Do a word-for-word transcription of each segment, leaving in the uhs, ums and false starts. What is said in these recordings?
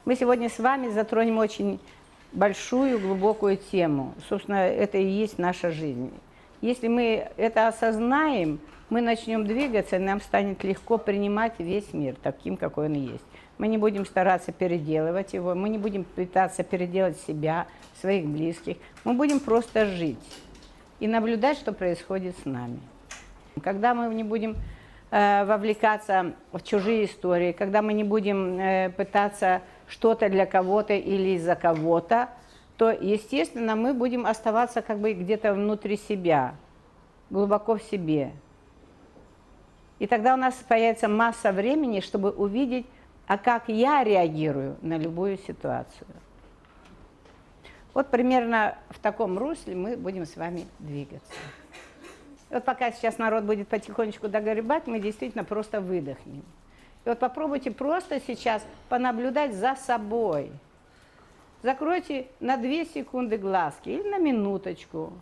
Мы сегодня с вами затронем очень большую, глубокую тему. Собственно, это и есть наша жизнь. Если мы это осознаем, мы начнем двигаться, и нам станет легко принимать весь мир таким, какой он есть. Мы не будем стараться переделывать его, мы не будем пытаться переделать себя, своих близких. Мы будем просто жить и наблюдать, что происходит с нами. Когда мы не будем э, вовлекаться в чужие истории, когда мы не будем э, пытаться что-то для кого-то или из-за кого-то, то, естественно, мы будем оставаться как бы где-то внутри себя, глубоко в себе. И тогда у нас появится масса времени, чтобы увидеть, а как я реагирую на любую ситуацию. Вот примерно в таком русле мы будем с вами двигаться. Вот пока сейчас народ будет потихонечку догребать, мы действительно просто выдохнем. И вот попробуйте просто сейчас понаблюдать за собой. Закройте на две секунды глазки или на минуточку.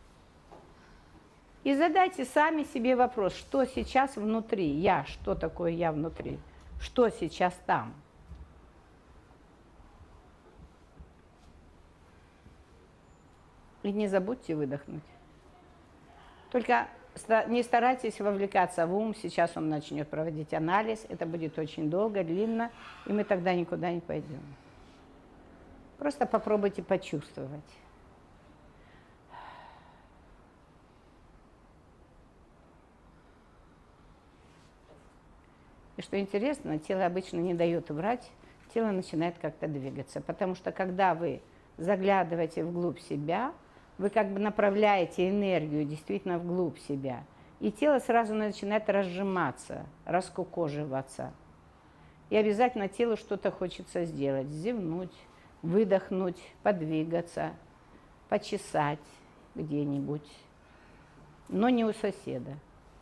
И задайте сами себе вопрос, что сейчас внутри, я, что такое я внутри, что сейчас там. И не забудьте выдохнуть. Только не старайтесь вовлекаться в ум, сейчас он начнет проводить анализ, это будет очень долго, длинно, и мы тогда никуда не пойдем. Просто попробуйте почувствовать. И что интересно, тело обычно не дает врать, тело начинает как-то двигаться, потому что когда вы заглядываете вглубь себя, вы как бы направляете энергию действительно вглубь себя, и тело сразу начинает разжиматься, раскукоживаться. И обязательно телу что-то хочется сделать, зевнуть, выдохнуть, подвигаться, почесать где-нибудь, но не у соседа.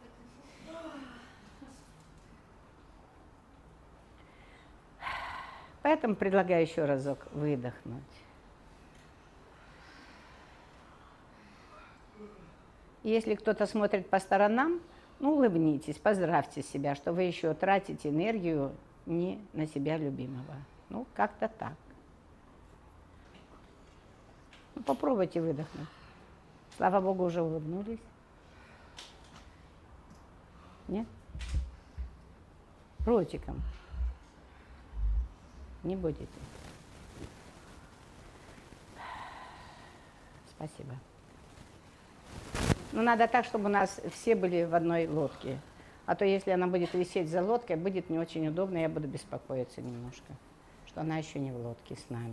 Поэтому предлагаю еще разок выдохнуть. Если кто-то смотрит по сторонам, ну, улыбнитесь, поздравьте себя, что вы еще тратите энергию не на себя любимого. Ну, как-то так. Ну, попробуйте выдохнуть. Слава Богу, уже улыбнулись. Нет? Ротиком. Не будете. Спасибо. Но надо так, чтобы у нас все были в одной лодке. А то, если она будет висеть за лодкой, будет не очень удобно, я буду беспокоиться немножко, что она еще не в лодке с нами.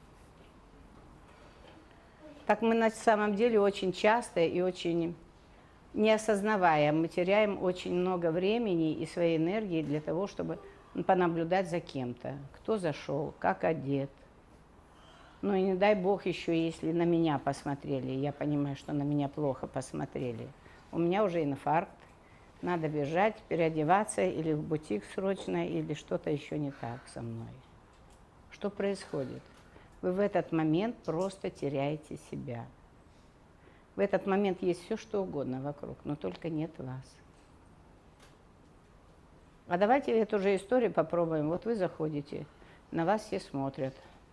Так мы на самом деле очень часто и очень не осознавая, мы теряем очень много времени и своей энергии для того, чтобы понаблюдать за кем-то, кто зашел, как одет. Ну и не дай бог еще, если на меня посмотрели, я понимаю, что на меня плохо посмотрели. У меня уже инфаркт, надо бежать, переодеваться или в бутик срочно, или что-то еще не так со мной. Что происходит? Вы в этот момент просто теряете себя. В этот момент есть все, что угодно вокруг, но только нет вас. А давайте эту же историю попробуем. Вот вы заходите, на вас все смотрят.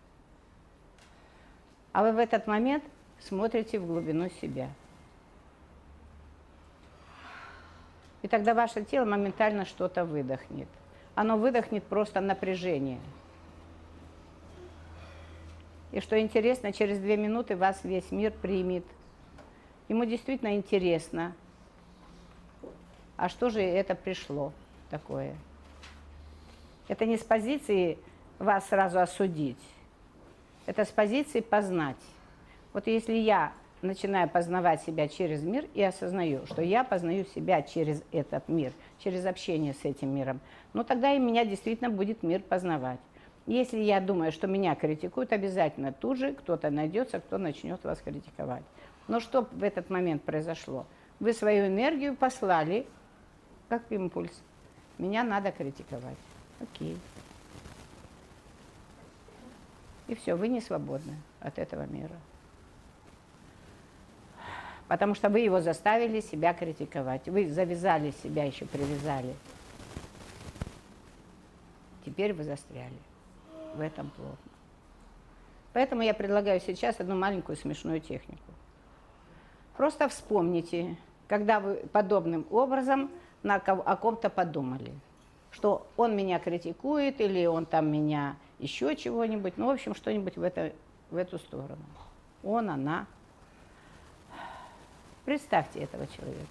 А вы в этот момент смотрите в глубину себя. И тогда ваше тело моментально что-то выдохнет. Оно выдохнет просто напряжение. И что интересно, через две минуты вас весь мир примет. Ему действительно интересно. А что же это пришло такое? Это не с позиции вас сразу осудить. Это с позиции познать. Вот если я начинаю познавать себя через мир и осознаю, что я познаю себя через этот мир, через общение с этим миром, ну тогда и меня действительно будет мир познавать. Если я думаю, что меня критикуют, обязательно тут же кто-то найдется, кто начнет вас критиковать. Но что в этот момент произошло? Вы свою энергию послали, как импульс. Меня надо критиковать. Окей. И все, вы не свободны от этого мира. Потому что вы его заставили себя критиковать. Вы завязали себя, еще привязали. Теперь вы застряли. в этом плотно. Поэтому я предлагаю сейчас одну маленькую смешную технику. Просто вспомните, когда вы подобным образом на кого, о ком-то подумали, что он меня критикует или он там меня еще чего-нибудь, ну, в общем, что-нибудь в, это, в эту сторону. Он, она. Представьте этого человека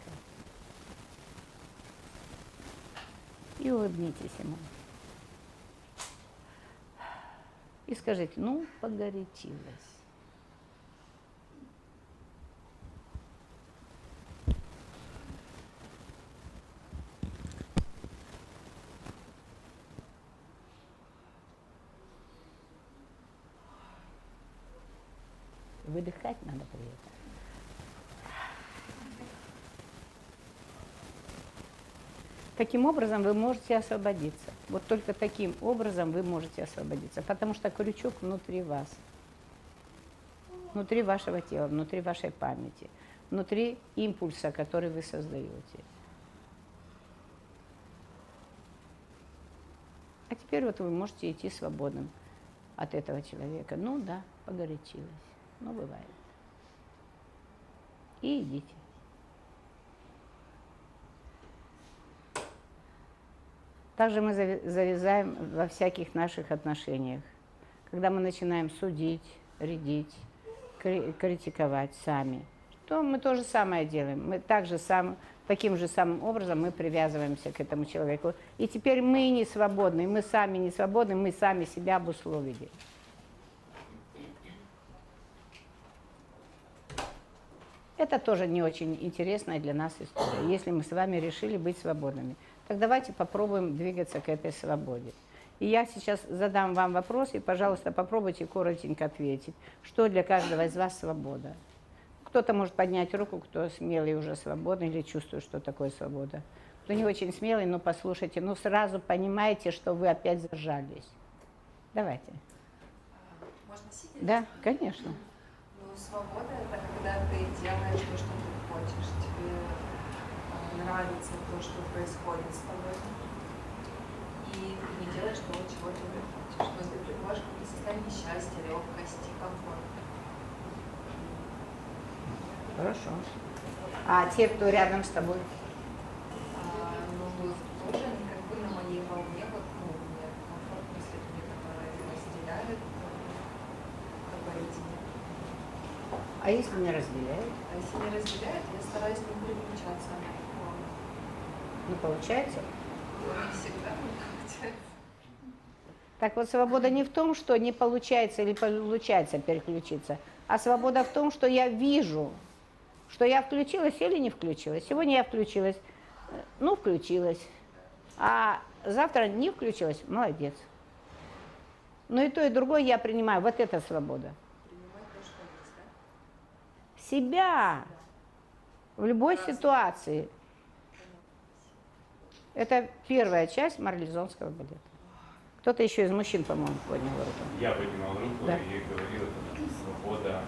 и улыбнитесь ему. И скажите, ну, погорячилась. Выдыхать надо при этом. Таким образом вы можете освободиться. Вот только таким образом вы можете освободиться, потому что крючок внутри вас, внутри вашего тела, внутри вашей памяти, внутри импульса, который вы создаете. А теперь вот вы можете идти свободным от этого человека. Ну да, погорячилась, ну бывает. И идите. Также мы завязаем во всяких наших отношениях. Когда мы начинаем судить, рядить, критиковать сами, то мы то же самое делаем. Мы также сам, таким же самым образом мы привязываемся к этому человеку. И теперь мы не свободны, мы сами не свободны, мы сами себя обусловили. Это тоже не очень интересная для нас история, если мы с вами решили быть свободными. Так давайте попробуем двигаться к этой свободе. И я сейчас задам вам вопрос, и, пожалуйста, попробуйте коротенько ответить, что для каждого из вас свобода. Кто-то может поднять руку, кто смелый уже свободный или чувствует, что такое свобода. Кто не очень смелый, но послушайте, ну сразу понимаете, что вы опять зажались. Давайте. Можно сидеть? Да, конечно. Ну, свобода – это когда ты делаешь то, что ты хочешь, тебе нравится то, что происходит с тобой, и ты не делаешь того, чего ты хочешь. То есть ты приходишь к состоянию счастья, легкости, комфорта. Хорошо. А те, кто рядом с тобой? А, ну, тоже они как бы на моей волне, вот, ну, мне комфортно с людьми, которые разделяют алгоритмы. А если не разделяют? А если не разделяют, я стараюсь не переключаться. Не получается? Не всегда не получается. Так вот, свобода не в том, что не получается или получается переключиться, а свобода в том, что я вижу, что я включилась или не включилась. Сегодня я включилась, ну, включилась, а завтра не включилась, молодец. Но и то, и другое я принимаю, вот это свобода. Принимать то, что есть, да? Себя в любой ситуации. Это первая часть марлезонского балета. Кто-то еще из мужчин, по-моему, поднял руку. Я поднимал руку, да. И говорил, это свобода.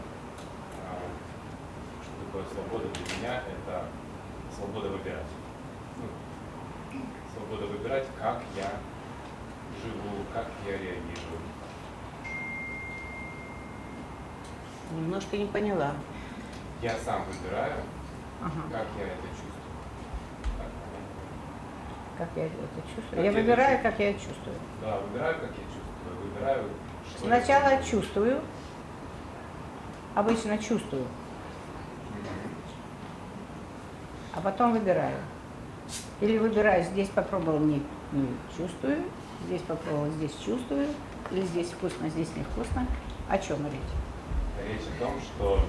Что такое свобода для меня? Это свобода выбирать. Ну, свобода выбирать, как я живу, как я реагирую. Немножко не поняла. Я сам выбираю, ага. Как я это чувствую. Как я это чувствую? Как я, я выбираю, как я чувствую. Да, выбираю, как я чувствую. Выбираю, что Сначала я чувствую. Обычно чувствую. А потом выбираю. Или выбираю, здесь попробовал, не, не чувствую, здесь попробовал, здесь чувствую, или здесь вкусно, здесь невкусно. О чем речь? Речь о том, что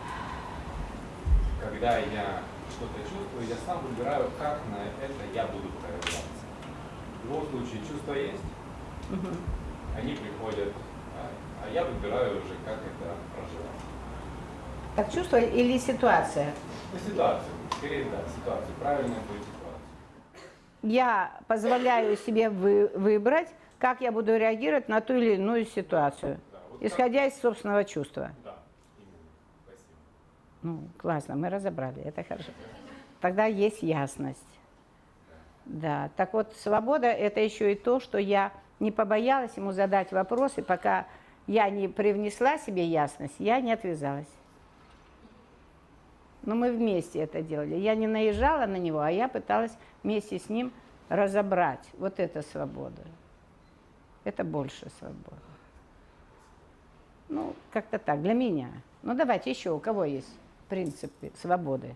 когда я что-то чувствую, я сам выбираю, как на это я буду проявляться. В любом случае, чувства есть, угу. Они приходят, а, а я выбираю уже, как это проживать. Так чувство или ситуация? Ну, ситуацию, скорее, да, ситуацию, правильная будет ситуация. Я позволяю себе вы, выбрать, как я буду реагировать на ту или иную ситуацию, да, вот исходя так. Из собственного чувства. Да, именно. Спасибо. Ну, классно, мы разобрали, это хорошо. Тогда есть ясность. Да, так вот, свобода – это еще и то, что я не побоялась ему задать вопросы, пока я не привнесла себе ясность, я не отвязалась. Но мы вместе это делали. Я не наезжала на него, а я пыталась вместе с ним разобрать. Вот это свобода. Это больше свободы. Ну, как-то так, для меня. Ну, давайте еще, у кого есть принципы свободы?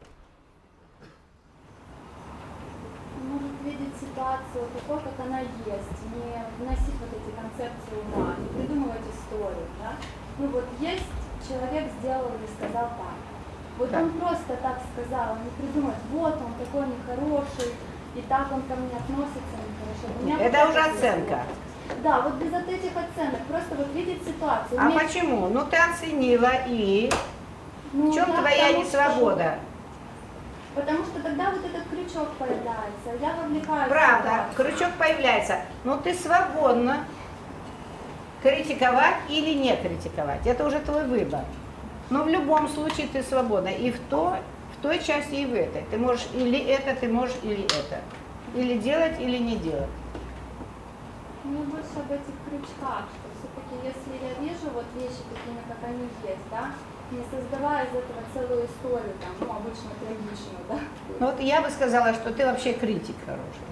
Может видеть ситуацию такой, как она есть, не вносить вот эти концепции ума, не придумывать историю, да? Ну вот есть человек сделал или сказал так. Вот Да. он просто так сказал, он не придумает, вот он такой нехороший, и так он ко мне относится нехорошо. У меня Это вот уже это оценка. есть. Да, вот без вот этих оценок, просто вот видеть ситуацию. А уметь- почему? Ну, ты оценила, и Ну, в чем да, твоя потому что- несвобода? Потому что тогда вот этот крючок появляется, я вовлекаюсь в Правда, ситуацию. крючок появляется. Но ты свободна критиковать или не критиковать. Это уже твой выбор. Но в любом случае ты свободна. И в, то, в той части, и в этой. Ты можешь или это, ты можешь или это. Или делать, или не делать. Мне больше об этих крючках, что все-таки если я вижу вот вещи такими, как они есть, да, не создавая из этого целую историю, там, ну, обычно трагичную, да. Ну вот я бы сказала, что ты вообще критик хороший.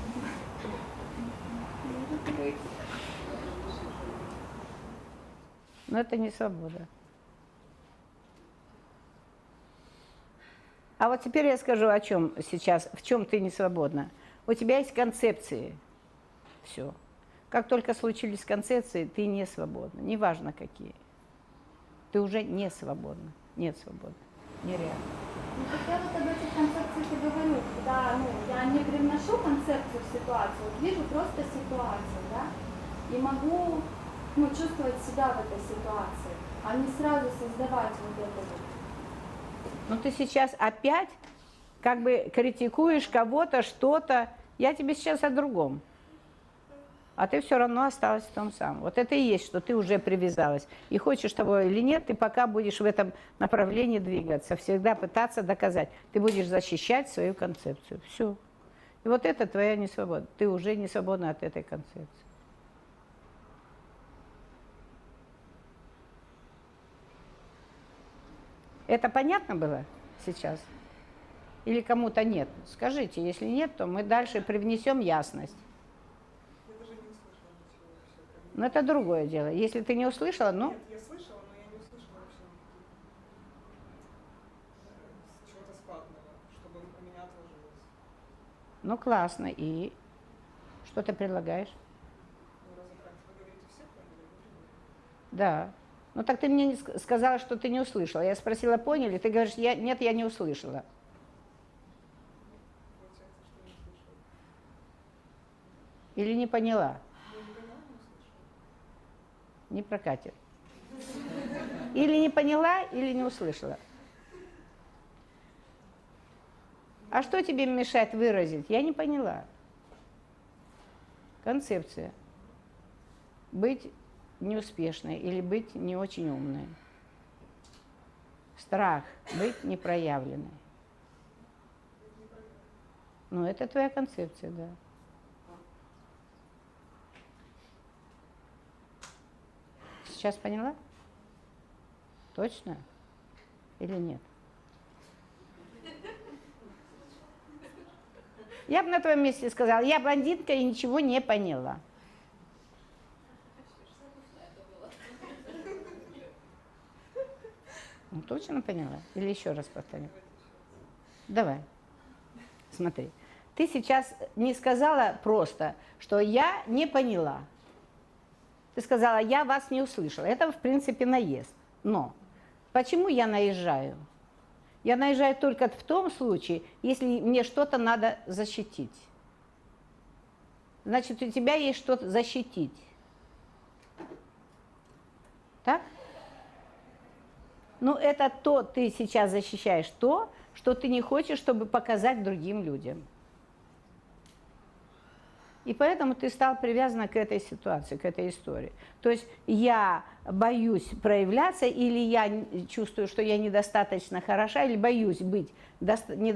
Но это не свобода. А вот теперь я скажу, о чем сейчас, в чем ты не свободна. У тебя есть концепции. Все. Как только случились концепции, ты не свободна. Неважно какие. Ты уже не свободна. Нет свободы. Нереально. Ну, так я вот об этих концепциях и говорю, когда, ну, я не привношу концепцию в ситуацию, вот вижу просто ситуацию, да, и могу, ну, чувствовать себя в этой ситуации, а не сразу создавать вот это вот. Но ты сейчас опять как бы критикуешь кого-то, что-то. Я тебе сейчас о другом. А ты все равно осталась в том самом. Вот это и есть, что ты уже привязалась. И хочешь того или нет, ты пока будешь в этом направлении двигаться, всегда пытаться доказать. Ты будешь защищать свою концепцию. Все. И вот это твоя несвобода. Ты уже не свободна от этой концепции. Это понятно было сейчас? Или кому-то нет? Скажите, если нет, то мы дальше привнесем ясность. Но это другое дело. Если ты не услышала, ну... Нет, я слышала, но я не услышала вообще никаких, чего-то складного, чтобы у меня отложилось. Ну, классно. И что ты предлагаешь? Ну, разобрать. Вы говорите, все поняли? Да. Ну, так ты мне не ск- сказала, что ты не услышала. Я спросила, поняли? Ты говоришь, я... нет, я не услышала. Получается, что не слышала. Или не поняла? Ну, не поняла, не услышала. Не прокатит. Или не поняла, или не услышала. А что тебе мешает выразить? Я не поняла. Концепция. Быть неуспешной или быть не очень умной. Страх. Быть непроявленной. Ну, это твоя концепция, да. Сейчас поняла? Точно? Или нет? Я бы на твоем месте сказала, я блондинка и ничего не поняла. Ну, точно поняла? Или еще раз повторю? Давай. Смотри. Ты сейчас не сказала просто, что я не поняла. Ты сказала, я вас не услышала. Это, в принципе, наезд. Но почему я наезжаю? Я наезжаю только в том случае, если мне что-то надо защитить. Значит, у тебя есть что-то защитить. Так? Ну, это то, ты сейчас защищаешь то, что ты не хочешь, чтобы показать другим людям. И поэтому ты стал привязан к этой ситуации, к этой истории. То есть я боюсь проявляться, или я чувствую, что я недостаточно хороша, или боюсь быть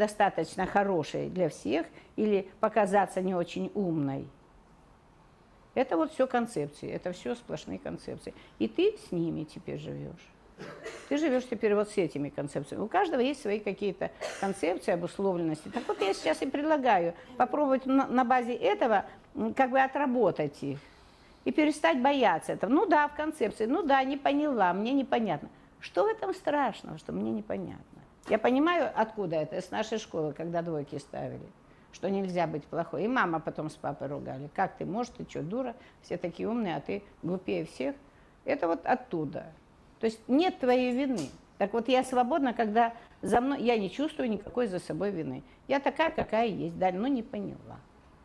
недостаточно хорошей для всех, или показаться не очень умной. Это вот все концепции, это все сплошные концепции. И ты с ними теперь живешь. Ты живешь теперь вот с этими концепциями. У каждого есть свои какие-то концепции, обусловленности. Так вот я сейчас и предлагаю попробовать на, на базе этого как бы отработать их. И перестать бояться этого. Ну да, в концепции, ну да, не поняла, мне непонятно. Что в этом страшного, что мне непонятно? Я понимаю, откуда это, с нашей школы, когда двойки ставили. Что нельзя быть плохой. И мама потом с папой ругали. Как ты можешь, ты что, дура? Все такие умные, а ты глупее всех. Это вот оттуда. То есть нет твоей вины. Так вот я свободна, когда за мной, я не чувствую никакой за собой вины. Я такая, какая есть, да, но не поняла.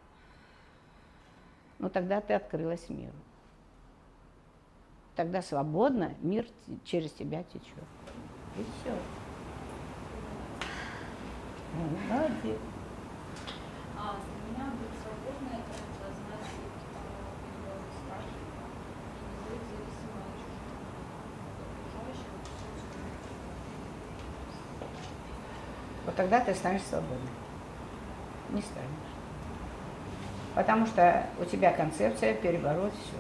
Ну тогда ты открылась миру. Тогда свободно мир через тебя течет. И все. Молодец. А для меня быть свободной, это значит перебороть страх и не быть зависимой от окружающего. Вот тогда ты станешь свободной. Не станешь. Потому что у тебя концепция перебороть все.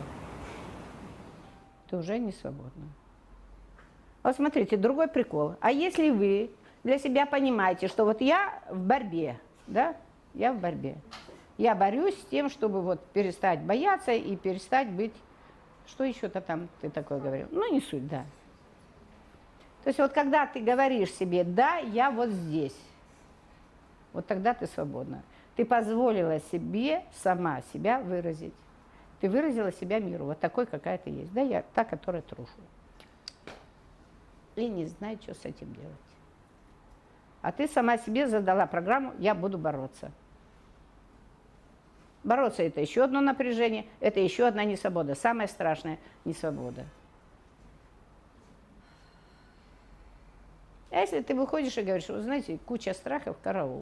Ты уже не свободна. Вот смотрите, другой прикол. А если вы для себя понимаете, что вот я в борьбе, да, я в борьбе. Я борюсь с тем, чтобы вот перестать бояться и перестать быть... Что еще-то там ты такое говорил? Ну, не суть, да. То есть вот когда ты говоришь себе, да, я вот здесь, вот тогда ты свободна. Ты позволила себе сама себя выразить. Ты выразила себя миру, вот такой, какая ты есть. Да, я та, которая трушу. И не знаю, что с этим делать. А ты сама себе задала программу «Я буду бороться». Бороться – это еще одно напряжение, это еще одна несвобода. Самая страшная несвобода. А если ты выходишь и говоришь, вы знаете, куча страхов, караул.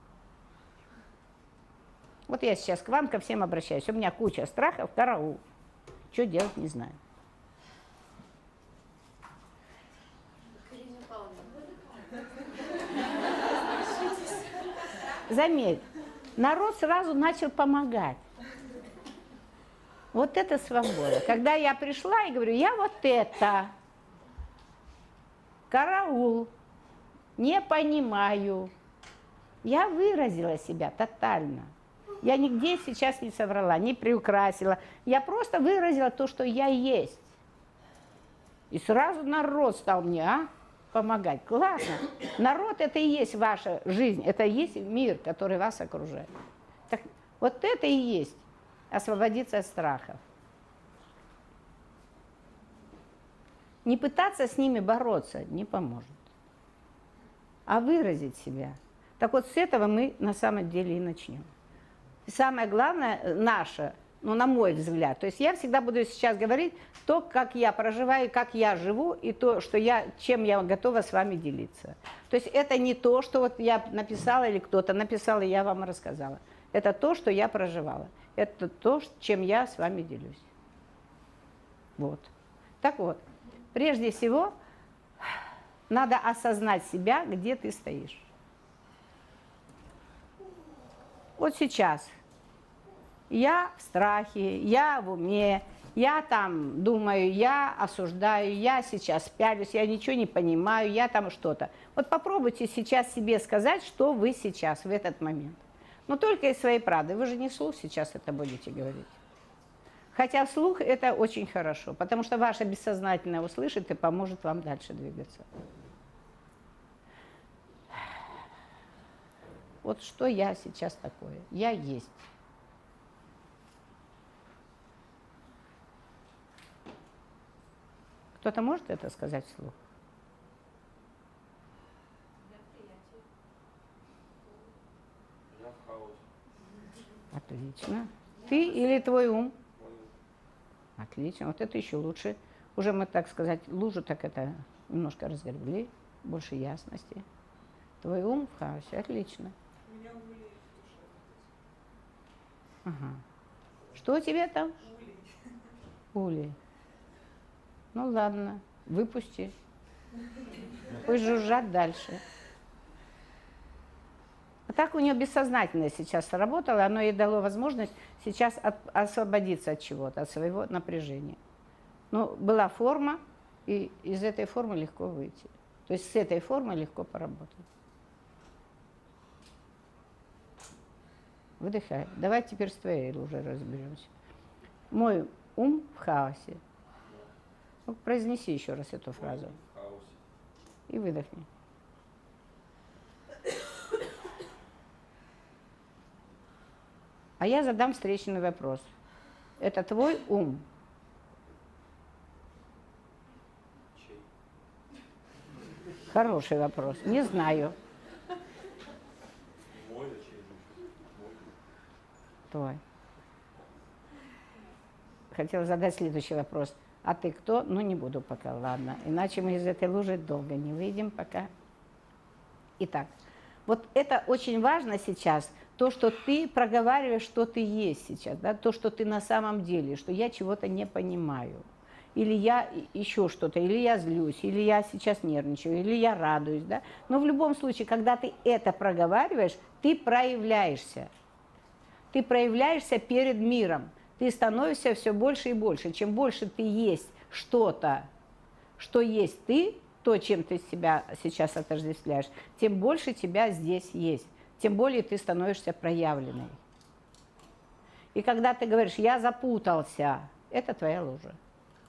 Вот я сейчас к вам, ко всем обращаюсь. У меня куча страхов, караул. Что делать, не знаю. Заметь, народ сразу начал помогать. Вот это свобода. Когда я пришла и говорю, я вот это, караул, не понимаю. Я выразила себя тотально. Я нигде сейчас не соврала, не приукрасила. Я просто выразила то, что я есть. И сразу народ стал мне, а? Помогать. Классно. Народ – это и есть ваша жизнь, это и есть мир, который вас окружает. Так, вот это и есть освободиться от страхов. Не пытаться с ними бороться не поможет, а выразить себя. Так вот с этого мы на самом деле и начнем. Самое главное наше, ну, на мой взгляд, то есть я всегда буду сейчас говорить то, как я проживаю, как я живу, и то, что я, чем я готова с вами делиться. То есть это не то, что вот я написала или кто-то написал, и я вам рассказала. Это то, что я проживала. Это то, чем я с вами делюсь. Вот. Так вот, прежде всего, надо осознать себя, где ты стоишь. Вот сейчас я в страхе, я в уме, я там думаю, я осуждаю, я сейчас пялюсь, я ничего не понимаю, я там что-то. Вот попробуйте сейчас себе сказать, что вы сейчас в этот момент. Но только из своей правды. Вы же не вслух сейчас это будете говорить. Хотя вслух это очень хорошо, потому что ваше бессознательное услышит и поможет вам дальше двигаться. Вот что я сейчас такое? Я есть. Кто-то может это сказать вслух? Я в хаосе. Отлично. Ты или твой ум? Отлично. Вот это еще лучше. Уже мы, так сказать, лужу так это немножко разгребли. Больше ясности. Твой ум в хаосе. Отлично. Меня улей в душе. Ага. Что у тебя там? Улей. Улей. Ну ладно, выпусти. Пусть жужжат дальше. Так у нее бессознательное сейчас сработало, оно ей дало возможность сейчас от, освободиться от чего-то, от своего напряжения. Ну, была форма, и из этой формы легко выйти. То есть с этой формой легко поработать. Выдыхай. Давай теперь с твоей уже разберемся. Мой ум в хаосе. Ну, произнеси еще раз эту фразу. В хаосе. И выдохни. А я задам встречный вопрос. Это твой ум? Чей? Хороший вопрос. Не знаю. Мой, да чей? Мой. Твой. Хотела задать следующий вопрос. А ты кто? Ну, не буду пока, ладно. Иначе мы из этой лужи долго не выйдем пока. Итак, вот это очень важно сейчас, то, что ты проговариваешь, что ты есть сейчас, да? То, что ты на самом деле, что я чего-то не понимаю. Или я еще что-то, или я злюсь, или я сейчас нервничаю, или я радуюсь. Да? Но в любом случае, когда ты это проговариваешь, ты проявляешься. Ты проявляешься перед миром. Ты становишься все больше и больше. Чем больше ты есть что-то, что есть ты, то, чем ты себя сейчас отождествляешь, тем больше тебя здесь есть. Тем более ты становишься проявленной. И когда ты говоришь «я запутался», это твоя лужа.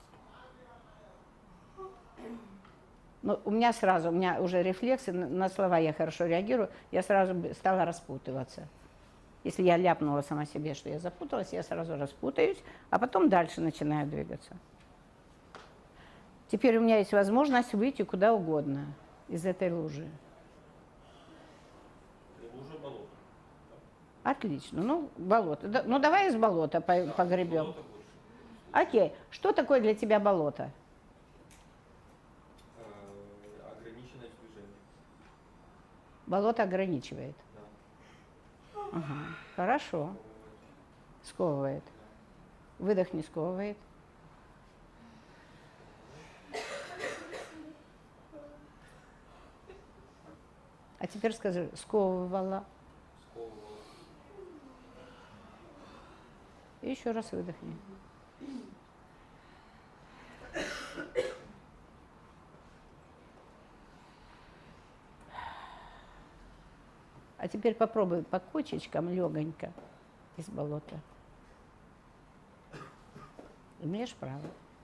Но у меня сразу, у меня уже рефлексы, на слова я хорошо реагирую, я сразу стала распутываться. Если я ляпнула сама себе, что я запуталась, я сразу распутаюсь, а потом дальше начинаю двигаться. Теперь у меня есть возможность выйти куда угодно из этой лужи. Лужа, болото. Отлично. Ну, болото. Ну, давай из болота погребем. Окей. Что такое для тебя болото? Ограниченное движение. Болото ограничивает. Да. Ага. Хорошо. Сковывает. Выдох не сковывает. А теперь скажи, сковывала. Сковывала. И еще раз выдохни. А теперь попробуй по кочечкам легонько из болота. Имеешь право.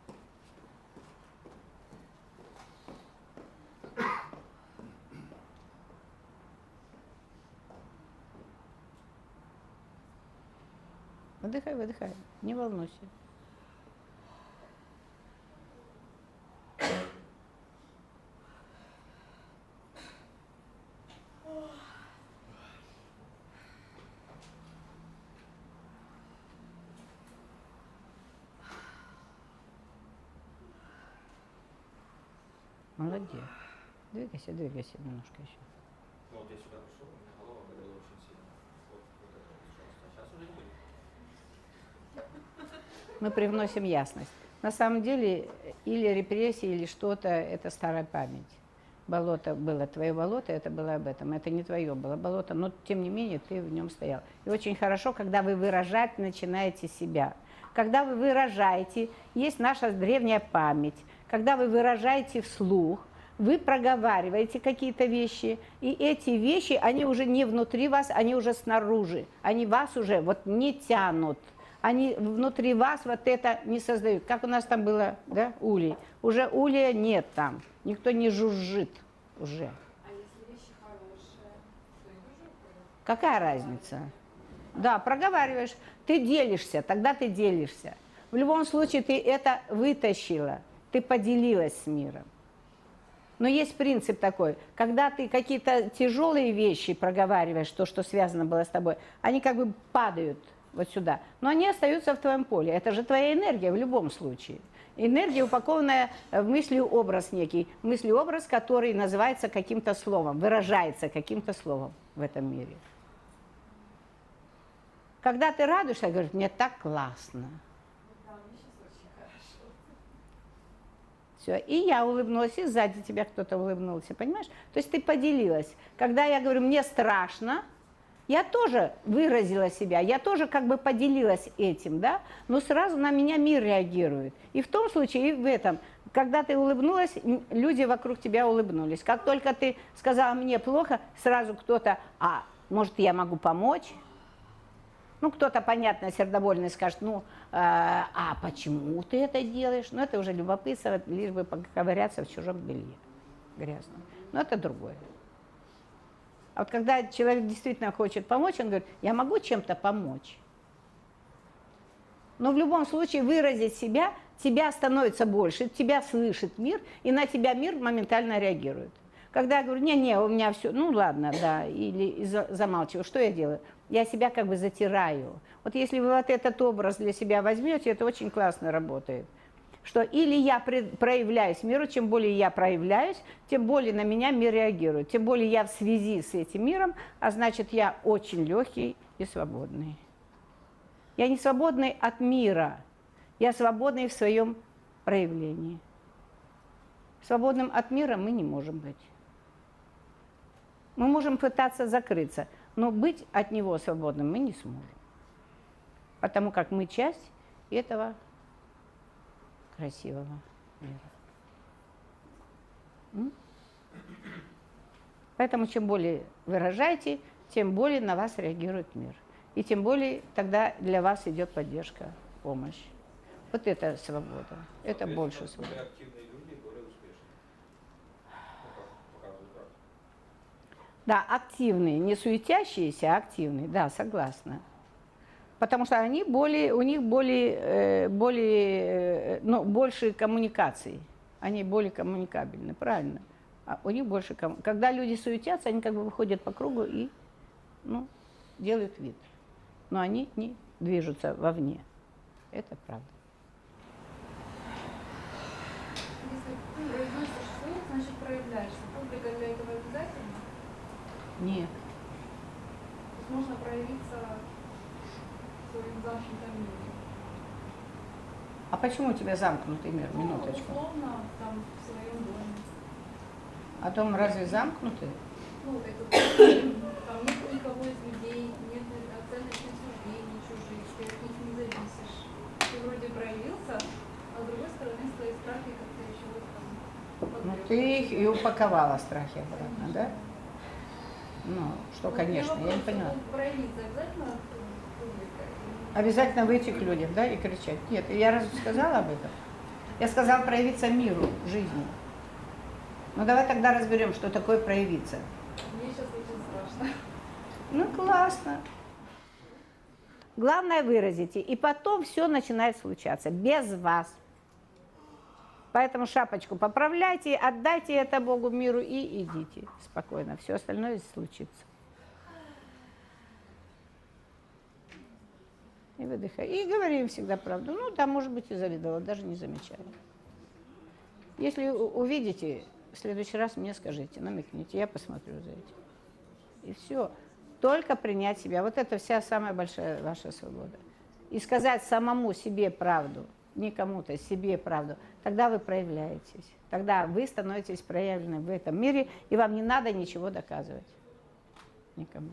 Выдыхай, выдыхай, не волнуйся. Молодец. Двигайся, двигайся немножко еще. Ну вот я сюда пришел, у меня голова болела очень сильно. Вот, вот это вот, пожалуйста. А сейчас уже не будет. Мы привносим ясность. На самом деле, или репрессии, или что-то, это старая память. Болото было, твое болото, это было об этом. Это не твое было болото, но тем не менее ты в нем стоял. И очень хорошо, когда вы выражать начинаете себя. Когда вы выражаете, есть наша древняя память. Когда вы выражаете вслух, вы проговариваете какие-то вещи, и эти вещи, они уже не внутри вас, они уже снаружи. Они вас уже вот не тянут. Они внутри вас вот это не создают. Как у нас там было, да, улей. Уже улья нет там. Никто не жужжит уже. А если вещи хорошие, то и тоже уходят? Какая разница? Да, проговариваешь. Ты делишься, тогда ты делишься. В любом случае ты это вытащила. Ты поделилась с миром. Но есть принцип такой, когда ты какие-то тяжелые вещи проговариваешь, то, что связано было с тобой, они как бы падают вот сюда, но они остаются в твоем поле. Это же твоя энергия в любом случае. Энергия, упакованная в мыслеобраз некий, мыслеобраз, который называется каким-то словом, выражается каким-то словом в этом мире. Когда ты радуешься, говоришь, мне так классно. Все. И я улыбнулась, и сзади тебя кто-то улыбнулся, понимаешь? То есть ты поделилась. Когда я говорю, мне страшно, Я тоже выразила себя, я тоже как бы поделилась этим, да, но сразу на меня мир реагирует. И в том случае, и в этом, когда ты улыбнулась, люди вокруг тебя улыбнулись. Как только ты сказала «мне плохо», сразу кто-то «а, может, я могу помочь?» Ну, кто-то, понятно, сердобольный скажет «ну, э, а почему ты это делаешь?» Ну, это уже любопытство, лишь бы поковыряться в чужом белье грязном. Но это другое. А вот когда человек действительно хочет помочь, он говорит, я могу чем-то помочь. Но в любом случае выразить себя, тебя становится больше, тебя слышит мир, и на тебя мир моментально реагирует. Когда я говорю, не-не, у меня все, ну ладно, да, или замалчиваю, что я делаю? Я себя как бы затираю. Вот если вы вот этот образ для себя возьмете, это очень классно работает. Что или я проявляюсь миру, чем более я проявляюсь, тем более на меня мир реагирует. Тем более я в связи с этим миром, а значит, я очень легкий и свободный. Я не свободный от мира, я свободный в своем проявлении. Свободным от мира мы не можем быть. Мы можем пытаться закрыться, но быть от него свободным мы не сможем. Потому как мы часть этого красивого мира. М? Поэтому чем более выражаете, тем более на вас реагирует мир. И тем более тогда для вас идет поддержка, помощь. Вот это свобода, это больше свободы. Активные люди более успешны. Да, активные, не суетящиеся, а активные, да, согласна. Потому что они более, у них более, более, ну, больше коммуникаций. Они более коммуникабельны, правильно. А у них больше ком... Когда люди суетятся, они как бы выходят по кругу и, ну, делают вид. Но они не движутся вовне. Это правда. Если ты произносишь слух, значит проявляешься. Публика для этого обязательно? Нет. То есть можно проявиться в своем замкнутом мире. А почему у тебя замкнутый мир? Минуточку. Ну, условно, там, в своем доме. А дом разве замкнутый? Ну, это там нет никого из людей, нет оценочных суждений чужих, ты от них не зависишь. Ты вроде проявился, а с другой стороны свои страхи как-то еще вот там. Ну, ты их и упаковала страхи обратно, да? Ну, что, конечно, я не поняла. Проявиться обязательно публика? Обязательно выйти к людям, да, и кричать. Нет, я разве сказала об этом? Я сказала проявиться миру, жизни. Ну, давай тогда разберем, что такое проявиться. Мне сейчас очень страшно. Ну, классно. Главное выразите, и потом все начинает случаться, без вас. Поэтому шапочку поправляйте, отдайте это Богу, миру и идите спокойно. Все остальное случится. И выдыхай. И говорим всегда правду. Ну да, может быть, и завидовала, даже не замечая. Если увидите, в следующий раз мне скажите, намекните, я посмотрю за этим. И все. Только принять себя. Вот это вся самая большая ваша свобода. И сказать самому себе правду, не кому-то, себе правду, тогда вы проявляетесь. Тогда вы становитесь проявленным в этом мире, и вам не надо ничего доказывать. Никому.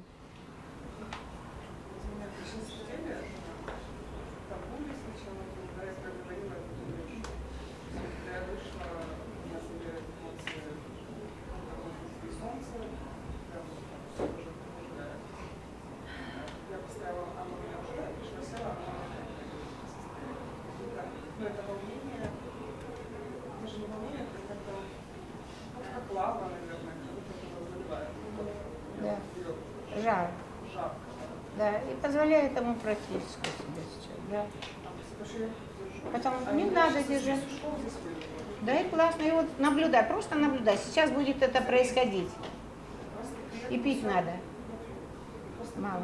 Но это волнение, даже не волнение, это как-то, как лава, наверное, как будто заливает. Да. Жар. Жарко. Да, и позволяет ему пройти сквозь себя сейчас. Да. Потом А не надо держать. Да, и классно. И вот наблюдай, просто наблюдай. Сейчас будет это происходить. И пить надо. Мало.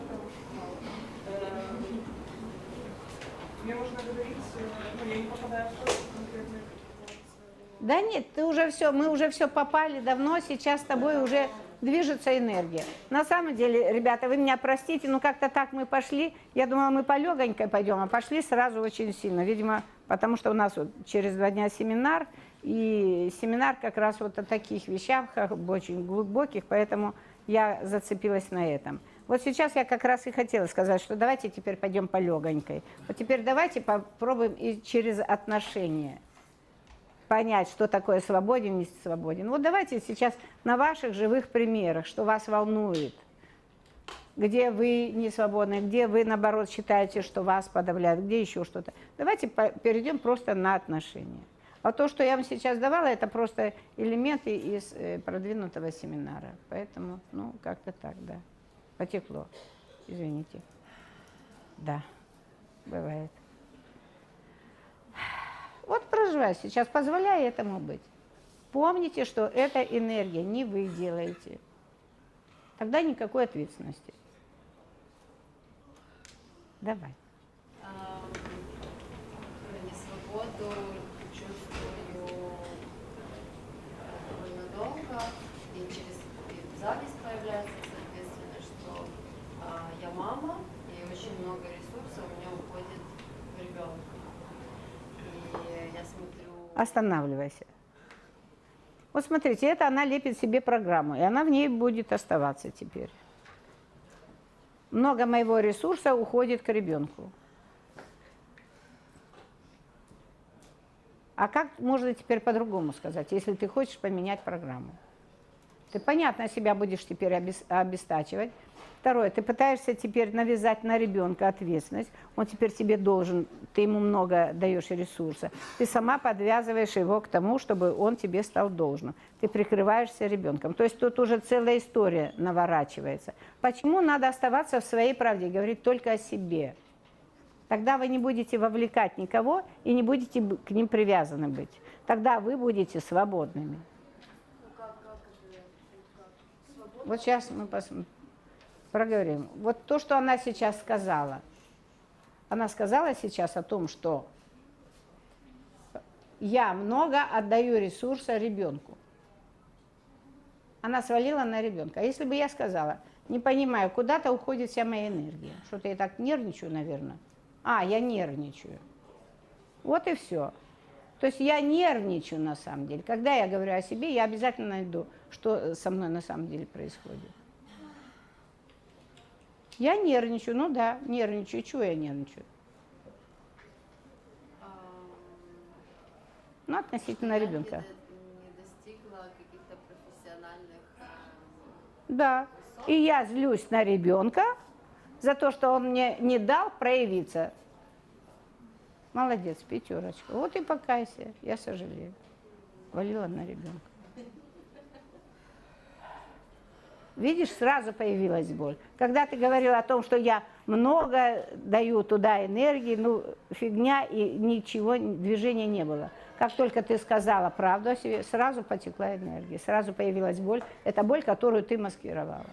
Мне можно говорить, ну, я не попадаю в то конкретное. Да нет, ты уже все, мы уже все попали давно, сейчас с тобой уже движется энергия. На самом деле, ребята, вы меня простите, но как-то так мы пошли. Я думала, мы полегонько пойдем, а пошли сразу очень сильно. Видимо, потому что у нас вот через два дня семинар, и семинар как раз вот о таких вещах, очень глубоких, поэтому я зацепилась на этом. Вот сейчас я как раз и хотела сказать, что давайте теперь пойдем по легонькой. Вот теперь давайте попробуем и через отношения понять, что такое свободен, не свободен. Вот давайте сейчас на ваших живых примерах, что вас волнует, где вы не свободны, где вы, наоборот, считаете, что вас подавляют, где еще что-то. Давайте перейдем просто на отношения. А то, что я вам сейчас давала, это просто элементы из продвинутого семинара. Поэтому, ну, как-то так, да. Потекло. Извините. Да, бывает. Вот проживаю сейчас, позволяю этому быть. Помните, что это энергия, не вы делаете. Тогда никакой ответственности. Давай. А, несвободу чувствую довольно долго, и через и зависть появляется, соответственно, что а, я мама, и очень много ресурсов у меня уходит в ребенка. И я смотрю... Останавливайся. Вот смотрите, это она лепит себе программу, и она в ней будет оставаться теперь. Много моего ресурса уходит к ребенку. А как можно теперь по-другому сказать, если ты хочешь поменять программу? Ты, понятно, себя будешь теперь обестачивать. Второе, ты пытаешься теперь навязать на ребенка ответственность. Он теперь тебе должен, ты ему много даешь ресурса. Ты сама подвязываешь его к тому, чтобы он тебе стал должным. Ты прикрываешься ребенком. То есть тут уже целая история наворачивается. Почему надо оставаться в своей правде, говорить только о себе? Тогда вы не будете вовлекать никого и не будете к ним привязаны быть. Тогда вы будете свободными. Вот сейчас мы посмотрим. Проговорим. Вот то, что она сейчас сказала. Она сказала сейчас о том, что я много отдаю ресурса ребенку. Она свалила на ребенка. А если бы я сказала, не понимаю, куда-то уходит вся моя энергия. Что-то я так нервничаю, наверное. А, я нервничаю. Вот и все. То есть я нервничаю на самом деле. Когда я говорю о себе, я обязательно найду, что со мной на самом деле происходит. Я нервничаю, ну да, нервничаю. Чего я нервничаю? Ну, относительно я ребенка. Не, не достигла каких-то профессиональных... Да, и я злюсь на ребенка за то, что он мне не дал проявиться. Молодец, пятерочка. Вот и покайся, я сожалею. Валила на ребенка. Видишь, сразу появилась боль. Когда ты говорила о том, что я много даю туда энергии, ну, фигня, и ничего, движения не было. Как только ты сказала правду о себе, сразу потекла энергия, сразу появилась боль. Это боль, которую ты маскировала.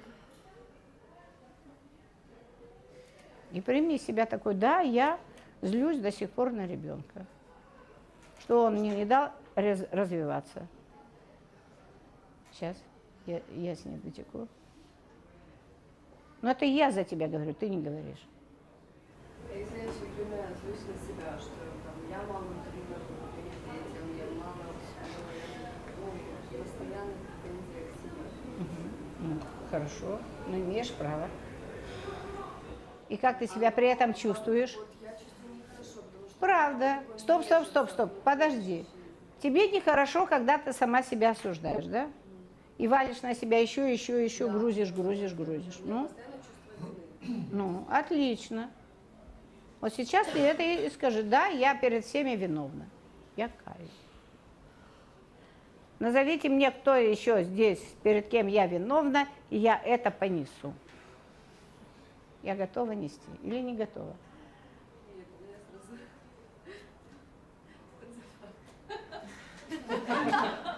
И прими себя такой, да, я злюсь до сих пор на ребенка, что он мне не дал раз, развиваться. Сейчас. Я, я с ней дотеку. Но это я за тебя говорю, ты не говоришь. Если я все время злюсь на себя, что там, я мама, например, перед детям, я мама, ну, постоянно претензии к себе. Угу. Ну, хорошо, но имеешь право. И как ты себя при этом чувствуешь? Вот я чувствую нехорошо, потому что... Правда. Стоп, стоп, стоп, стоп, подожди. Тебе нехорошо, когда ты сама себя осуждаешь, да? И валишь на себя еще, еще, еще, да. грузишь, грузишь, грузишь. Ну, ну, отлично. Вот сейчас ты это и скажи, да, я перед всеми виновна. Я каюсь. Назовите мне, кто еще здесь, перед кем я виновна, и я это понесу. Я готова нести или не готова? Нет, я сразу...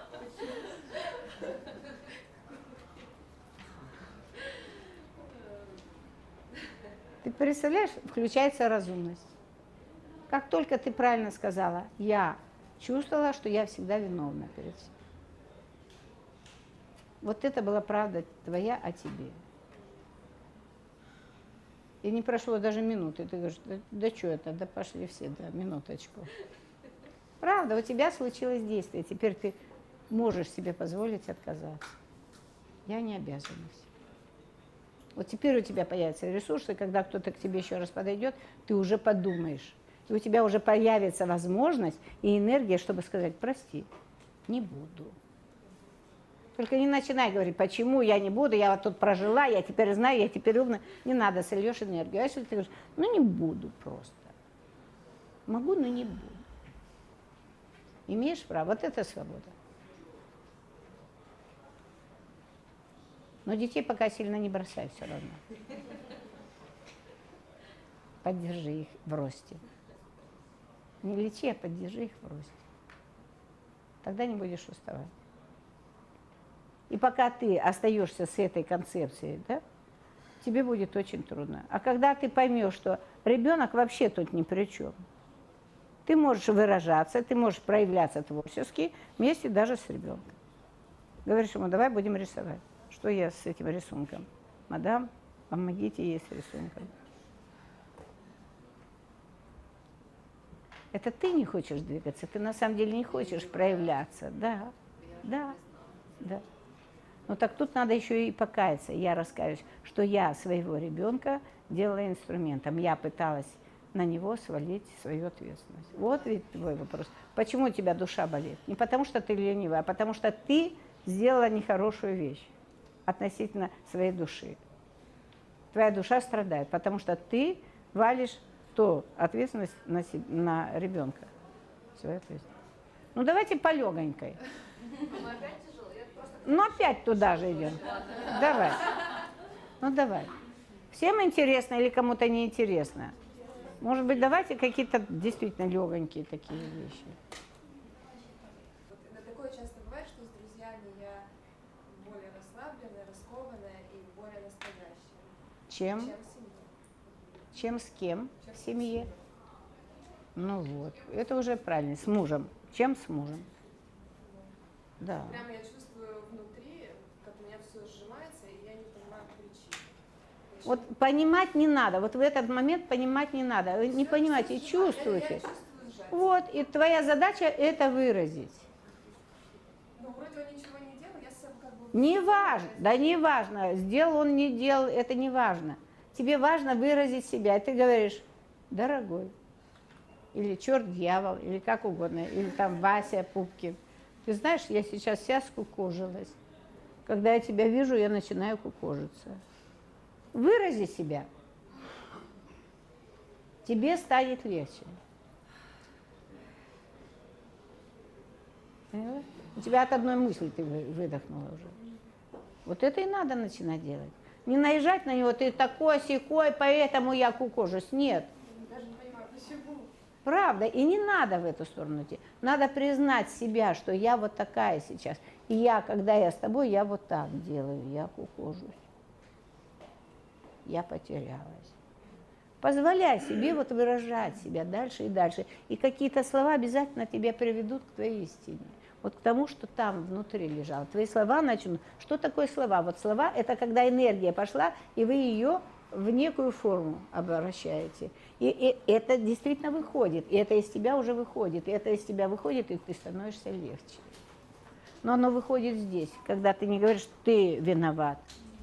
Ты представляешь, включается разумность. Как только ты правильно сказала, я чувствовала, что я всегда виновна перед всем. Вот это была правда твоя о тебе. И не прошло даже минуты. Ты говоришь, да, да что это, да пошли все, да, минуточку. Правда, у тебя случилось действие. Теперь ты можешь себе позволить отказаться. Я не обязана. Вот теперь у тебя появятся ресурсы, когда кто-то к тебе еще раз подойдет, ты уже подумаешь. И у тебя уже появится возможность и энергия, чтобы сказать: прости, не буду. Только не начинай говорить: почему я не буду, я вот тут прожила, я теперь знаю, я теперь умна. Не надо, сольешь энергию. А если ты говоришь: ну не буду просто. Могу, но не буду. Имеешь право, вот это свобода. Но детей пока сильно не бросай все равно. Поддержи их в росте. Не лечи, а поддержи их в росте. Тогда не будешь уставать. И пока ты остаешься с этой концепцией, да, тебе будет очень трудно. А когда ты поймешь, что ребенок вообще тут ни при чем, ты можешь выражаться, ты можешь проявляться творчески вместе даже с ребенком. Говоришь ему: давай будем рисовать. Что я с этим рисунком? Мадам, помогите ей с рисунком. Это ты не хочешь двигаться, ты на самом деле не хочешь проявляться. Да, да, да. Но так тут надо еще и покаяться. Я раскаюсь, что я своего ребенка делала инструментом. Я пыталась на него свалить свою ответственность. Вот ведь твой вопрос. Почему у тебя душа болит? Не потому что ты ленивая, а потому что ты сделала нехорошую вещь относительно своей души. Твоя душа страдает, потому что ты валишь ту ответственность на, себе, на ребенка. Свою ответственность. Ну давайте полегонькой. Ну опять тяжело. Я просто... Ну опять туда же идем. Давай. Ну давай. Всем интересно или кому-то не интересно? Может быть, давайте какие-то действительно легонькие такие вещи. Вот это такое часто бывает, что с друзьями я более расслабленная, раскованная и более настоящая. Чем? Чем в семье. Чем с кем Чем в семье? Ну вот, это уже правильно. С мужем. Чем с мужем? Да. Прямо я чувствую внутри, как у меня все сжимается, и я не понимаю причины. Вот понимать не надо. Вот в этот момент понимать не надо. Вы не понимаете, чувствуете. Вот, и твоя задача это выразить. Ну, вроде он ничего не делал, я сам как бы... Не важно, да не важно, сделал он, не делал, это не важно. Тебе важно выразить себя. И ты говоришь: дорогой, или черт дьявол, или как угодно, или там Вася Пупкин. Ты знаешь, я сейчас вся скукожилась. Когда я тебя вижу, я начинаю кукожиться. Вырази себя. Тебе станет легче. Поняла? У тебя от одной мысли ты выдохнула уже. Вот это и надо начинать делать. Не наезжать на него: ты такой, сякой, поэтому я кукожусь. Нет. Даже не понимаю, почему. Правда, и не надо в эту сторону идти. Надо признать себя, что я вот такая сейчас. И я, когда я с тобой, я вот так делаю, я кукожусь. Я потерялась. Позволяй себе вот выражать себя дальше и дальше. И какие-то слова обязательно тебя приведут к твоей истине. Вот к тому, что там внутри лежало. Твои слова начнут. Что такое слова? Вот слова – это когда энергия пошла, и вы ее в некую форму обращаете. И, и это действительно выходит. И это из тебя уже выходит. И это из тебя выходит, и ты становишься легче. Но оно выходит здесь, когда ты не говоришь: ты виноват.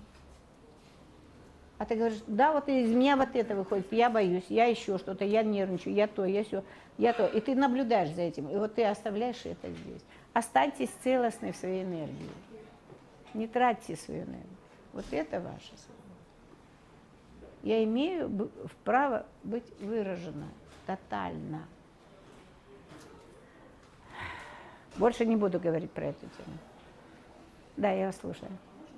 А ты говоришь: да, вот из меня вот это выходит, я боюсь, я еще что-то, я нервничаю, я то, я все, я то. И ты наблюдаешь за этим, и вот ты оставляешь это здесь. Останьтесь целостны в своей энергии. Не тратьте свою энергию. Вот это ваша свобода. Я имею право быть выражена тотально. Больше не буду говорить про эту тему. Да, я вас слушаю.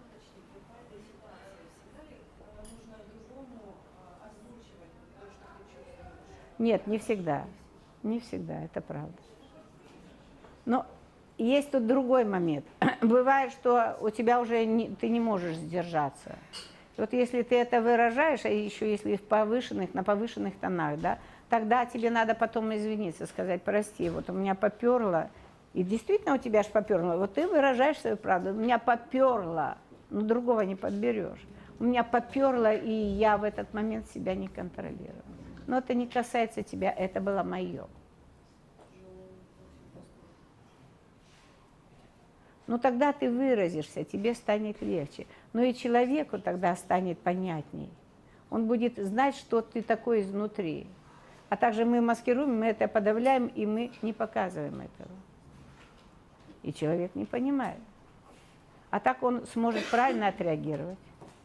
Нет, не всегда. Не всегда, это правда. Но есть тут другой момент. Бывает, что у тебя уже не, ты не можешь сдержаться. Вот если ты это выражаешь, а еще если в повышенных, на повышенных тонах, да, тогда тебе надо потом извиниться, сказать: прости, вот у меня поперло, и действительно у тебя аж поперло. Вот ты выражаешь свою правду: у меня поперло, но другого не подберешь. У меня поперло, и я в этот момент себя не контролирую. Но это не касается тебя, это было мое. Ну тогда ты выразишься, тебе станет легче. Но и человеку тогда станет понятней. Он будет знать, что ты такой изнутри. А также мы маскируем, мы это подавляем, и мы не показываем этого. И человек не понимает. А так он сможет правильно отреагировать.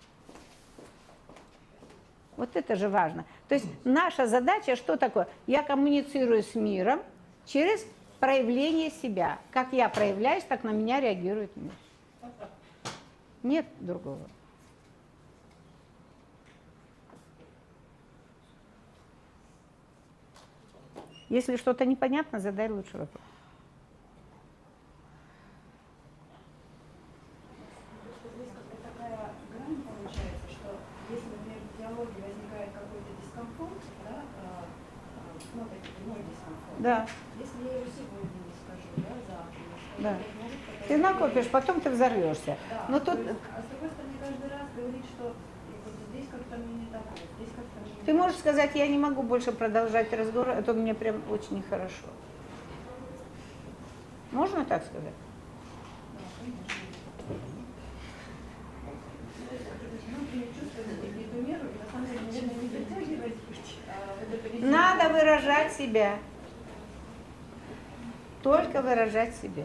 Вот это же важно. То есть наша задача что такое? Я коммуницирую с миром через проявление себя. Как я проявляюсь, так на меня реагирует мир. Нет другого. Если что-то непонятно, задай лучше вопрос. Здесь как-то такая грань получается, что если, например, в диалоге возникает какой-то дискомфорт, да, а, а, ну, такой мой дискомфорт, Да. если я его сегодня не скажу, да, завтра не скажу, Да. то может потом- Ты накопишь, потом ты взорвешься. Да, Но то тут есть, а с другой стороны, каждый раз говорить, что и вот здесь как-то мне не так, вот здесь как-то мне не ты так. можешь сказать, я не могу больше продолжать разговор, это мне прям очень нехорошо. Можно так сказать? Да, конечно. Внутреннее чувство и эту меру, и на самом деле, наверное, не затягивать, а вот это везде- Надо выражать себя. Только выражать себя.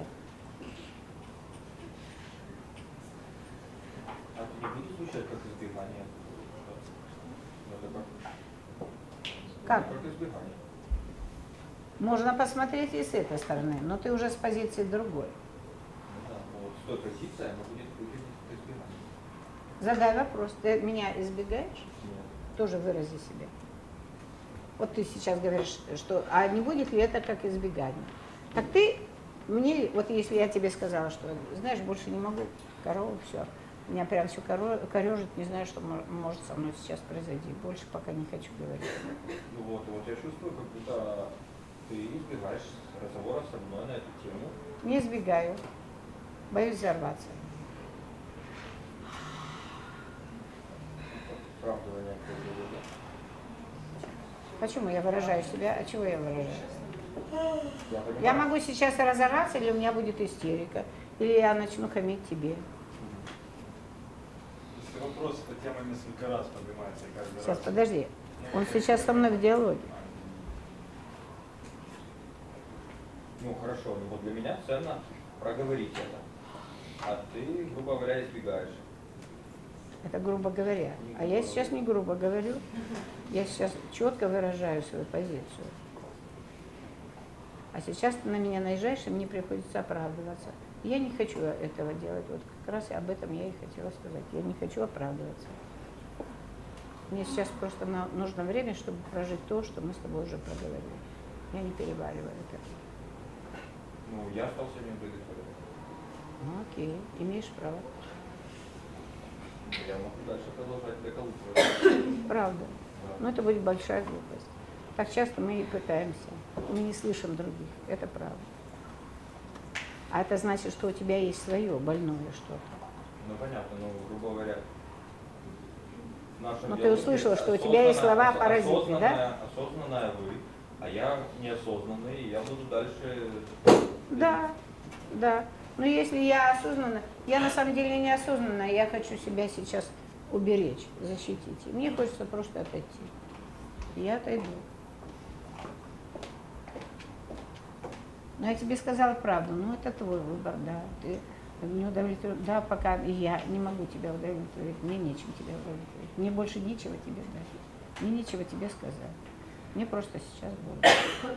А это не будет звучать как избегание? Это как? Как? Как избегание. Можно посмотреть и с этой стороны, но ты уже с позиции другой. Ну да, но вот с той позиции она будет выглядеть как избегание. Задай вопрос. Ты меня избегаешь? Нет. Тоже вырази себя. Вот ты сейчас говоришь, что, а не будет ли это как избегание? Так ты мне, вот если я тебе сказала, что, знаешь, больше не могу, корову, все, меня прям все корежит, не знаю, что мо- может со мной сейчас произойти, больше пока не хочу говорить. Ну вот, вот я чувствую, как будто ты избегаешь разговора со мной на эту тему. Не избегаю, боюсь взорваться. Оправдывание какого-то. Почему я выражаю себя, а чего я выражаю? Я понимаю. Я могу сейчас разораться, или у меня будет истерика, или я начну хамить тебе. Если вопрос, эта тема несколько раз поднимается, и каждый Сейчас, раз. подожди. Он сейчас со мной в диалоге. Ну хорошо, ну вот для меня ценно проговорить это. А ты, грубо говоря, избегаешь. Это грубо говоря. А я сейчас не грубо говорю. Я сейчас четко выражаю свою позицию. А сейчас ты на меня наезжаешь, и мне приходится оправдываться. Я не хочу этого делать. Вот как раз об этом я и хотела сказать. Я не хочу оправдываться. Мне сейчас просто на- нужно время, чтобы прожить то, что мы с тобой уже проговорили. Я не перевариваю это. Ну, я стал сегодня удовлетворен. Ну, окей, имеешь право. Я могу дальше продолжать доколупывать. Правда. Но это будет большая глупость. Так часто мы и пытаемся. Мы не слышим других. Это правда. А это значит, что у тебя есть свое больное что-то. Ну понятно, ну, грубо говоря, в нашем Но ты диалоге услышала, что у тебя есть слова осознанная- паразиты, да? осознанная- Осознанная вы, а я неосознанный, и я буду дальше... Да, да. Но если я осознанно, я на самом деле неосознанно, я хочу себя сейчас уберечь, защитить. И мне хочется просто отойти. И я отойду. Но я тебе сказала правду, ну это твой выбор, да. Ты не удовлетворен, да, пока и я не могу тебя удовлетворить, мне нечем тебя удовлетворить. Мне больше нечего тебе дать, мне нечего тебе сказать. Мне просто сейчас больно.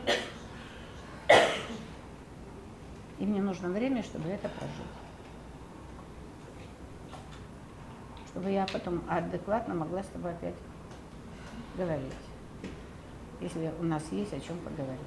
И мне нужно время, чтобы это прожить. Чтобы я потом адекватно могла с тобой опять говорить. Если у нас есть о чем поговорить.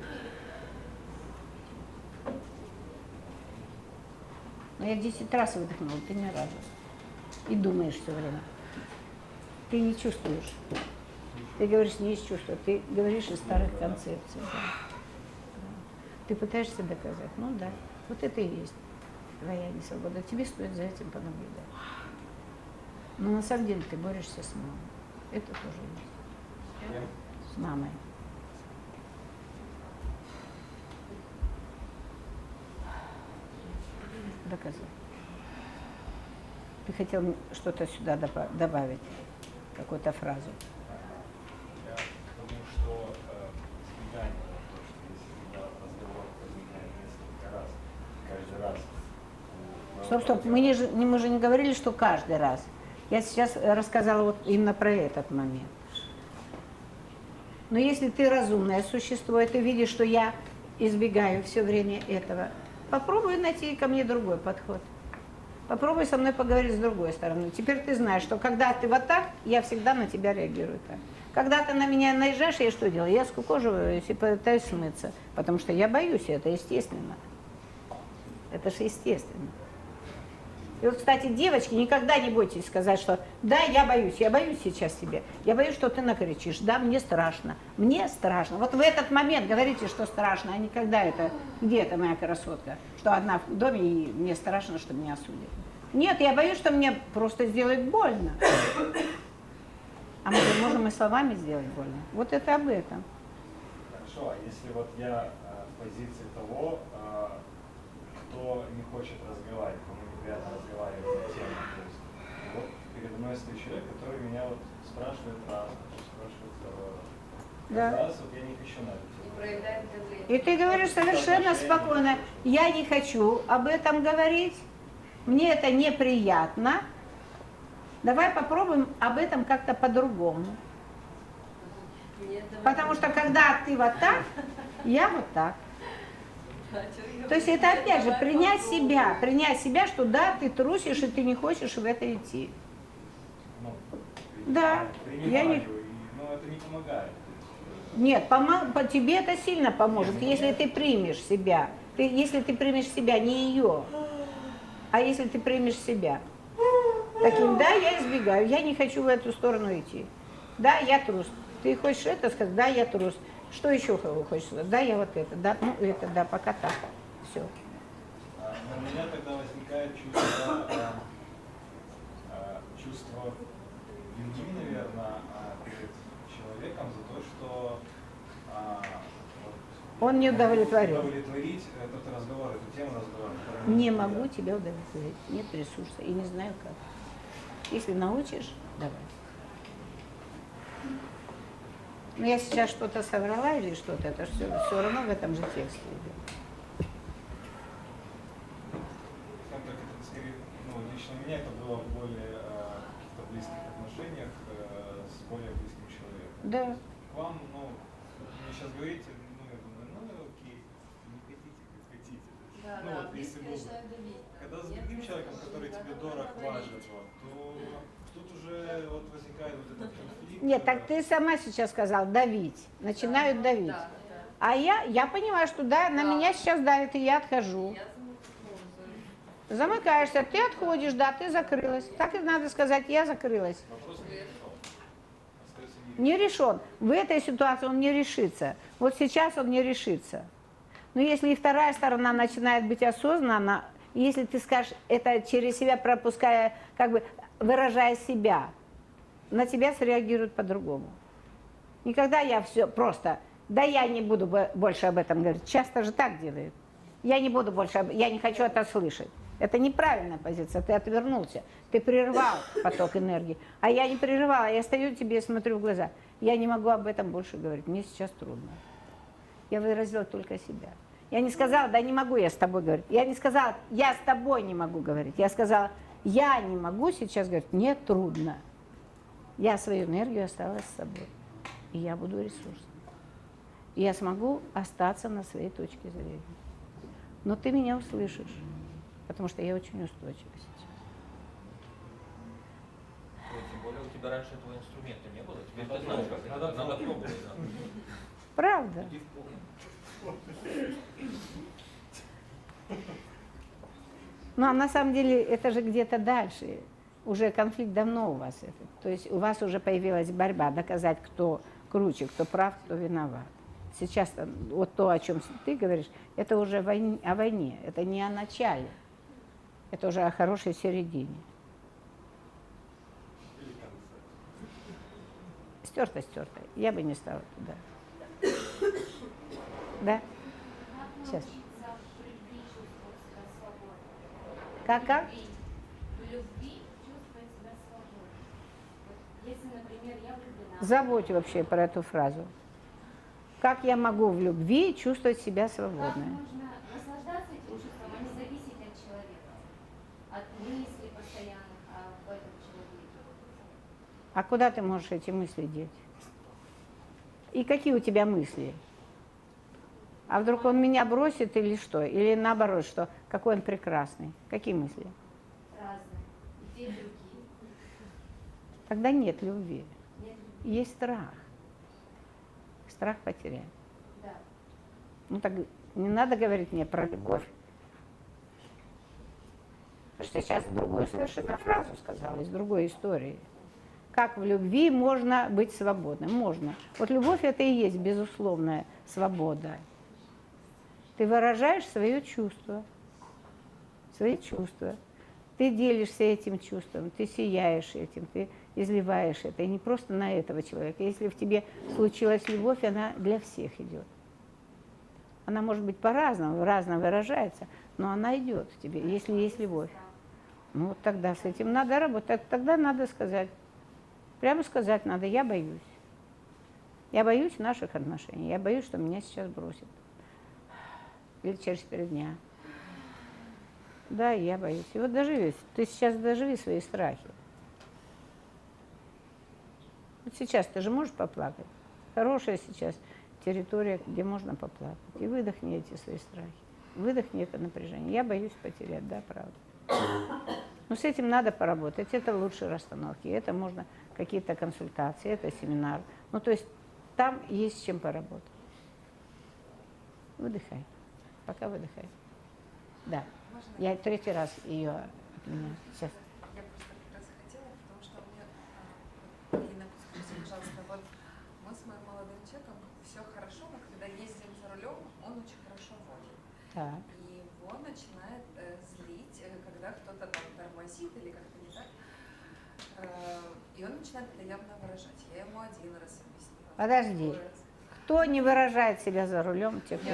Но я десять раз выдохнула, ты ни разу. И думаешь все время. Ты не чувствуешь. Ты говоришь не из чувства, ты говоришь из старых концепций. Да. Ты пытаешься доказать. Ну да, вот это и есть твоя несвобода. Тебе стоит за этим понаблюдать. Но на самом деле ты борешься с мамой. Это тоже есть. Нет? С мамой. доказать. Ты хотел что-то сюда добавить, какую-то фразу? Я думаю, что э, избегание, то, что если разговор возникает несколько раз, каждый раз. Стоп, стоп, мы, не, мы же не говорили, что каждый раз. Я сейчас рассказала вот именно про этот момент. Но если ты разумное существо, и ты видишь, что я избегаю все время этого, попробуй найти ко мне другой подход. Попробуй со мной поговорить с другой стороны. Теперь ты знаешь, что когда ты вот так, я всегда на тебя реагирую так. Когда ты на меня наезжаешь, я что делаю? Я скукоживаюсь и пытаюсь смыться, потому что я боюсь, это естественно. Это же естественно. И вот, кстати, девочки, никогда не бойтесь сказать, что да, я боюсь, я боюсь сейчас тебе. Я боюсь, что ты накричишь. Да, мне страшно. Мне страшно. Вот в этот момент говорите, что страшно, а не когда это, где это моя красотка, что одна в доме, и мне страшно, что меня осудят. Нет, я боюсь, что мне просто сделают больно. А мы же можем и словами сделать больно. Вот это об этом. Хорошо, а если вот я э, в позиции того, э, кто не хочет разговаривать, кому неприятно разговаривать на тему, то есть вот передо мной стоит человек, который меня вот спрашивает раз, спрашивает второй раз. Да. Раз вот я не хочу на это. Проявляет давление. И ты говоришь совершенно спокойно, я не хочу об этом говорить, мне это неприятно, давай попробуем об этом как-то по-другому. Потому что когда ты вот так, я вот так. То есть это опять же принять себя, принять себя, что да, ты трусишь и ты не хочешь в это идти. Ну, Да, я не... Но это не помогает. Нет, помо... по тебе это сильно поможет, если ты примешь себя. Ты, если ты примешь себя, не ее, а если ты примешь себя. Таким, да, я избегаю, я не хочу в эту сторону идти. Да, я трус. Ты хочешь это сказать? Да, я трус. Что еще хочешь сказать? Да, я вот это, да, ну это, да, пока так. Все. А, но у меня тогда возникает чувство, а, а, чувство вины, наверное, а, перед человеком за то, что а, вот, Он не удовлетворен. удовлетворить этот разговор, эту тему разговора. Не могу тебя удовлетворить. Нет ресурса и не знаю как. Если научишь, давай. Но я сейчас что-то соврала или что-то, это все, все равно в этом же тексте идет. Скажем так, это скорее, ну, лично у меня это было в более э, каких-то близких отношениях э, с более близким человеком. Да. К вам, ну, мне сейчас говорите, ну, я думаю, ну, окей, не хотите, как хотите. Да, ну, да, вот, если бы, начинает давить. когда с другим человеком, который тебе дорог, важен, вот, то тут уже вот возникает вот этот конфликт. Нет, так ты сама сейчас сказал, давить. Начинают Да, давить. да, да. А я, я понимаю, что да, на Да. меня сейчас давит, и я отхожу. Я замыкнула. Замыкаешься, ты отходишь, да, ты закрылась. Так и надо сказать, я закрылась. Вопрос не решен. Остается Не решен. В этой ситуации он не решится. Вот сейчас он не решится. Но если и вторая сторона начинает быть осознанна, если ты скажешь это через себя, пропуская, как бы выражая себя, на тебя среагируют по-другому. Никогда я все просто, да я не буду больше об этом говорить. Часто же так делают. Я не буду больше, об... я не хочу это слышать. Это неправильная позиция, ты отвернулся, ты прервал поток энергии. А я не прерывала, я стою тебе и смотрю в глаза. Я не могу об этом больше говорить, мне сейчас трудно. Я выразила только себя. Я не сказала, да не могу я с тобой говорить. Я не сказала, я с тобой не могу говорить. Я сказала, я не могу сейчас говорить, мне трудно. Я свою энергию оставила с собой. И я буду ресурсом. И я смогу остаться на своей точке зрения. Но ты меня услышишь, потому что я очень устойчива сейчас. Тем более у тебя раньше этого инструмента не было. Теперь ты знаешь, как это. Надо пробовать. Правда. Иди в пол. Ну, а на самом деле это же где-то дальше. Уже конфликт давно у вас. Это. То есть у вас уже появилась борьба доказать, кто круче, кто прав, кто виноват. Сейчас вот то, о чем ты говоришь, это уже войне, о войне. Это не о начале. Это уже о хорошей середине. Стерто-стерто. Я бы не стала туда. Да? Сейчас. Как, как? В любви чувствовать себя свободно. Вот если, например, я влюблена. Забудь вообще про эту фразу. Как я могу в любви чувствовать себя Как свободной? можно наслаждаться этим чувством, а не зависеть от человека, от мыслей постоянных об этом человеке? А куда ты можешь эти мысли деть? И какие у тебя мысли? А вдруг он меня бросит или что? Или наоборот, что какой он прекрасный? Какие мысли? Разные. И те, и другие. Тогда нет любви. Нет любви. Есть страх. Страх потерять. Да. Ну так не надо говорить мне про любовь. Потому что сейчас другую совершенно фразу сказала, из другой истории. Как в любви можно быть свободным? Можно. Вот любовь это и есть безусловная свобода. Ты выражаешь свое чувство, свои чувства. Ты делишься этим чувством, ты сияешь этим, ты изливаешь это. И не просто на этого человека. Если в тебе случилась любовь, она для всех идет. Она может быть по-разному, разно выражается, но она идет в тебе, если есть любовь. Ну вот тогда с этим надо работать. Тогда надо сказать, прямо сказать надо, я боюсь. Я боюсь наших отношений, я боюсь, что меня сейчас бросят. Или через четыре дня. Да, я боюсь. И вот доживи, ты сейчас доживи свои страхи. Вот сейчас ты же можешь поплакать. Хорошая сейчас территория, где можно поплакать. И выдохни эти свои страхи. Выдохни это напряжение. Я боюсь потерять, да, правда. Но с этим надо поработать. Это лучшие расстановки. Это можно какие-то консультации, это семинар. Ну, то есть там есть с чем поработать. Выдыхай. Пока выдыхай. Да. Можно Я третий раз ее отменяю. Сейчас. Я просто как раз хотела, потому что у меня, а, Ирина, скажите, пожалуйста, вот мы с моим молодым человеком все хорошо, но когда ездим за рулем, он очень хорошо водит. Так. И его начинает э, злить, э, когда кто-то там тормозит или как-то не так. Э, и он начинает это явно выражать. Я ему один раз объяснила. Подожди. Другой раз. Кто не выражает себя за рулем, те, кто...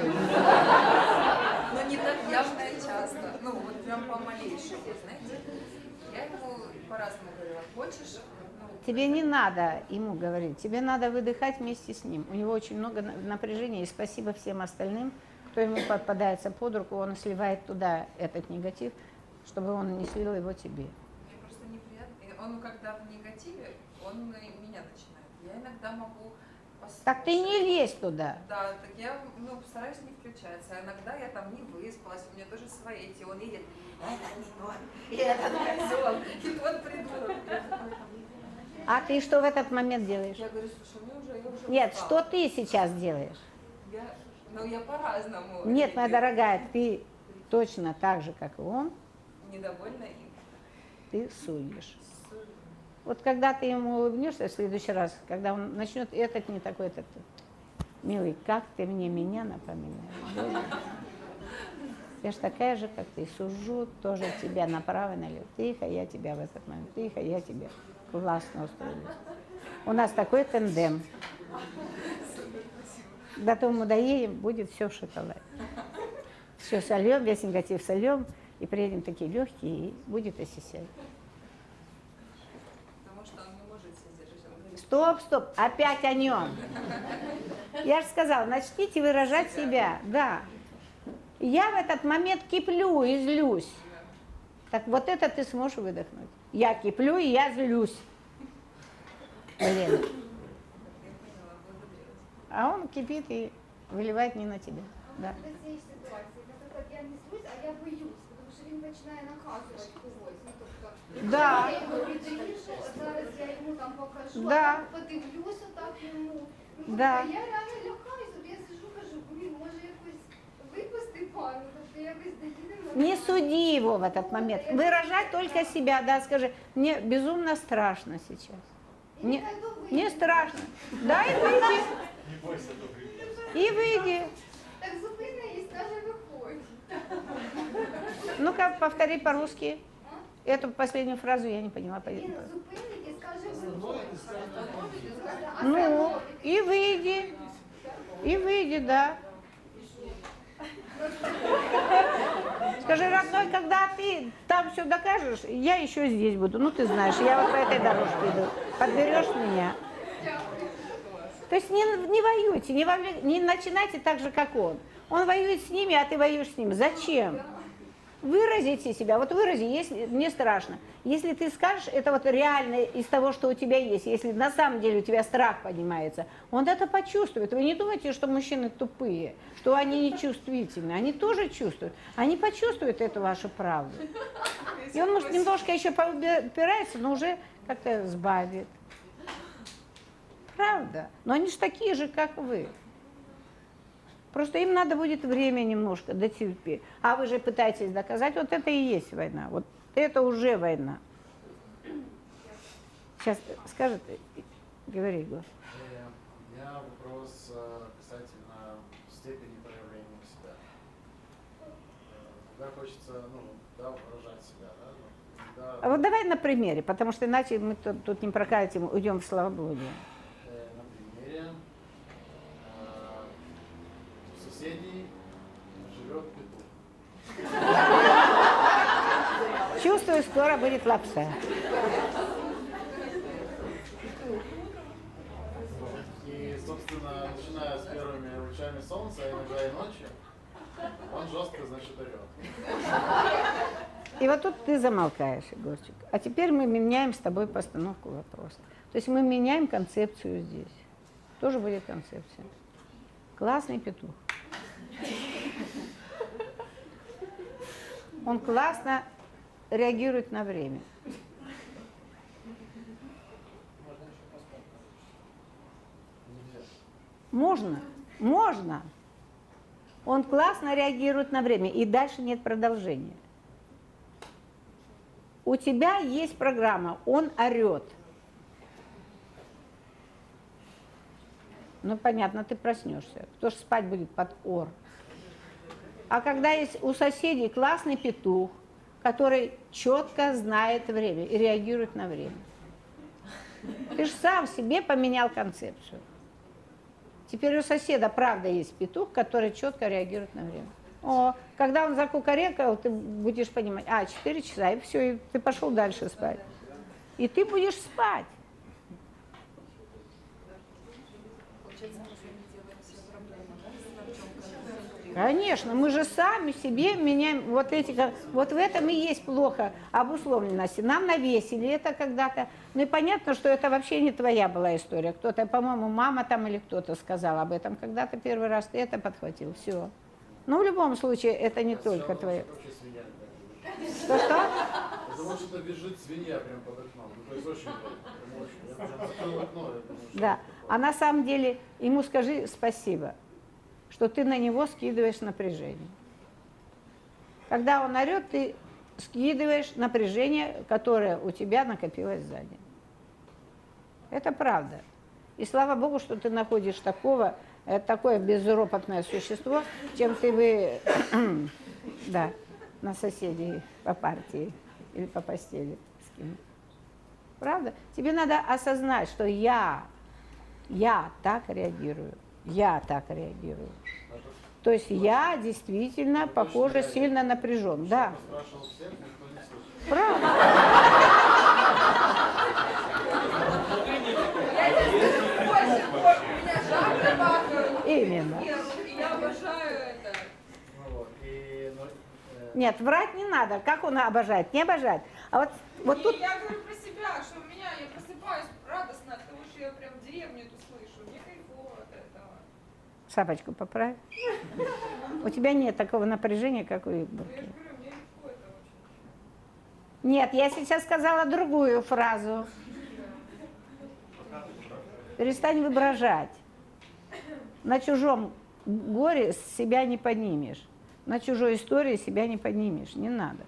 Но не так явно и часто. Ну, вот прям по малейшему, знаете. Я ему по-разному говорила. Хочешь? Ну, Тебе не надо ему говорить, тебе надо выдыхать вместе с ним. У него очень много напряжения, и спасибо всем остальным, кто ему попадается под руку, он сливает туда этот негатив, чтобы он не слил его тебе. мне просто неприятно. И он, когда в негативе, он и меня начинает. Я иногда могу послушать. Так ты не лезь туда. Да, так я ну, стараюсь не включаться. А иногда я там не выспалась, у меня тоже свои эти. Он едет, это не тот, и это козел, и тот придурок. А ты что в этот момент делаешь? Я говорю, слушай, мне уже, я уже Нет, устала. что ты сейчас делаешь? Я, ну, я по-разному. Нет, моя реагирую. дорогая, ты точно так же, как и он, Недовольна им. ты судишь. Вот когда ты ему улыбнешься в следующий раз, когда он начнет, этот не такой, этот, милый, как ты мне меня напоминаешь? Боже. Я же такая же, как ты, сужу тоже тебя направо и налево. Тихо, я тебя в этот момент, тихо, я тебя классно устроилась. У нас такой тандем. До того мы доедем, будет все в шоколаде. Все сольем, весь негатив сольем, и приедем такие легкие, и будет осисять. Потому что он не может себя сдержать. Он говорит, Стоп, стоп, опять о нем. Я же сказала, начните выражать себя. Да. Я в этот момент киплю и злюсь. Так вот это ты сможешь выдохнуть. Я киплю и я злюсь. Блин. я поняла, благодарю вас. А он кипит и выливает не на тебя. Да. В цій ситуації, наприклад, я не злюсь, а я боюсь, тому що він починає наказувати когось. Ну, тобто, Да. я його відріжу, а зараз я йому там покажу, Да. а там подивлюся так йому. Ну, Да. тобто, я реально лякаюсь, от я сижу, кажу, блін, може якось випусти пару, тобто якось доїдемо. Не суди его в этот момент. Выражай только себя, да, скажи, мне безумно страшно сейчас. Мне, мне страшно. Да, и выйди. Не бойся, добрый. И выйди. Так зупини і скаже, виходь. Ну-ка, повтори по-русски. Эту последнюю фразу я не поняла. Він зупинить і скаже, виходь. Ну, и выйди. И выйди, да. Скажи, родной, когда ты там все докажешь, я еще здесь буду. Ну, ты знаешь, я вот по этой дорожке иду. Подберешь меня. То есть не, не воюйте, не, вовлек... не начинайте так же, как он. Он воюет с ними, а ты воюешь с ним. Зачем? Выразите себя. Вот вырази, если мне страшно. Если ты скажешь, это вот реально из того, что у тебя есть, если на самом деле у тебя страх поднимается, он это почувствует. Вы не думайте, что мужчины тупые, что они не чувствительны. Они тоже чувствуют. Они почувствуют эту вашу правду. И он, может, немножко еще поупирается, но уже как-то сбавит. Правда. Но они же такие же, как вы. Просто им надо будет время немножко дотерпеть. А вы же пытаетесь доказать, вот это и есть война. Вот это уже война. Сейчас скажет, говори, Глаз. У меня вопрос касательно степени проявления себя. Когда хочется, ну, да, выражать себя, да? Когда... А вот давай на примере, потому что иначе мы тут, тут не прокатим, уйдем в словоблудие. На примере. Соседей живет петух. Чувствую, скоро будет лапша. И, собственно, начиная с первыми лучами солнца, а иногда и ночью, он жестко, значит, орет. И вот тут ты замолкаешь, Егорчик. А теперь мы меняем с тобой постановку вопроса. То есть мы меняем концепцию здесь. Тоже будет концепция. Классный петух. Он классно реагирует на время. Можно, можно. Он классно реагирует на время, и дальше нет продолжения. У тебя есть программа, он орет. Ну, понятно, ты проснешься. Кто ж спать будет под ор? А когда есть у соседей классный петух, который четко знает время и реагирует на время. Ты же сам себе поменял концепцию. Теперь у соседа, правда, есть петух, который четко реагирует на время. О, когда он закукарекал, ты будешь понимать, а, четыре часа, и все, и ты пошел дальше спать. И ты будешь спать. Конечно, мы же сами себе меняем вот эти, вот в этом и есть плохо обусловленности. Нам навесили это когда-то, ну и понятно, что это вообще не твоя была история. Кто-то, по-моему, мама там или кто-то сказал об этом когда-то первый раз, ты это подхватил, все. Но в любом случае это не только твое. Что-что? Потому что бежит свинья прямо под окном. Ну, то есть очень, очень. Я прям закрыл окно. Я думаю, что да, а на самом деле ему скажи спасибо, что ты на него скидываешь напряжение. Когда он орет, ты скидываешь напряжение, которое у тебя накопилось сзади. Это правда. И слава Богу, что ты находишь такого, такое безропотное существо, чем ты бы, да, на соседей по партии или по постели скинул. Правда? Тебе надо осознать, что я, я так реагирую. Я так реагирую. То есть я действительно, похоже, сильно напряжен. Да. Правда. Именно. Я обожаю это. Нет, врать не надо. Как он обожает? Не обожает. А вот, вот тут... Я говорю про себя, что у меня, я просыпаюсь радостно от того, что я прям деревню эту слышу. Мне кайфово от этого. Шапочку поправь. У тебя нет такого напряжения, как у Игоря. Я же говорю, мне легко это очень. Нет, я сейчас сказала другую фразу. Перестань воображать. На чужом горе себя не поднимешь. На чужой истории себя не поднимешь. Не надо.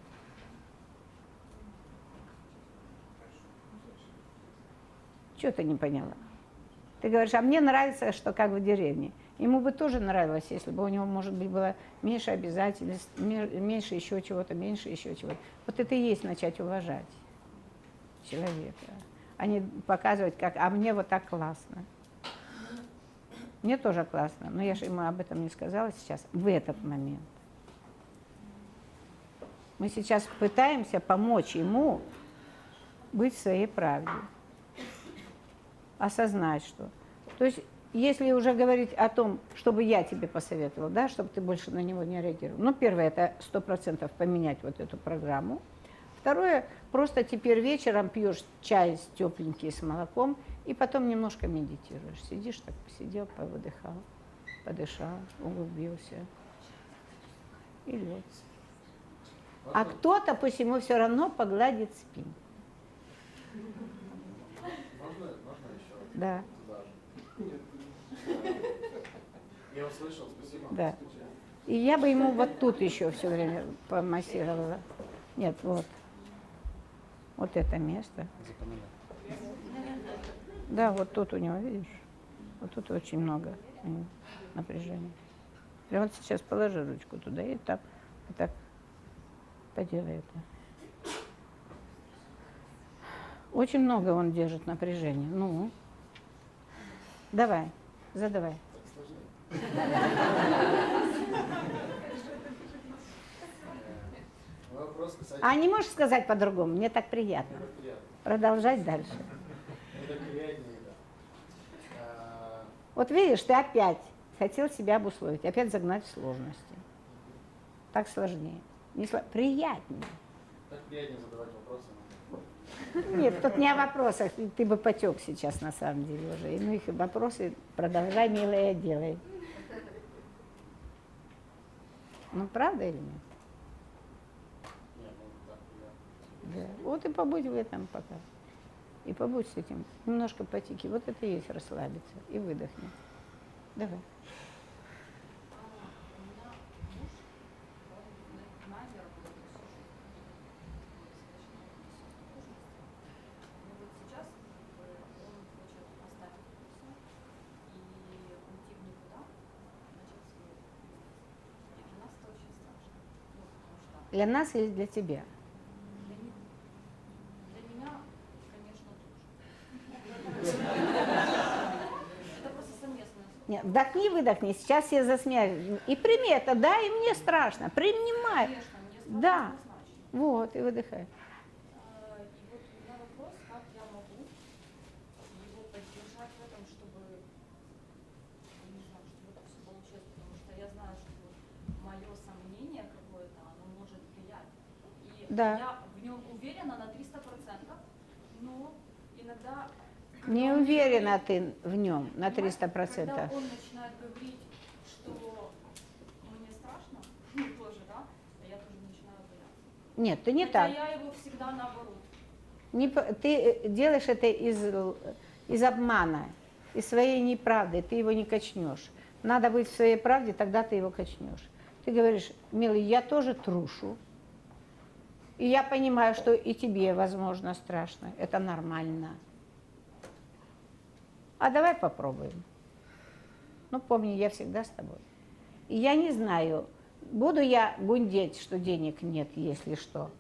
Чего ты не поняла? Ты говоришь, а мне нравится, что как в деревне. Ему бы тоже нравилось, если бы у него, может быть, было меньше обязательств, меньше еще чего-то, меньше еще чего-то. Вот это и есть начать уважать человека, а не показывать, как, а мне вот так классно. Мне тоже классно, но я же ему об этом не сказала сейчас, в этот момент. Мы сейчас пытаемся помочь ему быть в своей правде. Осознать, что... То есть, если уже говорить о том, чтобы я тебе посоветовала, да, чтобы ты больше на него не реагировал. Ну, первое, это сто процентов поменять вот эту программу. Второе, просто теперь вечером пьешь чай с тепленький, с молоком, и потом немножко медитируешь. Сидишь так, посидел, повыдыхал, подышал, углубился и лег. А кто-то пусть ему все равно погладит спину. Можно, можно еще? Да. Я услышал, спасибо. Да. И я бы ему вот тут еще все время помассировала. Нет, вот. Вот это место. Да, вот тут у него, видишь? Вот тут очень много напряжения. Прямо вот сейчас положи ручку туда и так, и так поделай это. Очень много он держит напряжения. Ну, давай, задавай. Вопрос касательно... А не можешь сказать по-другому? Мне так приятно. Продолжать дальше. Это приятнее, да. А, Вот видишь, ты опять хотел себя обусловить, опять загнать в сложности. Так сложнее. Не сло... Приятнее. Так приятнее задавать вопросы. Нет, тут не о вопросах. Ты бы потек сейчас на самом деле уже. Ну их вопросы продолжай, милая, делай. Ну правда или нет? Нет, ну так приятно. Да. Вот и побудь в этом пока. И побудь с этим. Немножко потеки. Вот это и есть расслабиться. И выдохни. Давай. Для нас или для тебя? Для меня, конечно, тоже. Это просто совместное. Нет, вдохни, выдохни. Сейчас все засмеялись. И прими это, да, и мне страшно. Принимай. Конечно, мне страшно Да. однозначно. Вот, и выдыхай. А, И вот у меня вопрос, как я могу его поддержать в этом, чтобы, не знаю, чтобы это все получилось, потому что я знаю, что мое сомнение какое-то, оно может влиять. И Да. я в нем уверена на триста процентов, но иногда... когда Не он уверена говорит- ты в нем на понимаете, триста процентов. Когда он начинает говорить, что мне страшно, ну тоже, да, я тоже начинаю бояться. Нет, ты не Хотя так. я его всегда наоборот. Не, п- ты делаешь это из, л- из обмана, из своей неправды. Ты его не качнешь. Надо быть в своей правде, тогда ты его качнешь. Ты говоришь, милый, я тоже трушу. И я понимаю, что и тебе, возможно, страшно. Это нормально. А давай попробуем. Ну, помни, я всегда с тобой. И я не знаю, буду я гундеть, что денег нет, если что.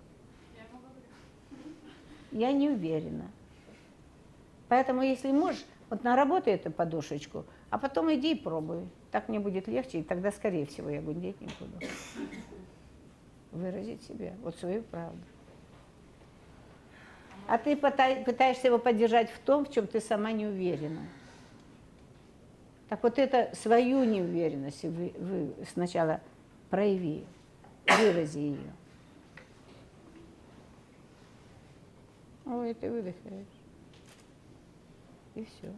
Я не уверена. Поэтому, если можешь, вот наработай эту подушечку, а потом иди и пробуй. Так мне будет легче, и тогда, скорее всего, я гундеть не буду. Выразить себя, вот свою правду. А ты пытай- пытаешься его поддержать в том, в чем ты сама не уверена. Так вот это свою неуверенность вы, вы сначала прояви, вырази ее. Ой, ты выдыхаешь. И все.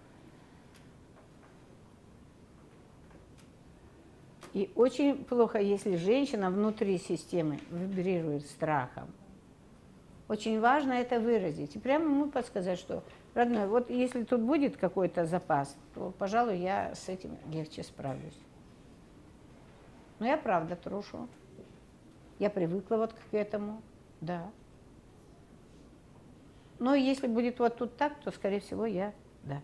И очень плохо, если женщина внутри системы вибрирует страхом. Очень важно это выразить. И прямо ему подсказать, что, родной, вот если тут будет какой-то запас, то, пожалуй, я с этим легче справлюсь. Но я правда трушу. Я привыкла вот к этому, да. Но если будет вот тут так, то, скорее всего, я, да.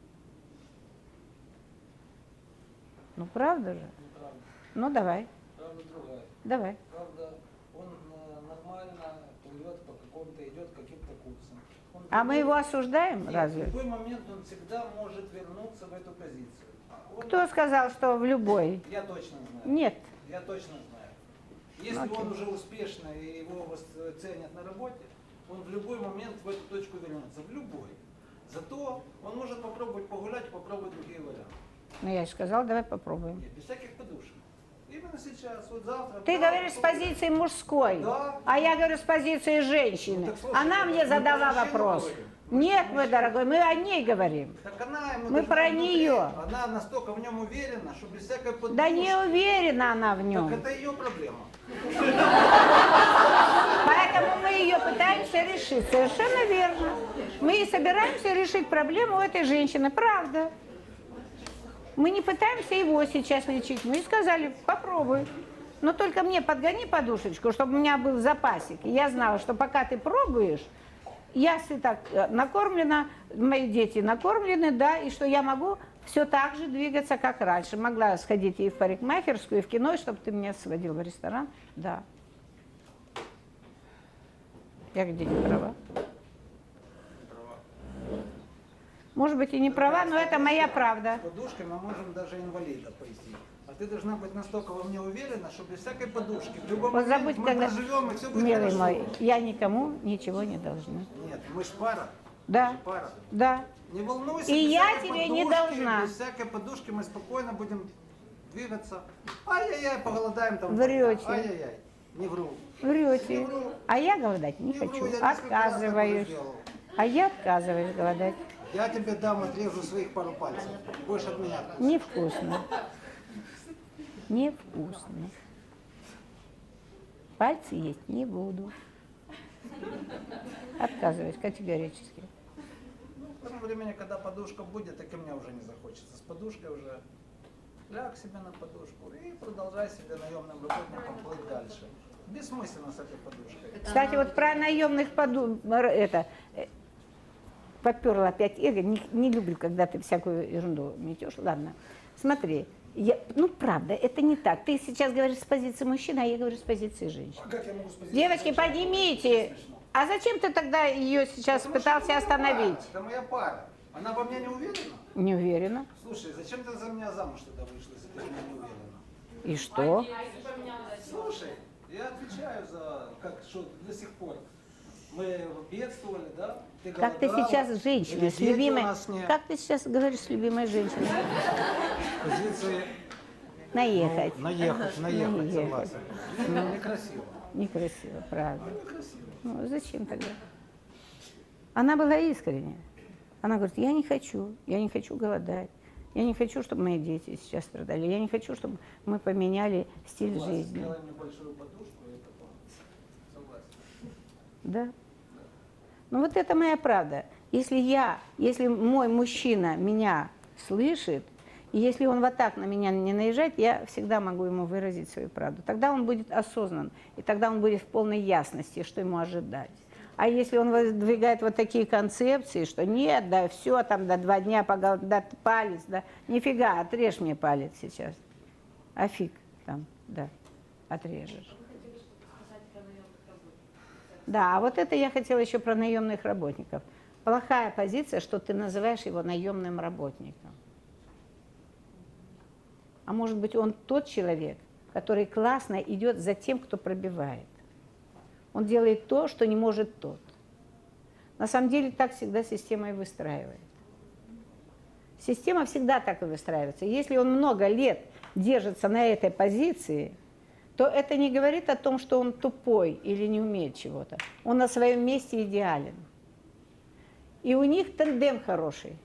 Ну, правда же? Неправда. Ну, давай, Правда другая. давай. Правда, он э, нормально плывет по какому-то, идет каким-то курсом. Он в А мы любой- его осуждаем, Нет, разве? в любой момент он всегда может вернуться в эту позицию. Он- Кто сказал, что в любой? Я точно знаю. Нет. Я точно знаю. Если Окей. он уже успешный и его вас ценят на работе, он в любой момент в эту точку вернется, в любой. Зато он может попробовать погулять, попробовать другие варианты. Ну, я же сказала, давай попробуем. Нет, без всяких подушек. Именно сейчас, вот завтра. Ты да, говоришь с попробуй. позиции мужской, Да. а я говорю с позиции женщины. Ну, так слушай, Она мы мне про задала мужчину вопрос. говорим. Нет, мой дорогой, мы о ней говорим. Так она ему Мы должна про внутри, нее. Она настолько в нем уверена, что без всякой подушки. Да не уверена она в нем. Так это ее проблема. Поэтому мы ее пытаемся решить. Совершенно верно. Мы и собираемся решить проблему у этой женщины. Правда. Мы не пытаемся его сейчас лечить. Мы и сказали, попробуй. Но только мне подгони подушечку, чтобы у меня был запасик. И я знала, что пока ты пробуешь, я так накормлена, мои дети накормлены, да, и что я могу все так же двигаться, как раньше. Могла сходить и в парикмахерскую, и в кино, чтобы ты меня сводил в ресторан. Да. Я где не права? Может быть и не права, но это моя правда. С подушкой мы можем даже инвалида пойти. А ты должна быть настолько во мне уверена, что без всякой подушки в любом Вот момент забудь, мы когда... проживем, и все будет Милый хорошо. мой, я никому ничего не должна. Нет, мы ж пара. Да, Мы ж пара. да. Не волнуйся, И без я всякой тебе не подушки, должна. Без всякой подушки мы спокойно будем двигаться. Ай-яй-яй, поголодаем там. Врете. Ай-яй-яй, не вру. Врете. Не вру. А я голодать не Не вру, хочу. я несколько раз такое Отказываюсь. сделал. А я отказываюсь голодать. Я тебе дам, отрежу своих пару пальцев. Больше от меня. Невкусно. Невкусно. Пальцы есть не буду. Отказываюсь категорически. К тому времени, когда подушка будет, так и мне уже не захочется. С подушкой уже ляг себе на подушку и продолжай себе наемным работником плыть дальше. Бессмысленно с этой подушкой. Кстати, вот про наемных поду... это... Поперла опять эго. Не, не люблю, когда ты всякую ерунду метешь. Ладно. Смотри. Я, ну, правда, это не так. Ты сейчас говоришь с позиции мужчины, а я говорю с позиции женщины. А как я могу с позиции Девочки, женщины? поднимите. А зачем ты тогда ее сейчас Потому пытался что это моя остановить? пара, это моя пара. Она во мне не уверена? Не уверена. Слушай, зачем ты за меня замуж тогда вышла, если ты в меня не уверена? И что? Слушай, я отвечаю за, как, что до сих пор. Мы бедствовали, да? Ты Как ты голодала, сейчас с женщиной, или с дети у любимой... нас не- Как ты сейчас говоришь с любимой женщиной? Позиции Наехать. ну, наехать, наехать, Наехать. согласен. Ну, некрасиво. Некрасиво, правда. Ну, некрасиво. Ну, зачем тогда? Она была искренняя. Она говорит, я не хочу, я не хочу голодать. Я не хочу, чтобы мои дети сейчас страдали. Я не хочу, чтобы мы поменяли стиль Класс, жизни. сделаем небольшую подушку и потом. Согласен. Да. Ну вот это моя правда. Если я, если мой мужчина меня слышит, и если он вот так на меня не наезжает, я всегда могу ему выразить свою правду. Тогда он будет осознан, и тогда он будет в полной ясности, что ему ожидать. А если он выдвигает вот такие концепции, что нет, да все, там, до два дня, погол... да палец, да, нифига, отрежь мне палец сейчас. А фиг там, да, отрежешь. Да, а вот это я хотела еще про наемных работников. Плохая позиция, что ты называешь его наемным работником. А может быть, он тот человек, который классно идет за тем, кто пробивает. Он делает то, что не может тот. На самом деле так всегда система и выстраивает. Система всегда так и выстраивается. Если он много лет держится на этой позиции, то это не говорит о том, что он тупой или не умеет чего-то. Он на своем месте идеален. И у них тандем хороший.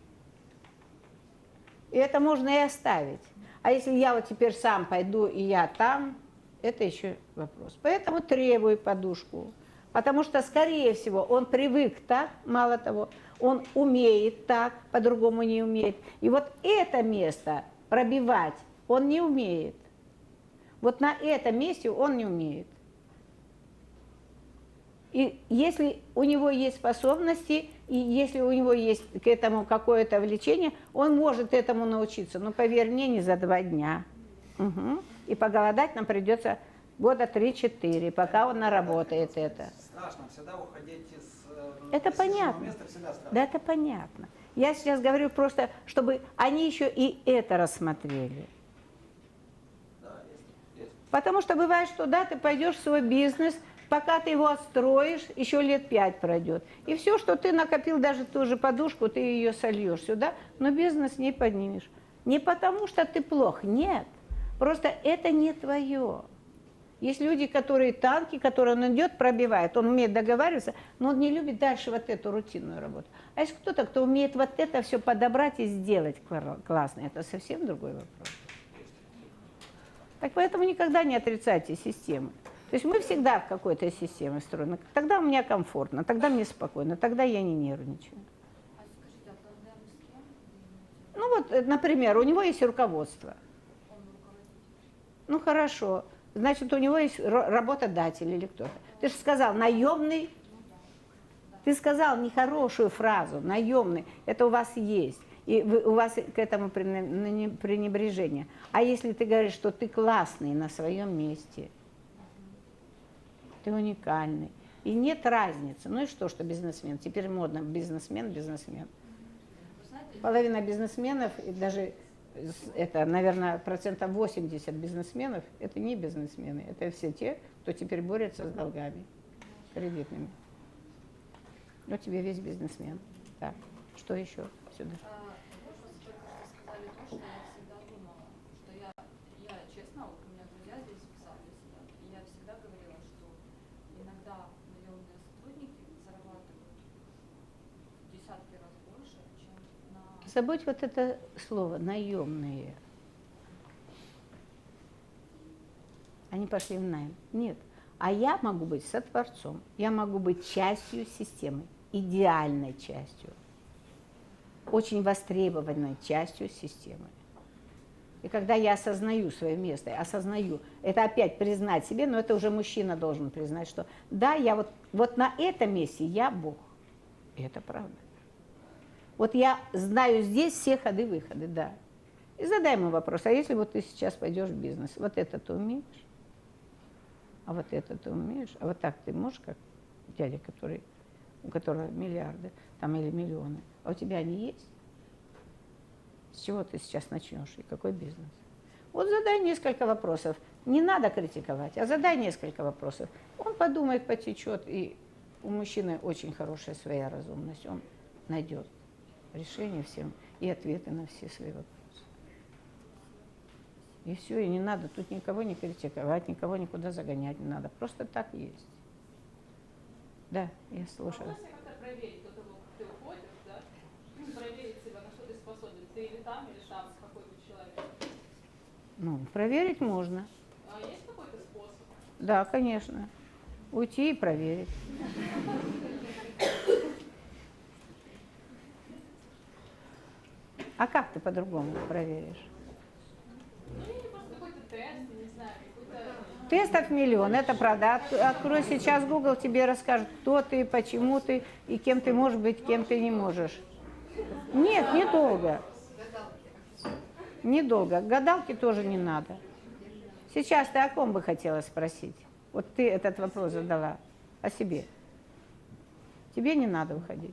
И это можно и оставить. А если я вот теперь сам пойду, и я там, это еще вопрос. Поэтому требую подушку. Потому что, скорее всего, он привык так, мало того, он умеет так, по-другому не умеет. И вот это место пробивать он не умеет. Вот на этом месте он не умеет. И если у него есть способности, и если у него есть к этому какое-то влечение, он может этому научиться. Но поверь мне, не за два дня. Угу. И поголодать нам придется года три-четыре, пока он наработает это. Страшно всегда уходить из э, Это насиженного понятно. места, всегда страшно. Да, это понятно. Я сейчас говорю просто, чтобы они еще и это рассмотрели. Да, есть, есть. Потому что бывает, что да, ты пойдешь в свой бизнес, пока ты его отстроишь, еще лет пять пройдет. И все, что ты накопил, даже ту же подушку, ты ее сольешь сюда, но бизнес не поднимешь. Не потому, что ты плох, нет. Просто это не твое. Есть люди, которые танки, которые он идет, пробивает, он умеет договариваться, но он не любит дальше вот эту рутинную работу. А есть кто-то, кто умеет вот это все подобрать и сделать классно, это совсем другой вопрос. Так поэтому никогда не отрицайте системы. То есть мы всегда в какой-то системе встроены. Тогда у меня комфортно, тогда мне спокойно, тогда я не нервничаю. А скажите, а тандем с кем? Ну вот, например, у него есть руководство. Он руководитель. Ну хорошо, значит, у него есть работодатель или кто-то. Ты же сказал, наемный. Ты сказал нехорошую фразу, наемный. Это у вас есть. И вы, у вас к этому пренебрежение. А если ты говоришь, что ты классный на своем месте, ты уникальный, и нет разницы. Ну и что, что бизнесмен? Теперь модно бизнесмен, бизнесмен. Половина бизнесменов, и даже это, наверное, процентов восемьдесят бизнесменов, это не бизнесмены, это все те, кто теперь борется с долгами кредитными. Вот тебе весь бизнесмен. Так, что еще сюда? Вы просто только что сказали то, что я всегда думала, что я, я честно, вот у меня друзья здесь писали сюда, и я всегда говорила, что иногда наемные сотрудники зарабатывают в десятки раз больше, чем на... Забудь вот это слово «наемные». Они пошли в найм. Нет. А я могу быть сотворцом, я могу быть частью системы, идеальной частью, очень востребованной частью системы. И когда я осознаю свое место, осознаю, это опять признать себе, но это уже мужчина должен признать, что да, я вот, вот на этом месте я Бог. И это правда. Вот я знаю здесь все ходы-выходы, да. И задай ему вопрос, а если вот ты сейчас пойдешь в бизнес, вот это ты умеешь? А вот это ты умеешь? А вот так ты можешь, как дядя, который, у которого миллиарды там, или миллионы, а у тебя они есть? С чего ты сейчас начнешь и какой бизнес? Вот задай несколько вопросов. Не надо критиковать, а задай несколько вопросов. Он подумает, потечет, и у мужчины очень хорошая своя разумность. Он найдет решение всем и ответы на все свои вопросы. И все, и не надо тут никого не критиковать, никого никуда загонять не надо. Просто так есть. Да, я слушаю. А можно как-то проверить до того, как ты уходишь, да? Проверить себя, на что ты способен. Ты или там, или там, какой-то человек. Ну, проверить можно. А есть какой-то способ? Да, конечно. Уйти и проверить. А как ты по-другому проверишь? Ну, или просто какой-то тест, не знаю, какой-то... Тестов миллион, это правда. Открой сейчас Google, тебе расскажет, кто ты, почему ты и кем ты можешь быть, кем ты не можешь. Нет, недолго. Недолго. Гадалки тоже не надо. Сейчас ты о ком бы хотела спросить? Вот ты этот вопрос задала. О себе. Тебе не надо уходить.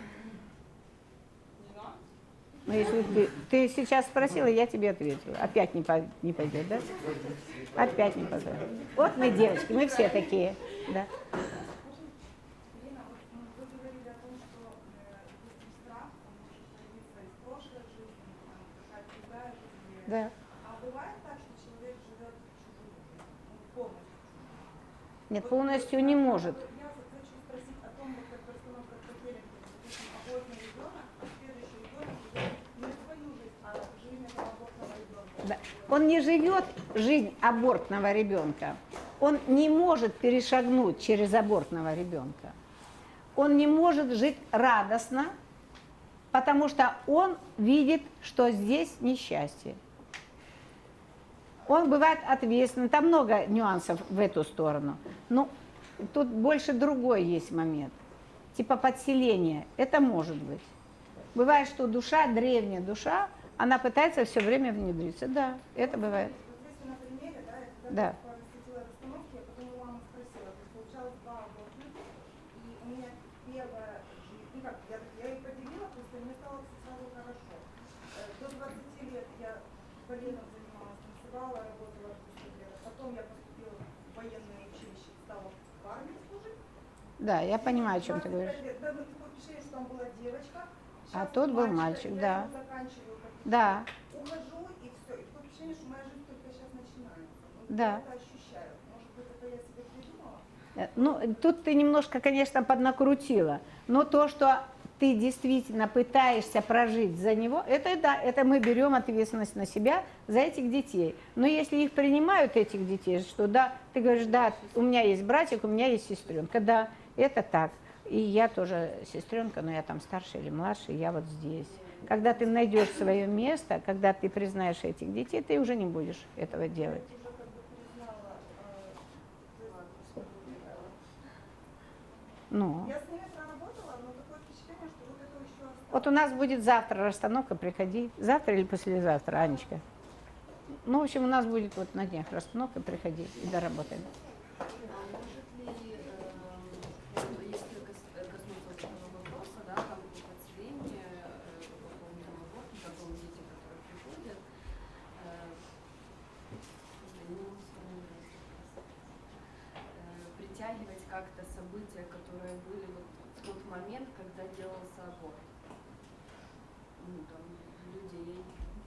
Но если ты, ты сейчас спросила, я тебе ответила. Опять не, по, не пойдет, да? Опять не пойдет. Вот мы девочки, мы все такие. Да. Ирина, вот вы говорили о том, что допустим, страх может появиться из прошлой жизни, там, какая-то другая жизнь. Да. А бывает так, что человек живет чужую жизнь, ну, полностью чужую? Нет, полностью не может. Я хочу спросить о том, вот как постановка хотели, допустим, абортный ребенок, а следующий ребенок живет не свою жизнь, а жизнь этого абортного ребенка. Да. Он не живет жизнь абортного ребенка. Он не может перешагнуть через абортного ребенка. Он не может жить радостно, потому что он видит, что здесь несчастье. Он бывает ответственным, там много нюансов в эту сторону. Но тут больше другой есть момент. Типа подселения. Это может быть. Бывает, что душа, древняя душа, она пытается все время внедриться. Да, это бывает. Вот если на примере, да, я когда Да. посетила расстановки, я потом у мамы спросила, то есть получалось два аборта, и у меня первая жизнь, ну как, я, я их поделила, просто мне стало сразу хорошо. Э, До двадцати лет я балетом занималась, танцевала, работала в дискотеке. Потом я Да, я понимаю, о чем ты говоришь. Да, ну, такое впечатление, что там была девочка. А Сейчас тот был мальчик, мальчик, я да. его заканчиваю, как Да. ухожу, и все. И такое впечатление, что моя жизнь только сейчас начинается. Вот Да. я это ощущаю. Может быть, это я себе придумала? Э, Ну, тут ты немножко, конечно, поднакрутила. Но то, что ты действительно пытаешься прожить за него, это да, это мы берем ответственность на себя за этих детей. Но если их принимают, этих детей, что да, ты говоришь, да, у меня есть братик, у меня есть сестренка, да, это так. И я тоже сестренка, но я там старше или младше, я вот здесь. Когда ты найдешь свое место, когда ты признаешь этих детей, ты уже не будешь этого делать. Ну. Я с ними проработала, но такое впечатление, что вот это еще осталось. Вот у нас будет завтра расстановка, приходи. Завтра или послезавтра, Анечка? Ну, в общем, у нас будет вот на днях расстановка, приходи и доработаем. А может ли, э, если кос- коснуться вот этого вопроса, да, там по подселению, э, по поводу аборта, потом дети, которые приходят, э, не могу сформулировать вопрос. Э, притягивать как-то события, которые были вот в тот момент, когда делался аборт. Ну, там, людей.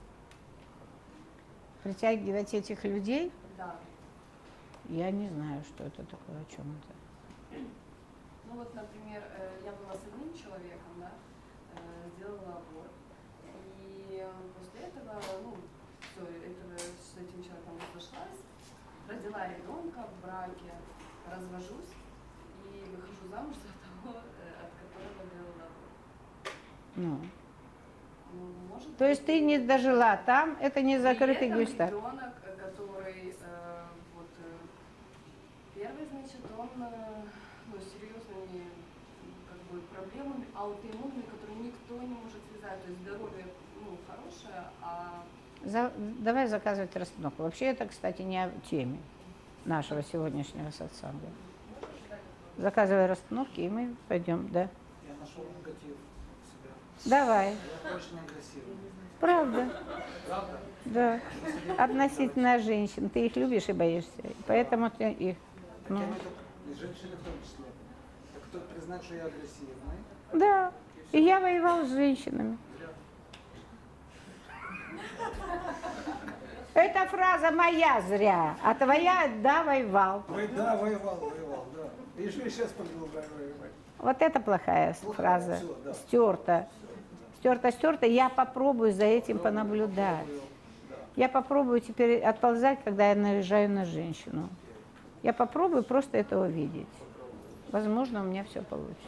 Притягивать этих людей, Да. я не знаю, что это такое, о чем это. Ну вот, например, э, я была с одним человеком, да, э, сделала аборт, и после этого, ну, все, этого, с этим человеком разошлась, родила ребенка в браке, развожусь и выхожу замуж за того, э, от которого делала аборт. Ну. Ну, может То есть быть, ты не дожила там, это не закрытый при этом гюстар. ребенок, э, который, э, вот, э, первый, значит, он, э, ну, с серьезными, как бы, проблемами, аутоиммунными, которые никто не может связать. То есть здоровье, ну, хорошее, а... За, давай заказывать расстановку. Вообще это, кстати, не о теме нашего сегодняшнего сатсанга. Заказывай расстановки, и мы пойдем, да. Я нашел негатив в себе. Давай. Я очень агрессивный. Правда. Правда? Да. Относительно женщин. Ты их любишь и боишься. И поэтому ты их... Так Ну, я не только, и женщины в том числе. Так кто признать, что я агрессивный? да. И я воевал с женщинами. Эта фраза моя зря, а твоя да воевал. Ой, да, воевал, воевал, да. И еще и сейчас продолжаю воевать. Вот это плохая Плохая, фраза. всё, да. Стерта. Стерта, стерта. Я попробую за этим понаблюдать. Я попробую теперь отползать, когда я наезжаю на женщину. Я попробую просто это увидеть. Возможно, у меня все получится.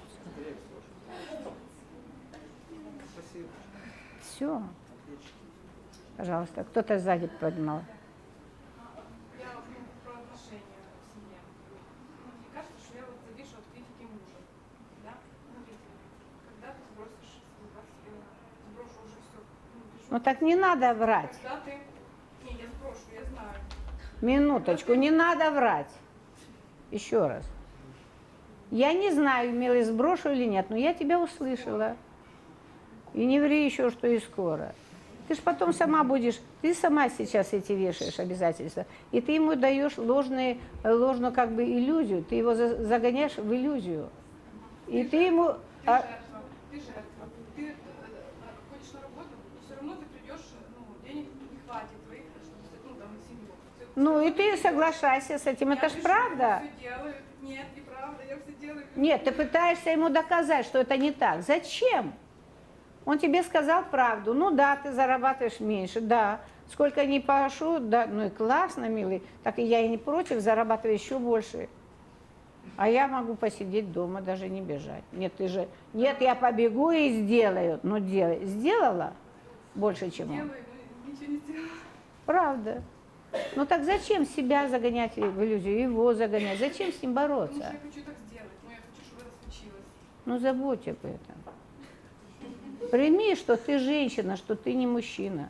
Спасибо. Все. Пожалуйста, кто-то сзади поднимал. Я ну, про отношения в семье. Ну, мне кажется, что я вот завишу от критики мужа. Да? Смотрите, когда ты сбросишь двадцать килограмм, сброшу уже все. Ну так не надо врать. Когда ты... Не, я сброшу, я знаю. Минуточку, не надо врать. Еще раз. Я не знаю, милый, сброшу или нет, но я тебя услышала. И не ври еще, что и скоро. Ты ж потом сама будешь, ты сама сейчас эти вешаешь обязательства, и ты ему даешь ложные, ложную как бы иллюзию, ты его за- загоняешь в иллюзию. И ты ему... Ты а- жертва, ты жертва. Ты э, ходишь на работу, и все равно ты придешь, ну, денег не хватит твоих, чтобы, ну, там, семью. Всё- Ну всё и ты равно- соглашайся с этим, Я это ж пишу, правда. Все делаю. Нет, неправда, я все делаю. Нет, ты пытаешься ему доказать, что это не так. Зачем? Он тебе сказал правду. Ну да, ты зарабатываешь меньше, да. Сколько не пошу, да, ну и классно, милый. Так и я и не против, зарабатываю еще больше. А я могу посидеть дома, даже не бежать. Нет, ты же, нет, я побегу и сделаю. Ну делай. Сделала больше, чем он. Делаю, но ничего не сделала. Правда. Ну так зачем себя загонять в иллюзию, его загонять? Зачем с ним Потому бороться? что я хочу так сделать, но я хочу, чтобы это случилось. Ну забудь об этом. Прими, что ты женщина, что ты не мужчина.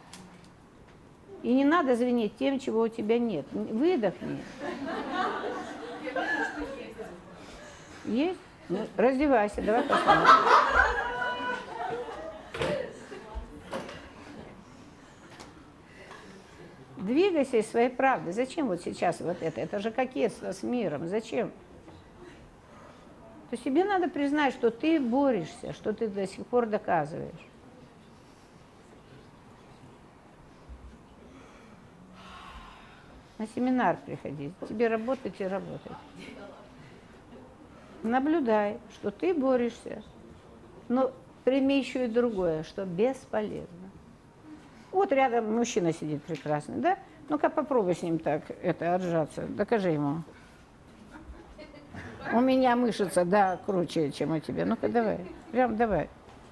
И не надо звенеть тем, чего у тебя нет. Выдохни. Я думаю, что есть. Есть? Ну, раздевайся, давай посмотрим. Двигайся из своей правды. Зачем вот сейчас вот это? Это же кокетство с миром. Зачем? То себе надо признать, что ты борешься, что ты до сих пор доказываешь. На семинар приходи, тебе работать и работать. Наблюдай, что ты борешься. Но прими еще и другое, что бесполезно. Вот рядом мужчина сидит прекрасный, да? Ну-ка попробуй с ним так это отжаться, докажи ему. У меня мышца, да, круче, чем у тебя. Ну-ка давай, прям давай.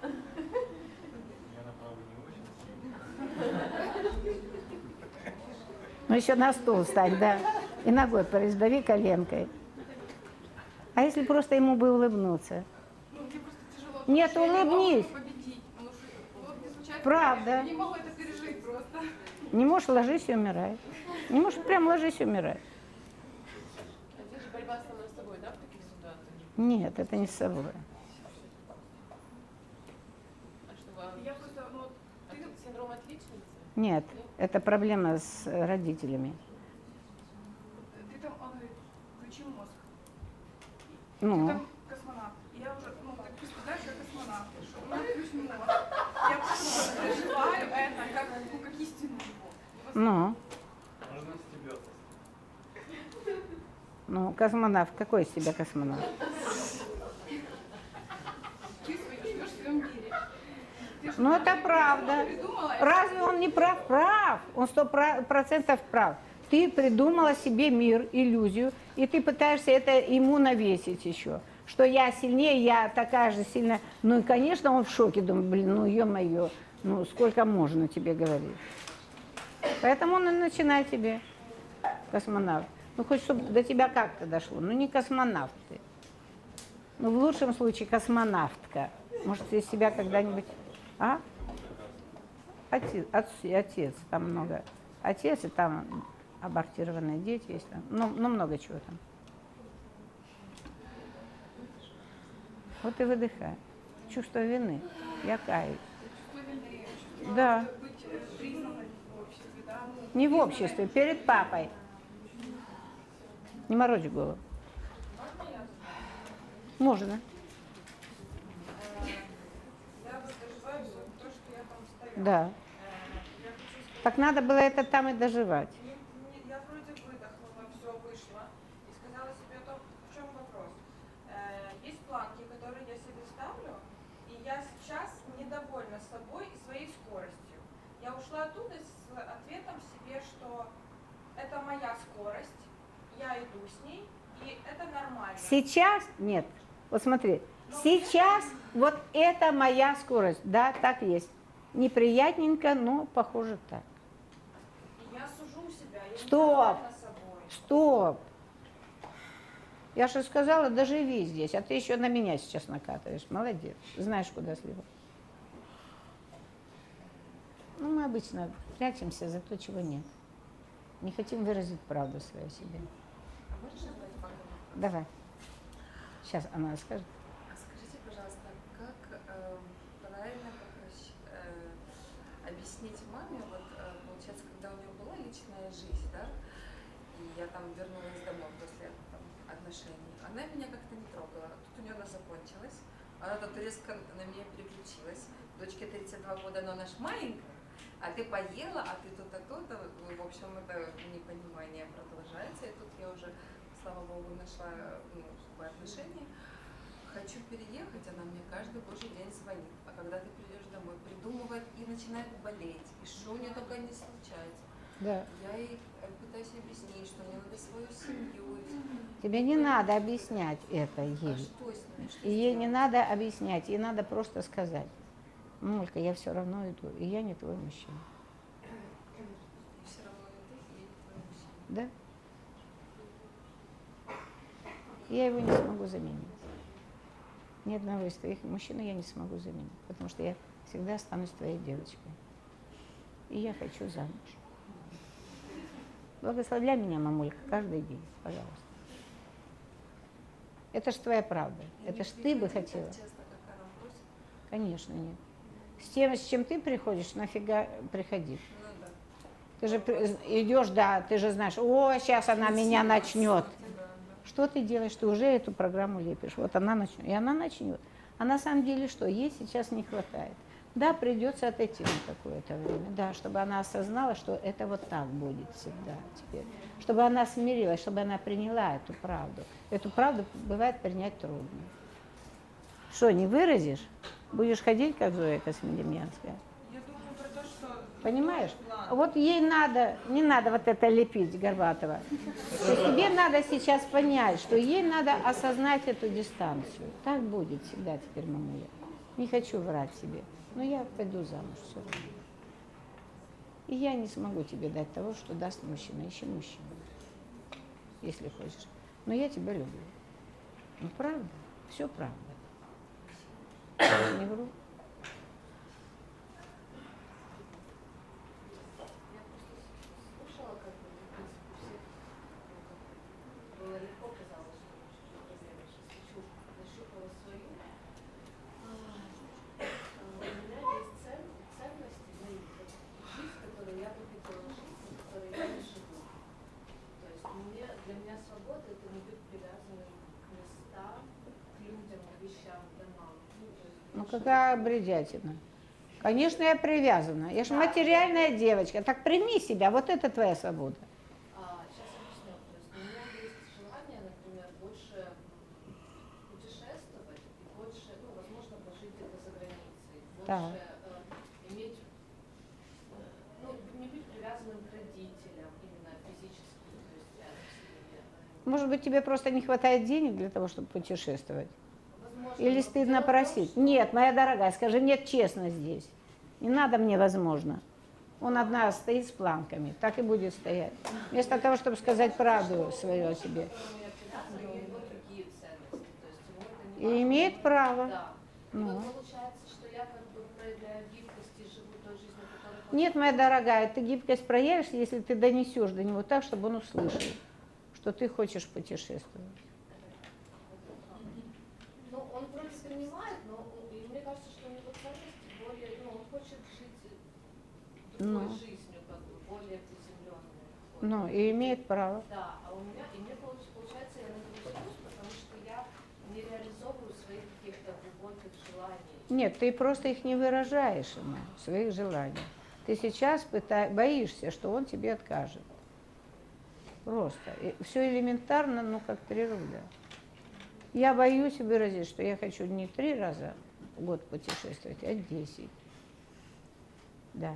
Ну еще на стул встань, да. И ногой пораздави коленкой. А если просто ему бы улыбнуться? Ну, мне просто тяжело. Нет, улыбнись. Победить. Ну, вот не случайно. Правда. Я не могу это пережить просто. Не можешь, ложись и умирай. Не можешь, прям ложись и умирай. Это же борьба с самой собой, да, в таких ситуациях? Нет, это не с собой. А что вы... Я просто, ну, А ты... тут синдром отличницы? Нет, это проблема с родителями. Ты там, он говорит, включи мозг. Ну. Ты там космонавт. Я уже, ну, так представляешь, как космонавт. Что у меня включен мозг. Я просто переживаю это, как, ну, как истину его. Ну. Можно стебется. Ну, космонавт. Какой из тебя космонавт? Ты живешь в своем мире. Ну, это правда. Разве он не прав? Прав. Он сто процентов прав. Ты придумала себе мир, иллюзию, и ты пытаешься это ему навесить еще. Что я сильнее, я такая же сильная. Ну и, конечно, он в шоке. Думает, блин, ну ё-моё, ну сколько можно тебе говорить. Поэтому он и начинает тебе, космонавт. Ну хоть чтобы до тебя как-то дошло. Ну не космонавт ты. Ну в лучшем случае космонавтка. Может, из себя когда-нибудь... А? Отец, отец, там много. Отец, и там абортированные дети есть. Там. Ну, ну, много чего там. Вот и выдыхай. Чувство вины. Я каюсь. Да. Не в обществе, перед папой. Не морочь голову. Можно. Да. Так надо было это там и доживать. Я вроде выдохнула, все вышло и сказала себе о том, в чем вопрос. Есть планки, которые я себе ставлю, и я сейчас недовольна собой и своей скоростью. Я ушла оттуда с ответом себе, что это моя скорость, я иду с ней, и это нормально. Сейчас нет. Вот смотри, сейчас вот это моя скорость. Да, так есть. Неприятненько, но похоже так. Я сужу себя, я Стоп! не собой. Стоп! Я же сказала, доживи здесь, а ты еще на меня сейчас накатываешь. Молодец. Знаешь, куда сливать. Ну, мы обычно прячемся за то, чего нет. Не хотим выразить правду свою себе. А можешь назвать факт? Давай. Сейчас она расскажет. А скажите, пожалуйста, как э, правильно попрощ- э, объяснить маме, вот, э, получается, когда у нее была личная жизнь, да, и я там вернулась домой после там, отношений, она меня как-то не трогала. Тут у нее она закончилась, она тут резко на меня переключилась. Дочке тридцать два года, но она ж маленькая, а ты поела, а ты то-то, то-то. В общем, это непонимание продолжается, и тут я уже, слава богу, нашла ну, отношения. Хочу переехать, она мне каждый божий день звонит. А когда ты придешь домой, придумывает и начинает болеть. И что у нее только не случается. Да. Я ей пытаюсь объяснить, что мне надо свою семью. Тебе не надо объяснять это ей. А что с ней? Что И ей сделать? не надо объяснять, ей надо просто сказать. Мамулька, я все равно иду, и я не твой мужчина. И все равно иду, и я не твой мужчина. Да? Я его не смогу заменить. Ни одного из твоих мужчин я не смогу заменить, потому что я всегда останусь твоей девочкой. И я хочу замуж. Благословляй меня, мамулька, каждый день, пожалуйста. Это ж твоя правда. Это ж ты бы хотела. Часто, как она просит. Конечно, нет. С тем, с чем ты приходишь, нафига приходи. Ну да. Ты же при- идешь, да, ты же знаешь, о, сейчас она меня начнет. Да, да. Что ты делаешь? Ты уже эту программу лепишь. Вот она начнет. И она начнет. А на самом деле что? Ей сейчас не хватает. Да, придется отойти на какое-то время, да, чтобы она осознала, что это вот так будет всегда теперь. Чтобы она смирилась, чтобы она приняла эту правду. Эту правду бывает принять трудно. Что, не выразишь? Будешь ходить, как Зоя Космодемьянская? Я думаю про то, что... Понимаешь? Вот ей надо, не надо вот это лепить, Горбатова. То есть тебе надо сейчас понять, что ей надо осознать эту дистанцию. Так будет всегда теперь, мамуля. Не хочу врать себе. Но я пойду замуж все равно. И я не смогу тебе дать того, что даст мужчина. Ищи мужчину, если хочешь. Но я тебя люблю. Ну, правда? Все правда. Не вру. Ну какая бредятина. Конечно, я привязана. Я же материальная девочка. Так прими себя, вот это твоя свобода. А, сейчас объясню. То есть у меня есть желание, например, больше путешествовать и больше, ну, возможно, пожить где-то за границей. Больше Так. э, иметь, э, ну, не быть привязанным к родителям именно физически, то есть рядом с ними. Может быть, тебе просто не хватает денег для того, чтобы путешествовать? Возможно, Или но стыдно дело в том, просить? что- Нет, моя дорогая, скажи, нет, честно здесь. Не надо мне возможно. Он одна стоит с планками, так и будет стоять. Вместо того, чтобы сказать правду свою о себе. которому я привязана, у него другие ценности. То есть ему это не И важно. имеет право. Да. И Ну. вот получается, что я как бы проявляю гибкость и живу той жизнью, которая... Нет, моя дорогая, ты гибкость проявишь, если ты донесешь до него так, чтобы он услышал, что ты хочешь путешествовать. Ну, он вроде понимает, но и мне кажется, что у него ценности более, ну, он хочет жить другой Ну. жизнью, как бы, более приземленной. Вот. Ну, и имеет право. Да, а у меня, и мне получ- получается, я нагрузилась, потому что я не реализовываю своих каких-то глубоких желаний. Нет, ты просто их не выражаешь ему, своих желаний. Ты сейчас пыта- боишься, что он тебе откажет. Просто. Все элементарно, ну, как три рубля. Я боюсь выразить, что я хочу не три раза в год путешествовать, а десять. Да.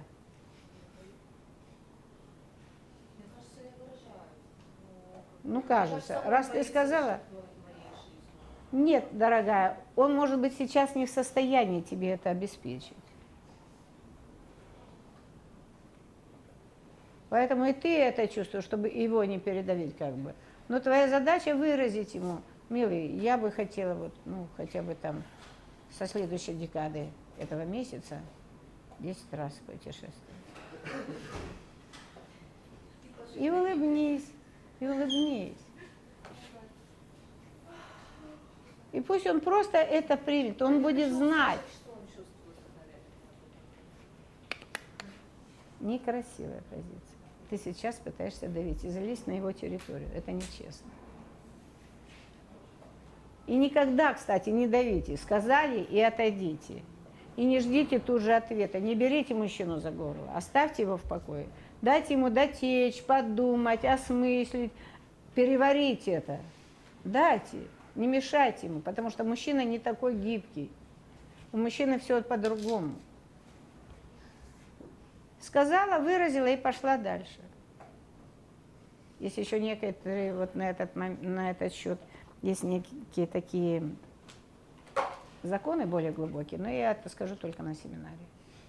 Мне кажется, я выражаю. Ну, Мне кажется. он Раз ты боится сказала... жить моей жизнью. Нет, дорогая, он, может быть, сейчас не в состоянии тебе это обеспечить. Поэтому и ты это чувствуешь, чтобы его не передавить как бы. Но твоя задача выразить ему: милый, я бы хотела вот, ну, хотя бы там со следующей декады этого месяца десять раз путешествовать. И улыбнись, и улыбнись. И пусть он просто это примет, он будет знать. Что он чувствует, наверное? Некрасивая позиция. Ты сейчас пытаешься давить и залезть на его территорию. Это нечестно. И никогда, кстати, не давите. Сказали и отойдите. И не ждите тут же ответа. Не берите мужчину за горло. Оставьте его в покое. Дайте ему дотечь, подумать, осмыслить, переварить это. Дайте. Не мешайте ему, потому что мужчина не такой гибкий. У мужчины все по-другому. Сказала, выразила и пошла дальше. Есть еще некоторые, вот на этот, на этот счет, есть некие такие законы более глубокие, но я это скажу только на семинаре.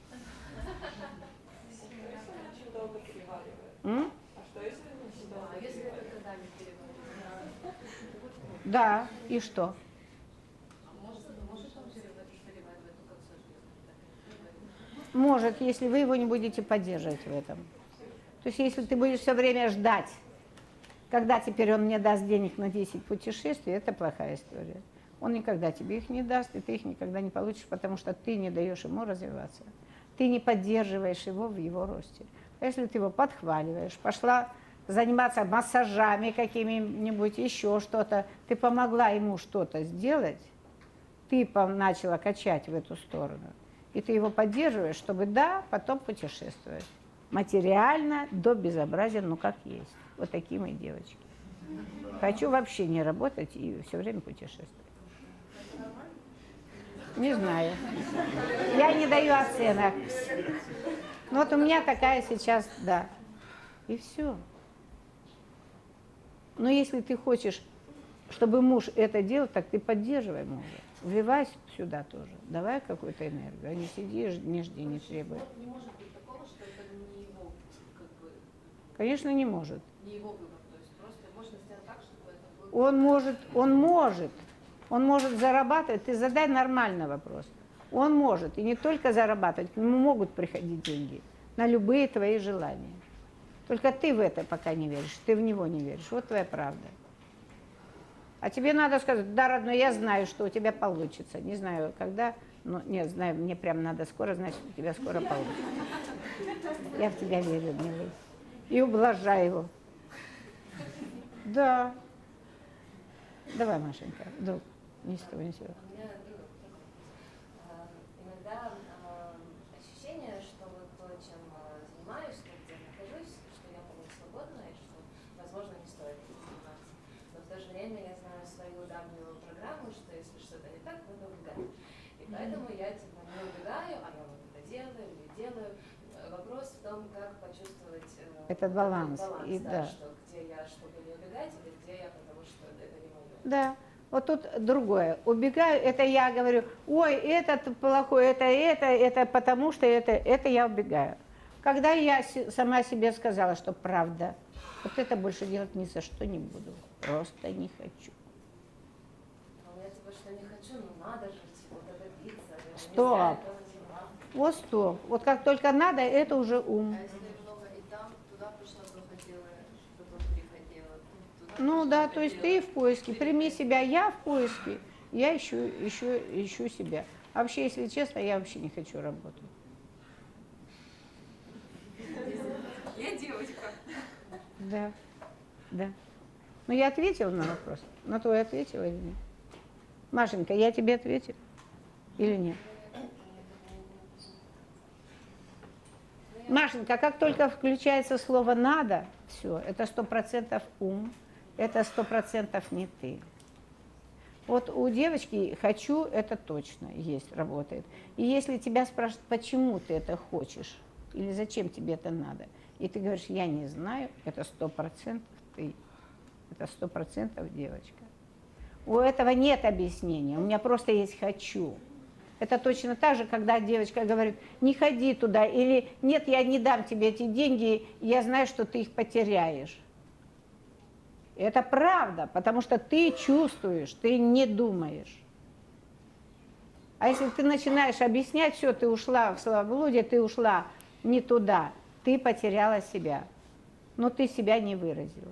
Очень долго переваривает. М? А что если не всегда? А если это годами переводится? Да, и что? А может, может он переваривать до конца жизни? Может, если вы его не будете поддерживать в этом. То есть если ты будешь все время ждать, когда теперь он мне даст денег на десять путешествий, это плохая история. Он никогда тебе их не даст, и ты их никогда не получишь, потому что ты не даешь ему развиваться. Ты не поддерживаешь его в его росте. А если ты его подхваливаешь, пошла заниматься массажами какими-нибудь, еще что-то. Ты помогла ему что-то сделать, ты начала качать в эту сторону. И ты его поддерживаешь, чтобы, да, потом путешествовать. Материально до безобразия, ну как есть. Вот такие мои девочки. Хочу вообще не работать и все время путешествовать. Не знаю. Я не даю оценок. Ну вот у меня такая сейчас, да. И все. Но если ты хочешь, чтобы муж это делал, так ты поддерживай мужа. Вливайся сюда тоже. Давай какую-то энергию. А не сиди, не жди, не требуй. Не может быть такого, что это не его, как бы... Конечно, не может. Не его выбор. То есть просто можно сделать так, чтобы это было... Он может, он может. Он может зарабатывать. Ты задай нормальный вопрос. Он может. И не только зарабатывать, к нему могут приходить деньги на любые твои желания. Только ты в это пока не веришь, ты в него не веришь. Вот твоя правда. А тебе надо сказать: да, родной, я знаю, что у тебя получится. Не знаю, когда, но нет, знаю, мне прям надо скоро, значит, у тебя скоро получится. Я в тебя верю, милый. И ублажаю его. Да. Давай, Машенька, друг, ни с того, ни с сего. У меня друг, иногда ощущение, что вот то, чем занимаюсь, где нахожусь, что я была свободна и что, возможно, не стоит этим заниматься. Но в то же время я знаю свою давнюю программу, что если что-то не так, надо убегать. И поэтому я типа не убегаю, а я вот это делаю или делаю. Вопрос в том, как почувствовать этот баланс, баланс и, да, да. Что где я, чтобы не убегать, или где я, потому что это не мое. Да. Вот тут другое. Убегаю, это я говорю: ой, этот плохой, это, это, это потому что это, это я убегаю. Когда я сама себе сказала, что правда, вот это больше делать ни за что не буду. Просто не хочу. А я типа, что не хочу, но надо же чего-то добиться. Стоп. Вот стоп. Вот как только надо, это уже ум. А если много и там, туда пошла, то хотела, потом приходила. Туда Ну пошла, да, то есть хотела. ты в поиске. Прими себя, я в поиске. Я ищу, ищу, ищу себя. А вообще, если честно, я вообще не хочу работать. Я девочка. Да, да. Ну я ответила на вопрос. На твой ответила или нет? Машенька, я тебе ответила или нет? Машенька, как только включается слово «надо», все, это сто процентов ум, это сто процентов не ты. Вот у девочки «хочу» это точно есть, работает. И если тебя спрашивают, почему ты это хочешь, или зачем тебе это надо, и ты говоришь: я не знаю, это сто процентов ты, это сто процентов девочка. У этого нет объяснения, у меня просто есть «хочу». Это точно так же, когда девочка говорит: не ходи туда, или нет, я не дам тебе эти деньги, я знаю, что ты их потеряешь. Это правда, потому что ты чувствуешь, ты не думаешь. А если ты начинаешь объяснять: все, ты ушла в словоблудие, ты ушла не туда, ты потеряла себя, но ты себя не выразила.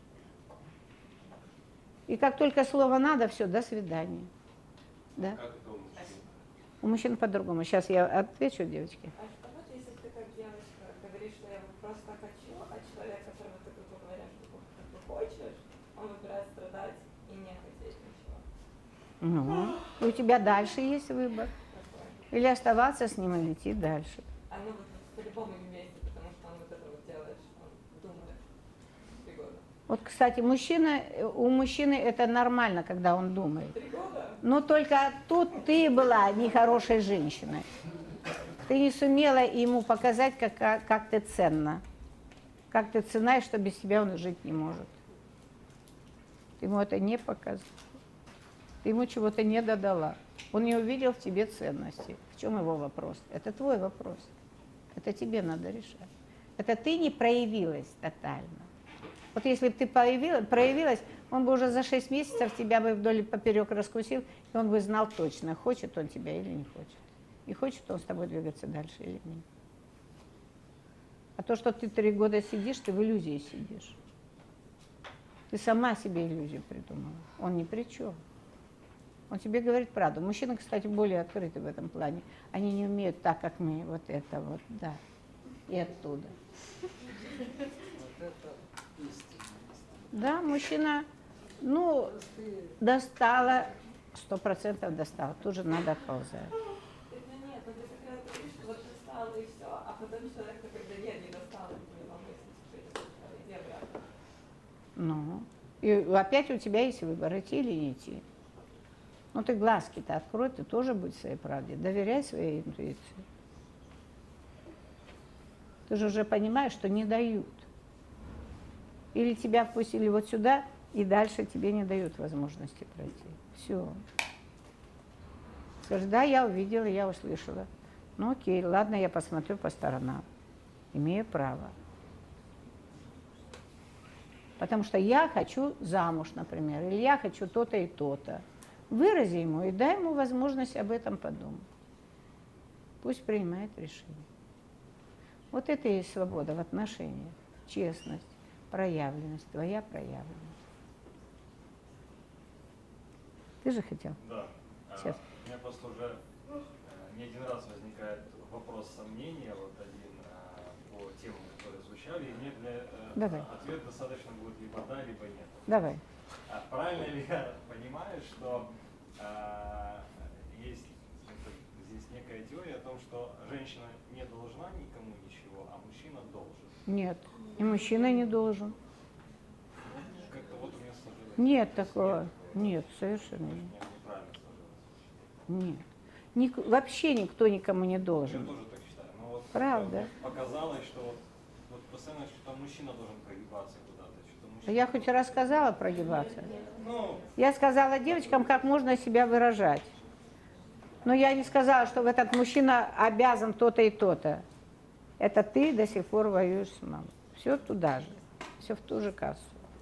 И как только слово «надо», все, до свидания. Да? У мужчин по-другому. Сейчас я отвечу, девочки. А что вот если ты как девочка говоришь, что я просто хочу, а человек, которому ты грубо говоря, что ты хочешь, он выбирает страдать и не хотеть ничего? Ну, и у тебя дальше есть выбор. Или оставаться с ним, и идти дальше. А ну вот по-любому вместе, потому что он вот это вот делает, что он думает три года. Вот, кстати, мужчина, у мужчины это нормально, когда он думает. Три года? Но только тут ты была нехорошей женщиной. Ты не сумела ему показать, как, как ты ценна. Как ты ценна, и что без тебя он жить не может. Ты ему это не показала. Ты ему чего-то не додала. Он не увидел в тебе ценности. В чем его вопрос? Это твой вопрос. Это тебе надо решать. Это ты не проявилась тотально. Вот если бы ты проявилась, проявилась, он бы уже за шесть месяцев тебя бы вдоль и поперек раскусил, и он бы знал точно, хочет он тебя или не хочет. И хочет он с тобой двигаться дальше или нет. А то, что ты три года сидишь, ты в иллюзии сидишь. Ты сама себе иллюзию придумала. Он ни при чем. Он тебе говорит правду. Мужчины, кстати, более открыты в этом плане. Они не умеют так, как мы, вот это вот, да. И оттуда. Вот это Да, мужчина, ну, достала, сто процентов достала, тут же надо отползать. Это нет, это когда ты говоришь, вот достала и все, а потом человек, когда нет, не достала, не волнуйся, иди обратно. Ну, и опять у тебя есть выбор, идти или не идти. Ну, ты глазки-то открой, ты тоже будь в своей правде, доверяй своей интуиции. Ты же уже понимаешь, что не дают. Или тебя впустили вот сюда, и дальше тебе не дают возможности пройти. Все. Скажи, да, я увидела, я услышала. Ну окей, ладно, я посмотрю по сторонам. Имею право. Потому что я хочу замуж, например, или я хочу то-то и то-то. Вырази ему и дай ему возможность об этом подумать. Пусть принимает решение. Вот это и есть свобода в отношениях. Честность, проявленность, твоя проявленность. Ты же хотел? Да. Сейчас. У меня просто уже не один раз возникает вопрос сомнения, вот один по темам, которые звучали, и мне для Давай. ответ достаточно будет либо да, либо нет. Давай. А правильно ли я понимаю, что а, есть здесь некая теория о том, что женщина не должна никому ничего, а мужчина должен? Нет, и мужчина не должен. Как-то вот у меня сложилось. Нет такого. Нет, совершенно нет. Нет. Ник, вообще никто никому не должен. Я тоже так считаю. Но вот правда. Показалось, что вот, вот постоянно что-то мужчина должен прогибаться куда-то. Мужчина... Я хоть раз сказала прогибаться. Ну... Я сказала девочкам, как можно себя выражать. Но я не сказала, что этот мужчина обязан то-то и то-то. Это ты до сих пор воюешь с мамой. Все туда же. Все в ту же кассу.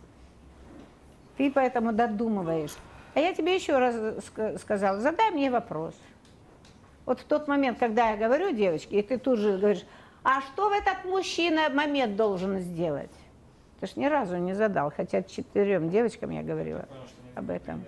Ты поэтому додумываешь. А я тебе еще раз сказала, задай мне вопрос. Вот в тот момент, когда я говорю девочке, и ты тут же говоришь, а что в этот мужчина момент должен сделать? Ты ж ни разу не задал, хотя четырем девочкам я говорила об этом.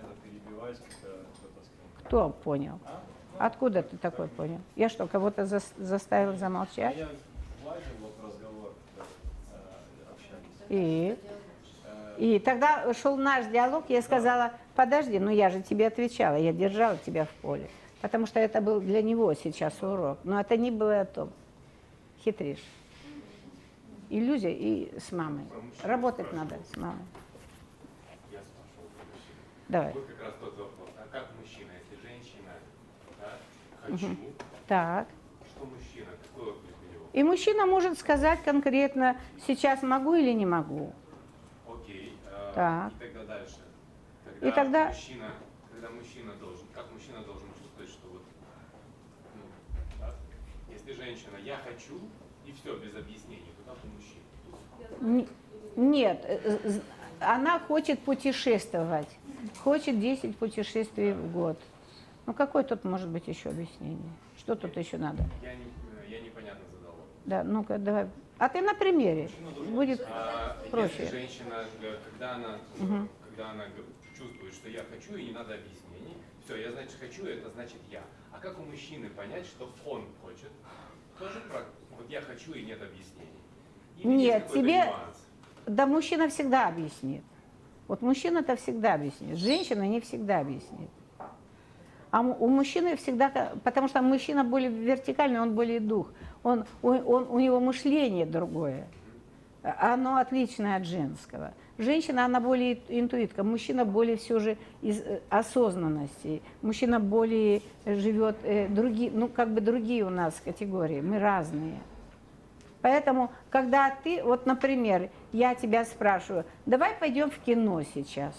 Кто понял? Откуда ты такой понял? Я что, кого-то за заставил замолчать? Я влазил в разговор, общались. И? И тогда шел наш диалог, я сказала, подожди, ну я же тебе отвечала, я держала тебя в поле. Потому что это был для него сейчас урок. Но это не было о том. Хитришь. Иллюзия и с мамой. Работать надо с мамой. Я спрашивал. Давай. Вот как раз тот вопрос. А как мужчина, если женщина, да, хочу, угу. Так. что мужчина, какой отклик у него? И мужчина может сказать конкретно, сейчас могу или не могу. Окей. Э, так. И тогда дальше. Когда и тогда... мужчина, когда мужчина должен, как мужчина должен чувствовать, что вот, ну, да, если женщина, я хочу, и все, без объяснений, то как у мужчин? Нет, она хочет путешествовать, хочет десять путешествий в год. Ну какое тут может быть еще объяснение? Что тут еще надо? Я, не, я непонятно задал. Да, ну-ка давай. А ты на примере. Будет а, проще. Если женщина, когда она, угу. когда она чувствует, что я хочу, и не надо объяснений, все, я значит хочу, это значит я. А как у мужчины понять, что он хочет? Тоже про вот я хочу и нет объяснений. Или нет, тебе, нюанс? Да мужчина всегда объяснит. Вот мужчина-то всегда объяснит, женщина не всегда объяснит. А у мужчины всегда, потому что мужчина более вертикальный, он более дух, он, он, он, у него мышление другое, оно отличное от женского. Женщина, она более интуитка, мужчина более все же из осознанности, мужчина более живет, э, другие, ну как бы другие у нас категории, мы разные. Поэтому, когда ты, вот, например, я тебя спрашиваю, давай пойдем в кино сейчас.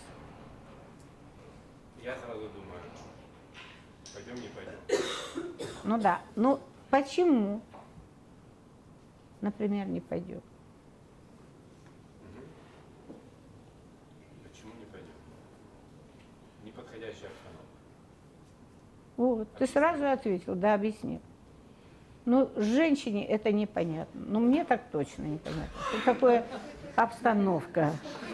Я сразу думаю, пойдем, не пойдем. Ну да, ну почему, например, не пойдем? Почему не пойдем? Неподходящая обстановка. Вот, ты сразу ответил, да, объясни. Ну, женщине это непонятно. Ну, мне так точно непонятно. Что такое обстановка?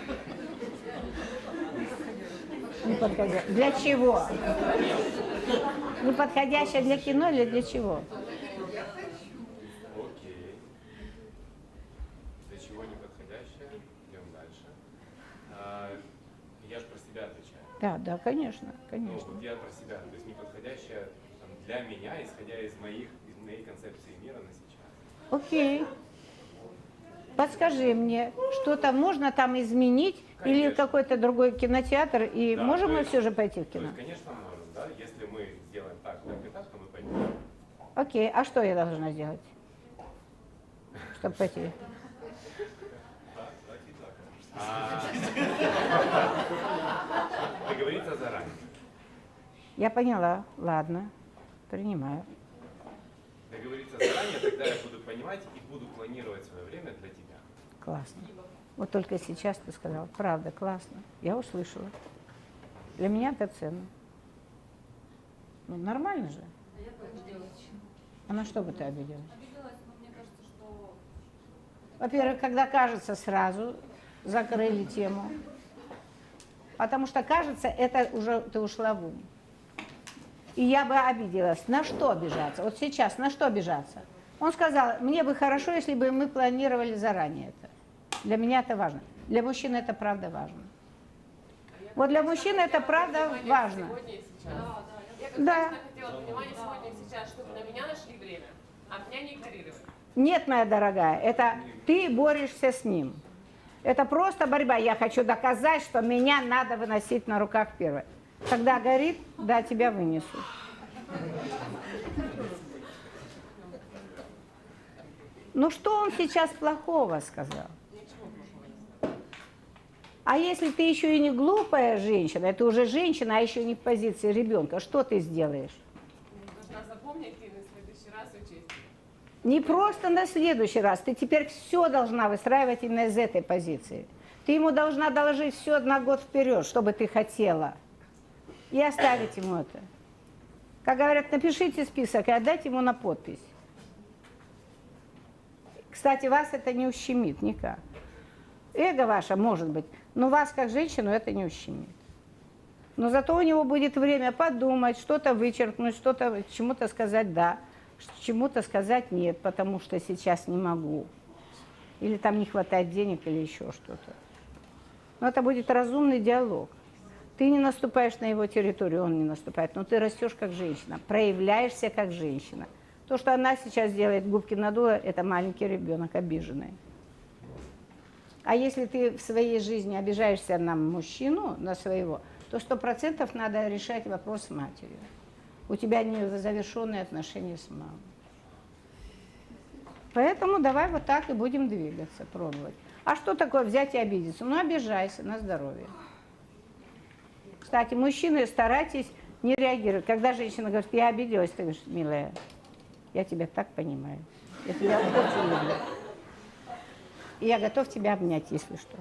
Неподходящая. Для чего? Неподходящая для кино или для чего? Окей. Для чего неподходящая? Идем дальше. Да, да, конечно, конечно. Ну, вот я про себя, то есть неподходящая там, для меня, исходя из моих, из моей концепции мира на сейчас. Окей. Подскажи мне, что-то можно там изменить? Конечно. Или какой-то другой кинотеатр, и да, можем мы есть, все же пойти в кино? То есть, конечно, можем, да, если мы сделаем так, так и так, то мы пойдем. Окей, а что я должна сделать, чтобы пойти? Договориться заранее. Я поняла, ладно, принимаю. Договориться заранее, тогда я буду понимать и буду планировать свое время для тебя. Классно. Вот только сейчас ты сказал, правда, классно. Я услышала. Для меня это ценно. Ну, нормально же. А я бы обиделась. А на что бы ты обиделась? Обиделась, но мне кажется, что... Во-первых, когда кажется, сразу закрыли тему. Потому что кажется, это уже ты ушла в ум. И я бы обиделась. На что обижаться? Вот сейчас на что обижаться? Он сказал, мне бы хорошо, если бы мы планировали заранее это. Для меня это важно. Для мужчины это правда важно. Вот для мужчины это правда важно. Да, да. Я как да. женщина хотела внимания сегодня и сейчас, чтобы на меня нашли время, а меня не игнорировали. Нет, моя дорогая, это ты борешься с ним. Это просто борьба. Я хочу доказать, что меня надо выносить на руках первой. Когда горит, да, тебя вынесут. Ну что он сейчас плохого сказал? А если ты еще и не глупая женщина, это уже женщина, а еще не в позиции ребенка, что ты сделаешь? Должна запомнить и на следующий раз учесть. Не просто на следующий раз, ты теперь все должна выстраивать именно из этой позиции. Ты ему должна доложить все на год вперед, что бы ты хотела. И оставить ему это. Как говорят, напишите список и отдайте ему на подпись. Кстати, вас это не ущемит никак. Эго ваше, может быть, но вас, как женщину, это не ущемит. Но зато у него будет время подумать, что-то вычеркнуть, что-то чему-то сказать «да», чему-то сказать «нет», потому что сейчас не могу. Или там не хватает денег, или еще что-то. Но это будет разумный диалог. Ты не наступаешь на его территорию, он не наступает, но ты растешь как женщина, проявляешься как женщина. То, что она сейчас делает, губки надула, это маленький ребенок обиженный. А если ты в своей жизни обижаешься на мужчину, на своего, то сто процентов надо решать вопрос с матерью. У тебя не завершенные отношения с мамой. Поэтому давай вот так и будем двигаться, пробовать. А что такое взять и обидеться? Ну, обижайся на здоровье. Кстати, мужчины, старайтесь не реагировать. Когда женщина говорит, я обиделась, ты говоришь, милая, я тебя так понимаю. Я тебя очень люблю. И я готов тебя обнять, если что.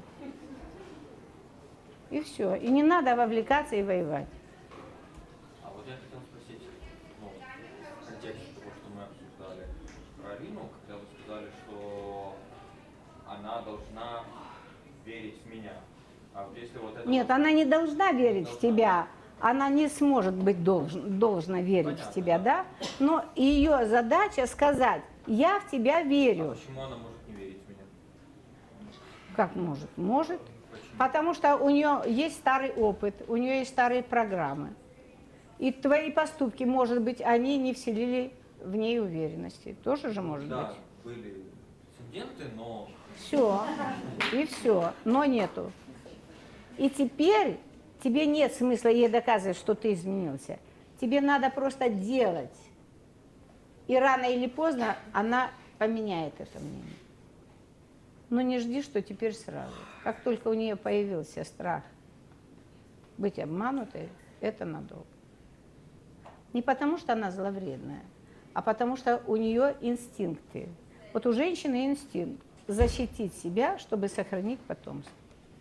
И все. И не надо вовлекаться и воевать. А вот я хотел спросить, ну, в контексте того, что мы обсуждали про Алину, когда вы сказали, что она должна верить в меня. А вот если вот это Нет, вот... она не должна верить должна. в тебя. Она не сможет быть должен, должна верить Понятно, в тебя, да? да? Но ее задача сказать, я в тебя верю. А почему она может не верить в меня? Как может? Может. Почему? Потому что у нее есть старый опыт, у нее есть старые программы. И твои поступки, может быть, они не вселили в ней уверенности. Тоже же может да, быть. Да, были прецеденты, но... Все. И все. Но нету. И теперь тебе нет смысла ей доказывать, что ты изменился. Тебе надо просто делать. И рано или поздно она поменяет это мнение. Но не жди, что теперь сразу. Как только у нее появился страх быть обманутой, это надолго. Не потому, что она зловредная, а потому, что у нее инстинкты. Вот у женщины инстинкт защитить себя, чтобы сохранить потомство.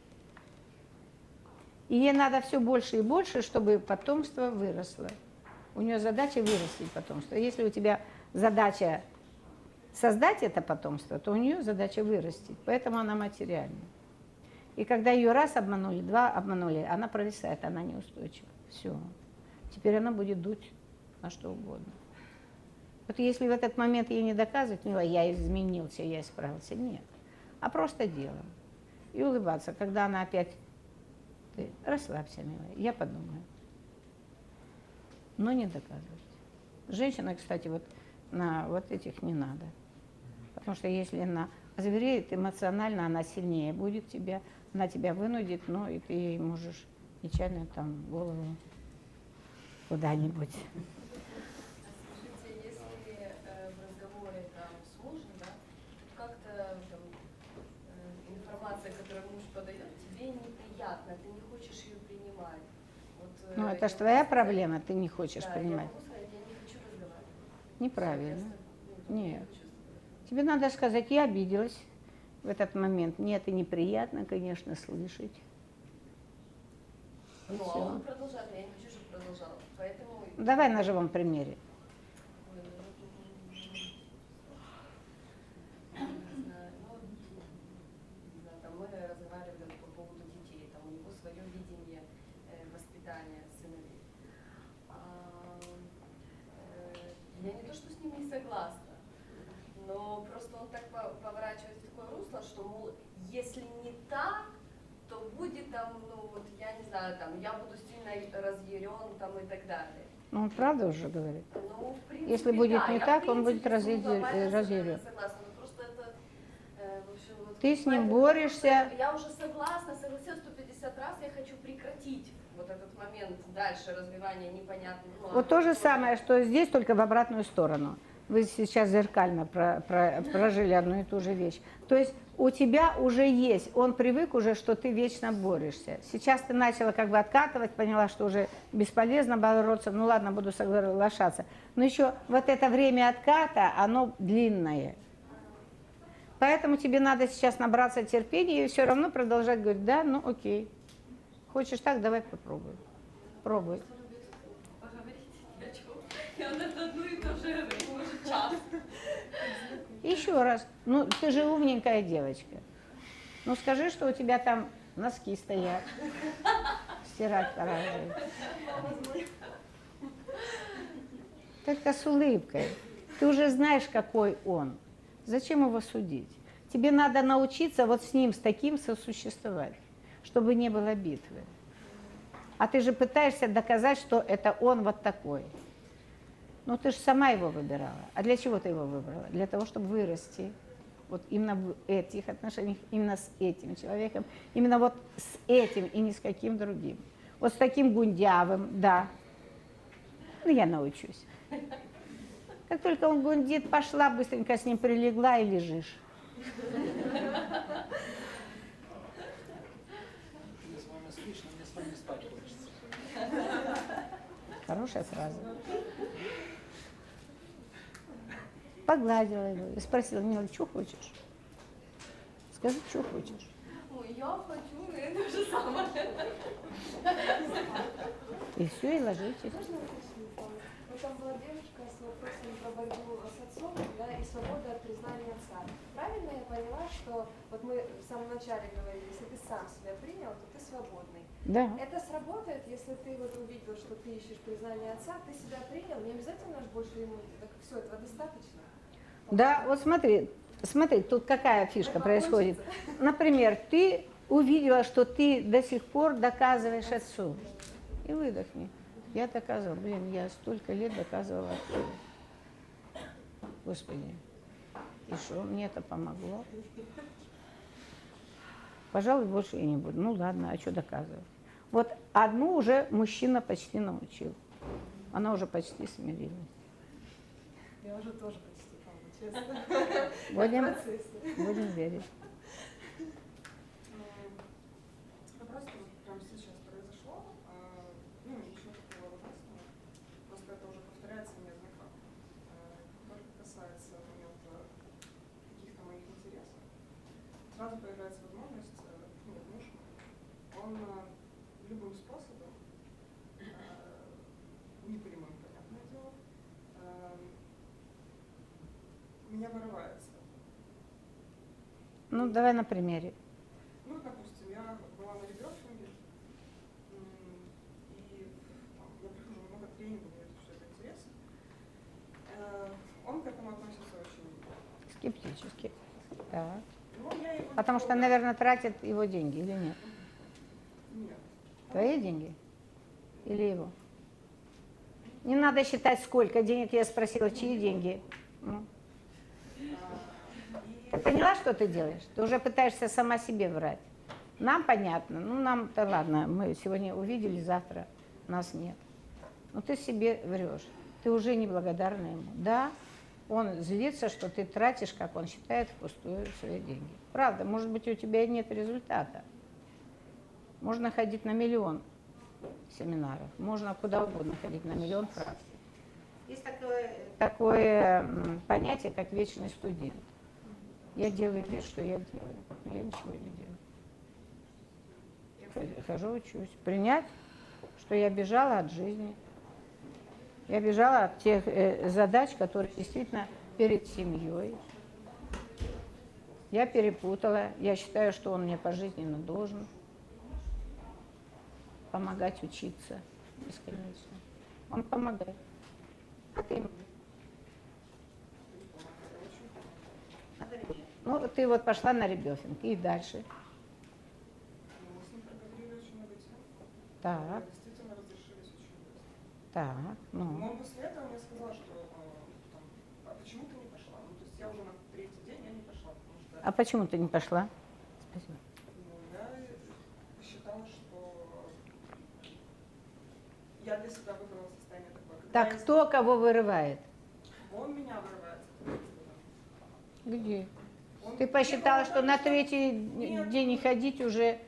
И ей надо все больше и больше, чтобы потомство выросло. У нее задача вырастить потомство. Если у тебя задача создать это потомство, то у нее задача вырастить. Поэтому она материальна. И когда ее раз обманули, два обманули, она провисает, она неустойчива. Все. Теперь она будет дуть на что угодно. Вот если в этот момент ей не доказывать, мила, я изменился, я исправился, нет. А просто делом. И улыбаться, когда она опять Ты расслабься, милая, я подумаю. Но не доказывать. Женщина, кстати, вот на вот этих не надо. Потому что если она озвереет эмоционально, она сильнее будет тебя, она тебя вынудит, ну и ты ей можешь печально там голову куда-нибудь. Скажите, если э, в разговоре там с мужем, да, как-то там, э, информация, которую муж подает, тебе неприятно, ты не хочешь ее принимать. Вот, э, Ну это ж твоя проблема, ты не хочешь да, принимать. Я могу сказать, я не хочу разговаривать. Неправильно. Я, Нет. Тебе надо сказать, я обиделась в этот момент. Мне это неприятно, конечно, слышать. И ну, всё. а он продолжает, я не хочу, чтобы продолжал. Поэтому... Давай на живом примере. Ой, ну, не знаю, ну, не знаю, там мы разговаривали по поводу детей, там у него свое видение э, воспитания сыновей. А, э, я не то, что с ним не согласна, но просто он так поворачивает в такое русло, что, мол, если не так, то будет там, ну вот, я не знаю, там, я буду сильно разъярен там и так далее. Ну, он правда уже говорит. Ну, в принципе, Если будет да, не я, так, в он будет принципе, с ним глобально разъярен. согласна, но просто это, э, в общем, вот, Ты с ним поэтому борешься. Я уже согласна, согласилась сто пятьдесят раз, я хочу прекратить вот этот момент дальше развивания непонятных. Ну, Вот то же самое, что здесь, только в обратную сторону. Вы сейчас зеркально про, про, прожили одну и ту же вещь. То есть у тебя уже есть, он привык уже, что ты вечно борешься. Сейчас ты начала как бы откатывать, поняла, что уже бесполезно бороться, ну ладно, буду соглашаться. Но еще вот это время отката, оно длинное. Поэтому тебе надо сейчас набраться терпения и все равно продолжать говорить, да, ну окей. Хочешь так, давай попробуем. Пробуй. Я вот это одну и ту же говорю, может, час. Еще раз. Ну, ты же умненькая девочка. Ну, скажи, что у тебя там носки стоят. Стирать пора уже. Только с улыбкой. Ты уже знаешь, какой он. Зачем его судить? Тебе надо научиться вот с ним, с таким сосуществовать, чтобы не было битвы. А ты же пытаешься доказать, что это он вот такой. Ну, ты же сама его выбирала. А для чего ты его выбрала? Для того, чтобы вырасти. Вот именно в этих отношениях, именно с этим человеком, именно вот с этим и ни с каким другим. Вот с таким гундявым, да. Ну, я научусь. Как только он гундит, пошла, быстренько с ним прилегла и лежишь. Мне с вами скучно, мне с вами спать хочется. Хорошая фраза. Погладила его и спросила, Мила, что хочешь? Скажи, что хочешь. Ой, я хочу, это же самое. И все, и ложитесь. Вот там была девушка с вопросом про борьбу с отцом, да, и свободу от признания отца. Правильно я поняла, что вот мы в самом начале говорили, если ты сам себя принял, то ты свободный. Да. Это сработает, если ты вот увидел, что ты ищешь признание отца, ты себя принял, не обязательно же больше ему, так все, этого достаточно. Да, вот смотри, смотри, тут какая фишка происходит. Например, ты увидела, что ты до сих пор доказываешь отцу. И выдохни. Я доказывала, блин, я столько лет доказывала отцу. Господи, и что, мне это помогло? Пожалуй, больше я не буду. Ну ладно, а что доказывать? Вот одну уже мужчина почти научил. Она уже почти смирилась. Я уже тоже почти, честно. Будем, будем верить. Просто вот прямо сейчас произошло, а, ну, ничего такого ужасного, просто это уже повторяется неоднократно. Только касается момента каких-то моих интересов, сразу появляется возможность, ну, муж, он любым способом, непрямым, понятное дело, меня вырывается. Ну, давай на примере. Ну, допустим, я была на реберфинге, и там, я прихожу на много тренингов, мне это все это интересно. Он к этому относится очень Скептически. Так. Ну, я его Потому что, наверное, тратит его деньги или нет? Нет. Твои деньги или его? Не надо считать, сколько денег. Я спросила, чьи деньги. Ну. Ты поняла, что ты делаешь? Ты уже пытаешься сама себе врать. Нам понятно. Ну, нам-то ладно. Мы сегодня увидели, завтра нас нет. Но ты себе врешь. Ты уже неблагодарна ему. Да, он злится, что ты тратишь, как он считает, впустую свои деньги. Правда, может быть, у тебя и нет результата. Можно ходить на миллион семинаров, можно куда угодно ходить на миллион практик. Есть такое, такое понятие, как вечный студент. Я делаю вид, что я делаю, но я ничего не делаю. Я хожу, учусь. Принять, что я бежала от жизни. Я бежала от тех э, задач, которые действительно перед семьей. Я перепутала. Я считаю, что он мне пожизненно должен помогать учиться бесконечно. Он помогает. А ты ему? Ну, ты вот пошла на ребёфинг, и дальше. Мы с ним проговорили очень много тем. Так. Действительно разрешились очень быстро. Так, ну. Но он после этого мне сказал, что там, а почему ты не пошла? Ну, то есть я уже на третий день я не пошла, потому что... А почему ты не пошла? Спасибо. Ну, я считала, что я для себя выбрала состояние такое. Так я... кто кого вырывает? Он меня вырывает. Где? Он... Ты посчитала, Нет, что на что... третий Нет. день не ходить уже...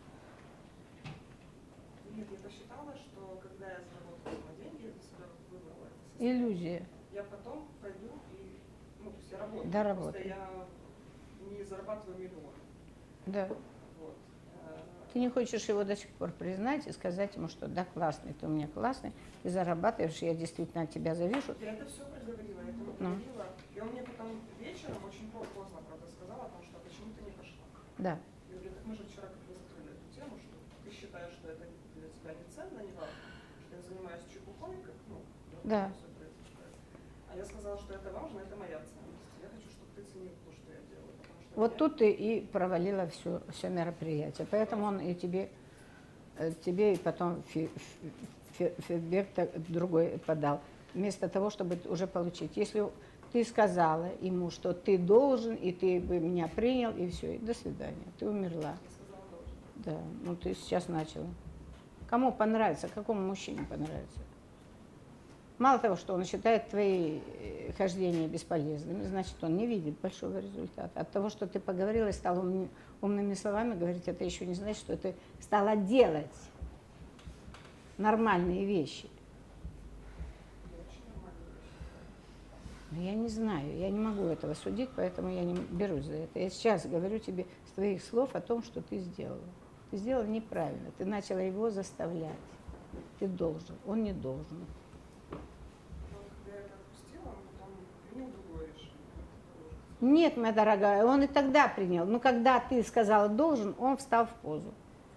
Нет, я посчитала, что когда я заработала сама деньги, я для себя выбрала это состояние. Иллюзия. Я потом пойду и, ну, то есть я работаю. Да, просто работай. я не зарабатываю миллион. Да. Вот. Ты не хочешь его до сих пор признать и сказать ему, что да, классный, ты у меня классный, ты зарабатываешь, я действительно от тебя завишу. Я это все проговорила, я это ему Ну. говорила. И он мне потом вечером очень поздно, правда, сказал о том, что почему ты не пошла. Да. Я говорю, так мы же вчера как бы закрыли эту тему, что ты считаешь, что это для тебя не ценно, не важно, что я занимаюсь чепухой, как, ну, Да. все происходит. А я сказала, что это важно, это моя ценность. Я хочу, чтобы ты ценил то, что я делаю. Потому что Вот я... тут ты и провалила все, все мероприятие. Поэтому он и тебе, э, тебе и потом фи- фи- фидбэк так- другой подал. Вместо того, чтобы уже получить. Если ты сказала ему, что ты должен, и ты бы меня принял, и все, и до свидания. Ты умерла. Я сказала, должен. Да, ну ты сейчас начала. Кому понравится, какому мужчине понравится? Мало того, что он считает твои э, хождения бесполезными, значит, он не видит большого результата. От того, что ты поговорила и стала умни- умными словами говорить, это еще не значит, что ты стала делать нормальные вещи. Я очень нормально вещи. Но я не знаю, я не могу этого судить, поэтому я не берусь за это. Я сейчас говорю тебе с твоих слов о том, что ты сделала. Ты сделала неправильно, ты начала его заставлять. Ты должен, он не должен. Когда я это отпустила, он потом принял другое решение. Нет, моя дорогая, он и тогда принял. Но когда ты сказала должен, он встал в позу.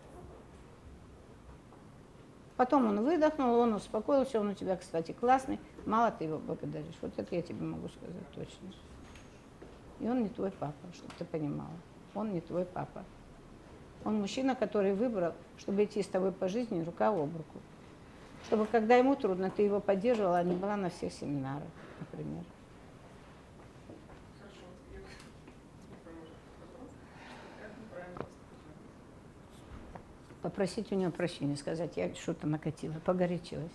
Потом он выдохнул, он успокоился, он у тебя, кстати, классный. Мало ты его благодаришь. Вот это я тебе могу сказать точно. И он не твой папа, чтобы ты понимала. Он не твой папа. Он мужчина, который выбрал, чтобы идти с тобой по жизни рука об руку. Чтобы, когда ему трудно, ты его поддерживала, а не была на всех семинарах, например. Хорошо, я не поняла вопрос. Как неправильно поступить? Попросить у него прощения, сказать, я что-то накатила, погорячилась.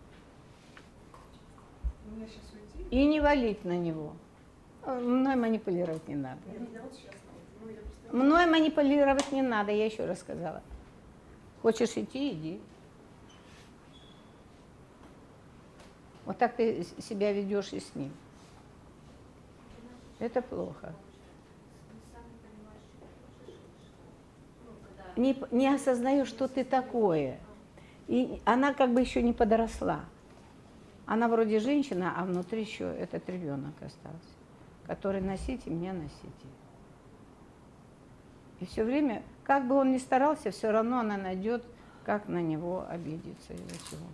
Мне сейчас уйти? И не валить на него. Мной манипулировать не надо. Я, я вот честно, ну я просто... Мной манипулировать не надо, я еще раз сказала. Хочешь идти, иди. Вот так ты себя ведешь и с ним. Это плохо. Не, не осознаешь, что ты такое. И она как бы еще не подросла. Она вроде женщина, а внутри еще этот ребенок остался, который носите, меня носите. И все время, как бы он ни старался, все равно она найдет, как на него обидеться из-за чего.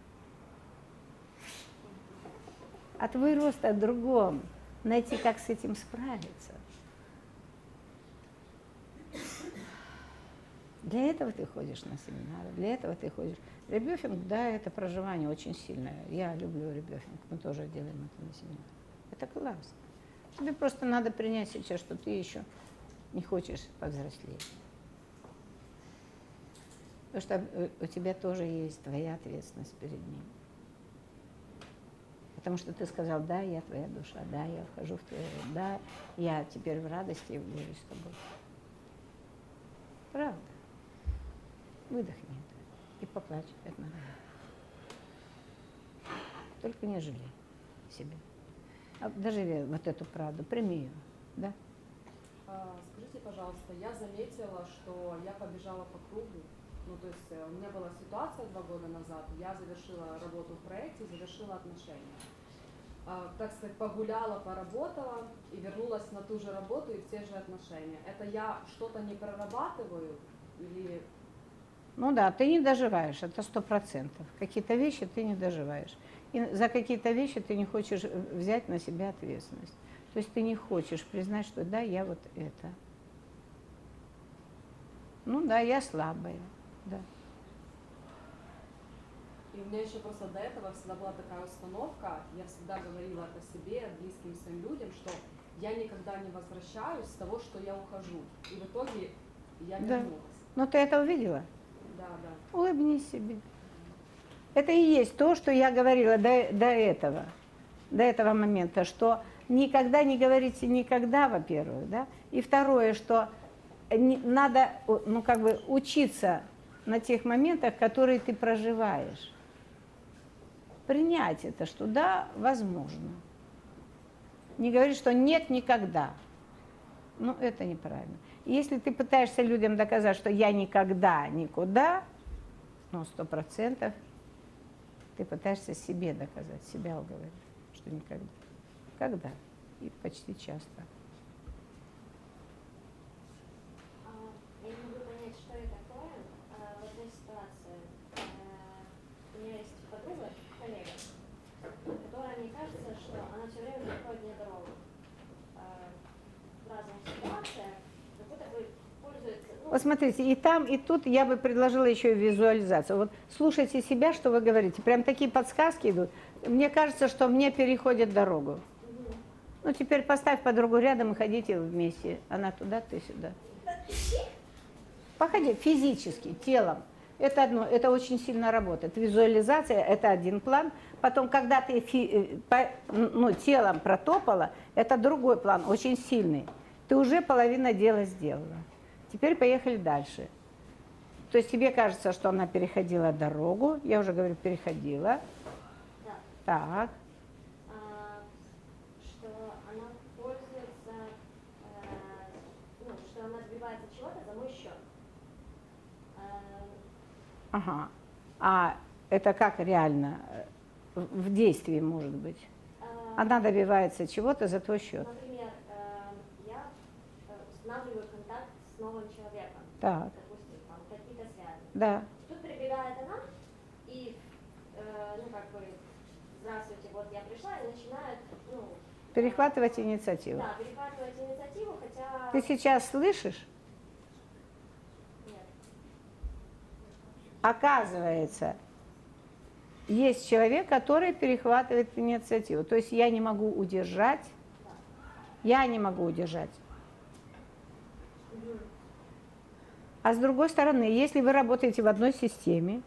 А твой рост о другом. Найти, как с этим справиться. Для этого ты ходишь на семинары, для этого ты ходишь. Ребёфинг, да, это проживание очень сильное. Я люблю ребёфинг, мы тоже делаем это на семинарах. Это классно. Тебе просто надо принять сейчас, что ты еще не хочешь повзрослеть. Потому что у тебя тоже есть твоя ответственность перед ним. Потому что ты сказал, да, я твоя душа, да, я вхожу в твою, да, я теперь в радости являюсь с тобой. Правда. Выдохни это и поплачь, это нормально. Только не жалей себя. А доживи вот эту правду, прими ее, да? А, скажите, пожалуйста, я заметила, что я побежала по кругу. Ну, то есть у меня была ситуация два года назад, я завершила работу в проекте, завершила отношения. А, так сказать, погуляла, поработала и вернулась на ту же работу и в те же отношения. Это я что-то не прорабатываю или... Ну да, ты не доживаешь, это сто процентов. Какие-то вещи ты не доживаешь. И за какие-то вещи ты не хочешь взять на себя ответственность. То есть ты не хочешь признать, что да, я вот это. Ну да, я слабая, да. И у меня еще просто до этого всегда была такая установка, я всегда говорила это себе, близким своим людям, что я никогда не возвращаюсь с того, что я ухожу. И в итоге я вернулась. Да. Но ты это увидела? Да, да. Улыбнись себе. Это и есть то, что я говорила до, до этого, до этого момента, что никогда не говорите никогда, во-первых, да, и второе, что не, надо, ну, как бы учиться на тех моментах, которые ты проживаешь. Принять это, что да, возможно. Не говорить, что нет никогда. Ну, это неправильно. И если ты пытаешься людям доказать, что я никогда, никуда, ну, сто процентов, ты пытаешься себе доказать, себя уговорить, что никогда. Когда? И почти часто. Я не могу понять, что это такое. В одной ситуации у меня есть подруга, коллега, которая, мне кажется, что она все время переходит мне дорогу. В разных ситуациях, как будто бы пользуется... Ну, вот смотрите, и там, и тут я бы предложила еще и визуализацию. Вот слушайте себя, что вы говорите. Прям такие подсказки идут. Мне кажется, что мне переходит дорогу. угу. Ну, теперь поставь подругу рядом и ходите вместе. Она туда, ты сюда. Походи физически, телом. Это одно, это очень сильно работает. Визуализация – это один план. Потом, когда ты фи, по, ну, телом протопала, это другой план, очень сильный. Ты уже половина дела сделала. Теперь поехали дальше. То есть тебе кажется, что она переходила дорогу. Я уже говорю, переходила. Да. Так. А, что она пользуется, э, ну, что она добивается чего-то за мой счет. Ага. А это как реально в действии может быть? Она добивается чего-то за твой счет. Например, я устанавливаю контакт с новым человеком. Так. Допустим, там какие-то связи. Да. Тут прибегает она и, ну как бы, здравствуйте, вот я пришла и начинает, ну... Перехватывать инициативу. Да, перехватывать инициативу, хотя... Ты сейчас слышишь? Оказывается, есть человек, который перехватывает инициативу. То есть я не могу удержать, я не могу удержать. А с другой стороны, если вы работаете в одной системе,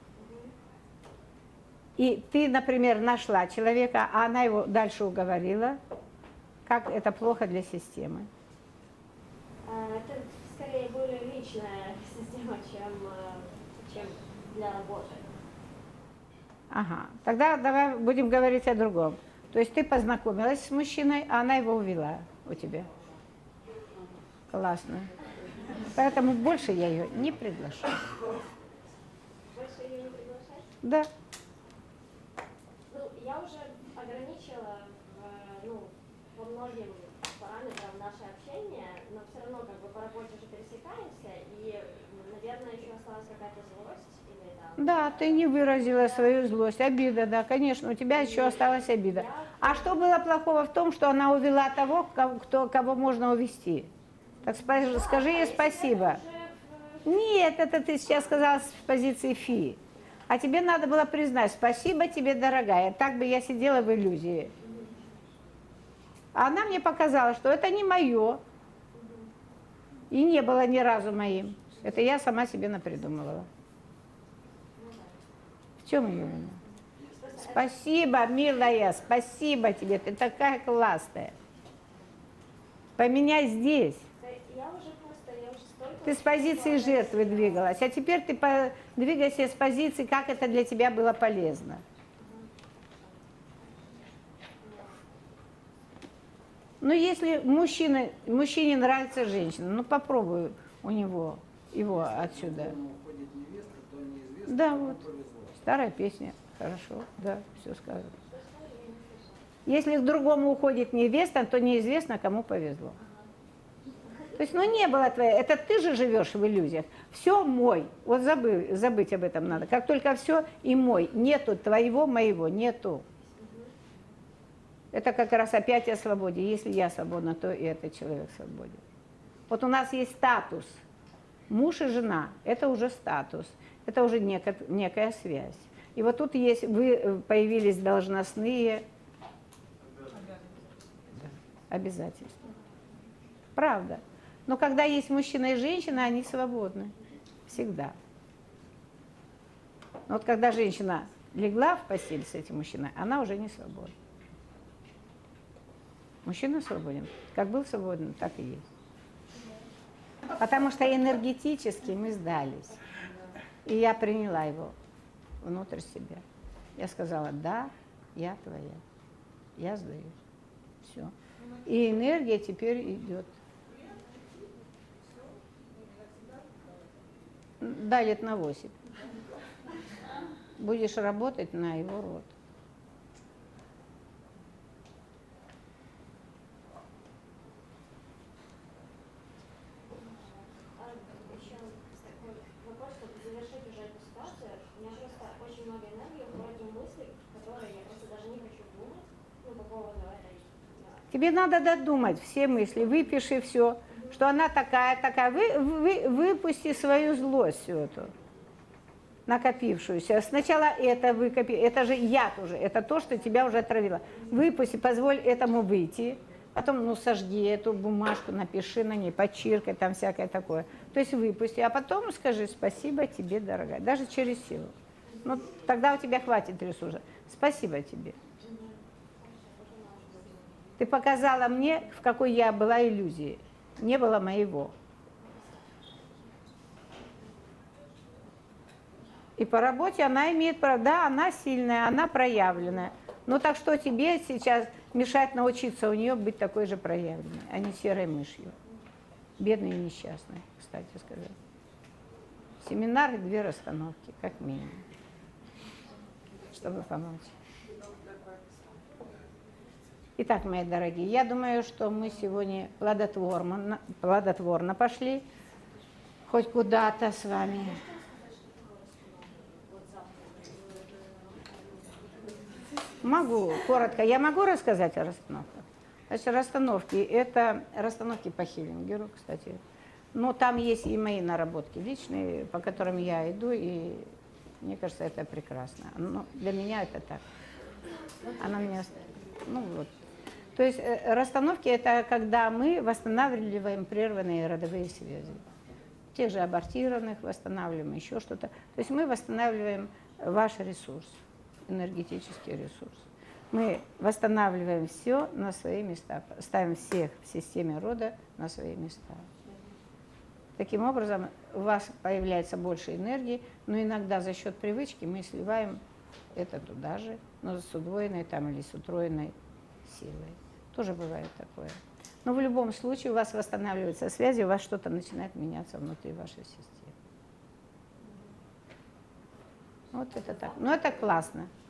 и ты, например, нашла человека, а она его дальше уговорила, как это плохо для системы? Это скорее более личная система, чем, чем для работы. Ага, тогда давай будем говорить о другом. То есть ты познакомилась с мужчиной, а она его увела у тебя. Классно. Поэтому больше я ее не приглашу. Больше ее не приглашать? Да. Ну, я уже ограничила в, ну, по многим параметрам наше общение, но все равно как бы по работе уже пересекаемся, и, наверное, еще осталась какая-то злость. Да, ты не выразила свою злость, обида, да, конечно, у тебя еще осталась обида. А что было плохого в том, что она увела того, кого, кто, кого можно увести? Так скажи ей спасибо. Нет, это ты сейчас сказала с позиции фи. А тебе надо было признать, спасибо тебе, дорогая, так бы я сидела в иллюзии. А она мне показала, что это не мое. И не было ни разу моим. Это я сама себе напридумывала. В чем ее вина? Спасибо, милая, спасибо тебе, ты такая классная. Поменяй здесь. Я уже просто, я уже столько... Ты с позиции жертвы двигалась, а теперь ты по... двигайся с позиции, как это для тебя было полезно. Ну, если мужчина, мужчине нравится женщина, ну, попробуй у него, его отсюда. Да, вот. Старая песня. Хорошо, да, все сказано. Если к другому уходит невеста, то неизвестно, кому повезло. То есть, ну, не было твоей, это ты же живешь в иллюзиях. Все мой. Вот забыть, забыть об этом надо. Как только все и мой. Нету твоего, моего, нету. Это как раз опять о свободе. Если я свободна, то и этот человек свободен. Вот у нас есть статус. Муж и жена. Это уже статус. Это уже некая, некая связь. И вот тут есть, вы появились должностные обязательства. Правда. Но когда есть мужчина и женщина, они свободны. Всегда. Но вот когда женщина легла в постель с этим мужчиной, она уже не свободна. Мужчина свободен. Как был свободен, так и есть. Потому что энергетически мы сдались. И я приняла его внутрь себя. Я сказала, да, я твоя. Я сдаюсь. Все. И энергия теперь идет. Да, лет на восемь. Будешь работать на его род. Тебе надо додумать все мысли, выпиши все, что она такая, такая. Вы, вы, выпусти свою злость всю эту, накопившуюся. Сначала это выкопи, это же яд уже, это то, что тебя уже отравило. Выпусти, позволь этому выйти, потом, ну, сожги эту бумажку, напиши на ней, почиркай, там всякое такое. То есть выпусти, а потом скажи спасибо тебе, дорогая, даже через силу. Ну, тогда у тебя хватит ресурсов. Спасибо тебе. Ты показала мне, в какой я была иллюзии. Не было моего. И по работе она имеет право. Да, она сильная, она проявленная. Ну так что тебе сейчас мешает научиться у нее быть такой же проявленной, а не серой мышью. Бедной и несчастной, кстати сказать. Семинар и две расстановки, как минимум. Чтобы помочь. Итак, мои дорогие, я думаю, что мы сегодня плодотворно, плодотворно пошли хоть куда-то с вами. Могу, коротко. Я могу рассказать о расстановках? Значит, расстановки, это расстановки по Хеллингеру, кстати. Но там есть и мои наработки личные, по которым я иду, и мне кажется, это прекрасно. Но для меня это так. Она меня... Ну вот. То есть расстановки – это когда мы восстанавливаем прерванные родовые связи. Тех же абортированных восстанавливаем, еще что-то. То есть мы восстанавливаем ваш ресурс, энергетический ресурс. Мы восстанавливаем все на свои места, ставим всех в системе рода на свои места. Таким образом, у вас появляется больше энергии, но иногда за счет привычки мы сливаем это туда же, но с удвоенной там или с утроенной силой. Тоже бывает такое. Но в любом случае у вас восстанавливаются связи, у вас что-то начинает меняться внутри вашей системы. Вот это так. Ну это классно.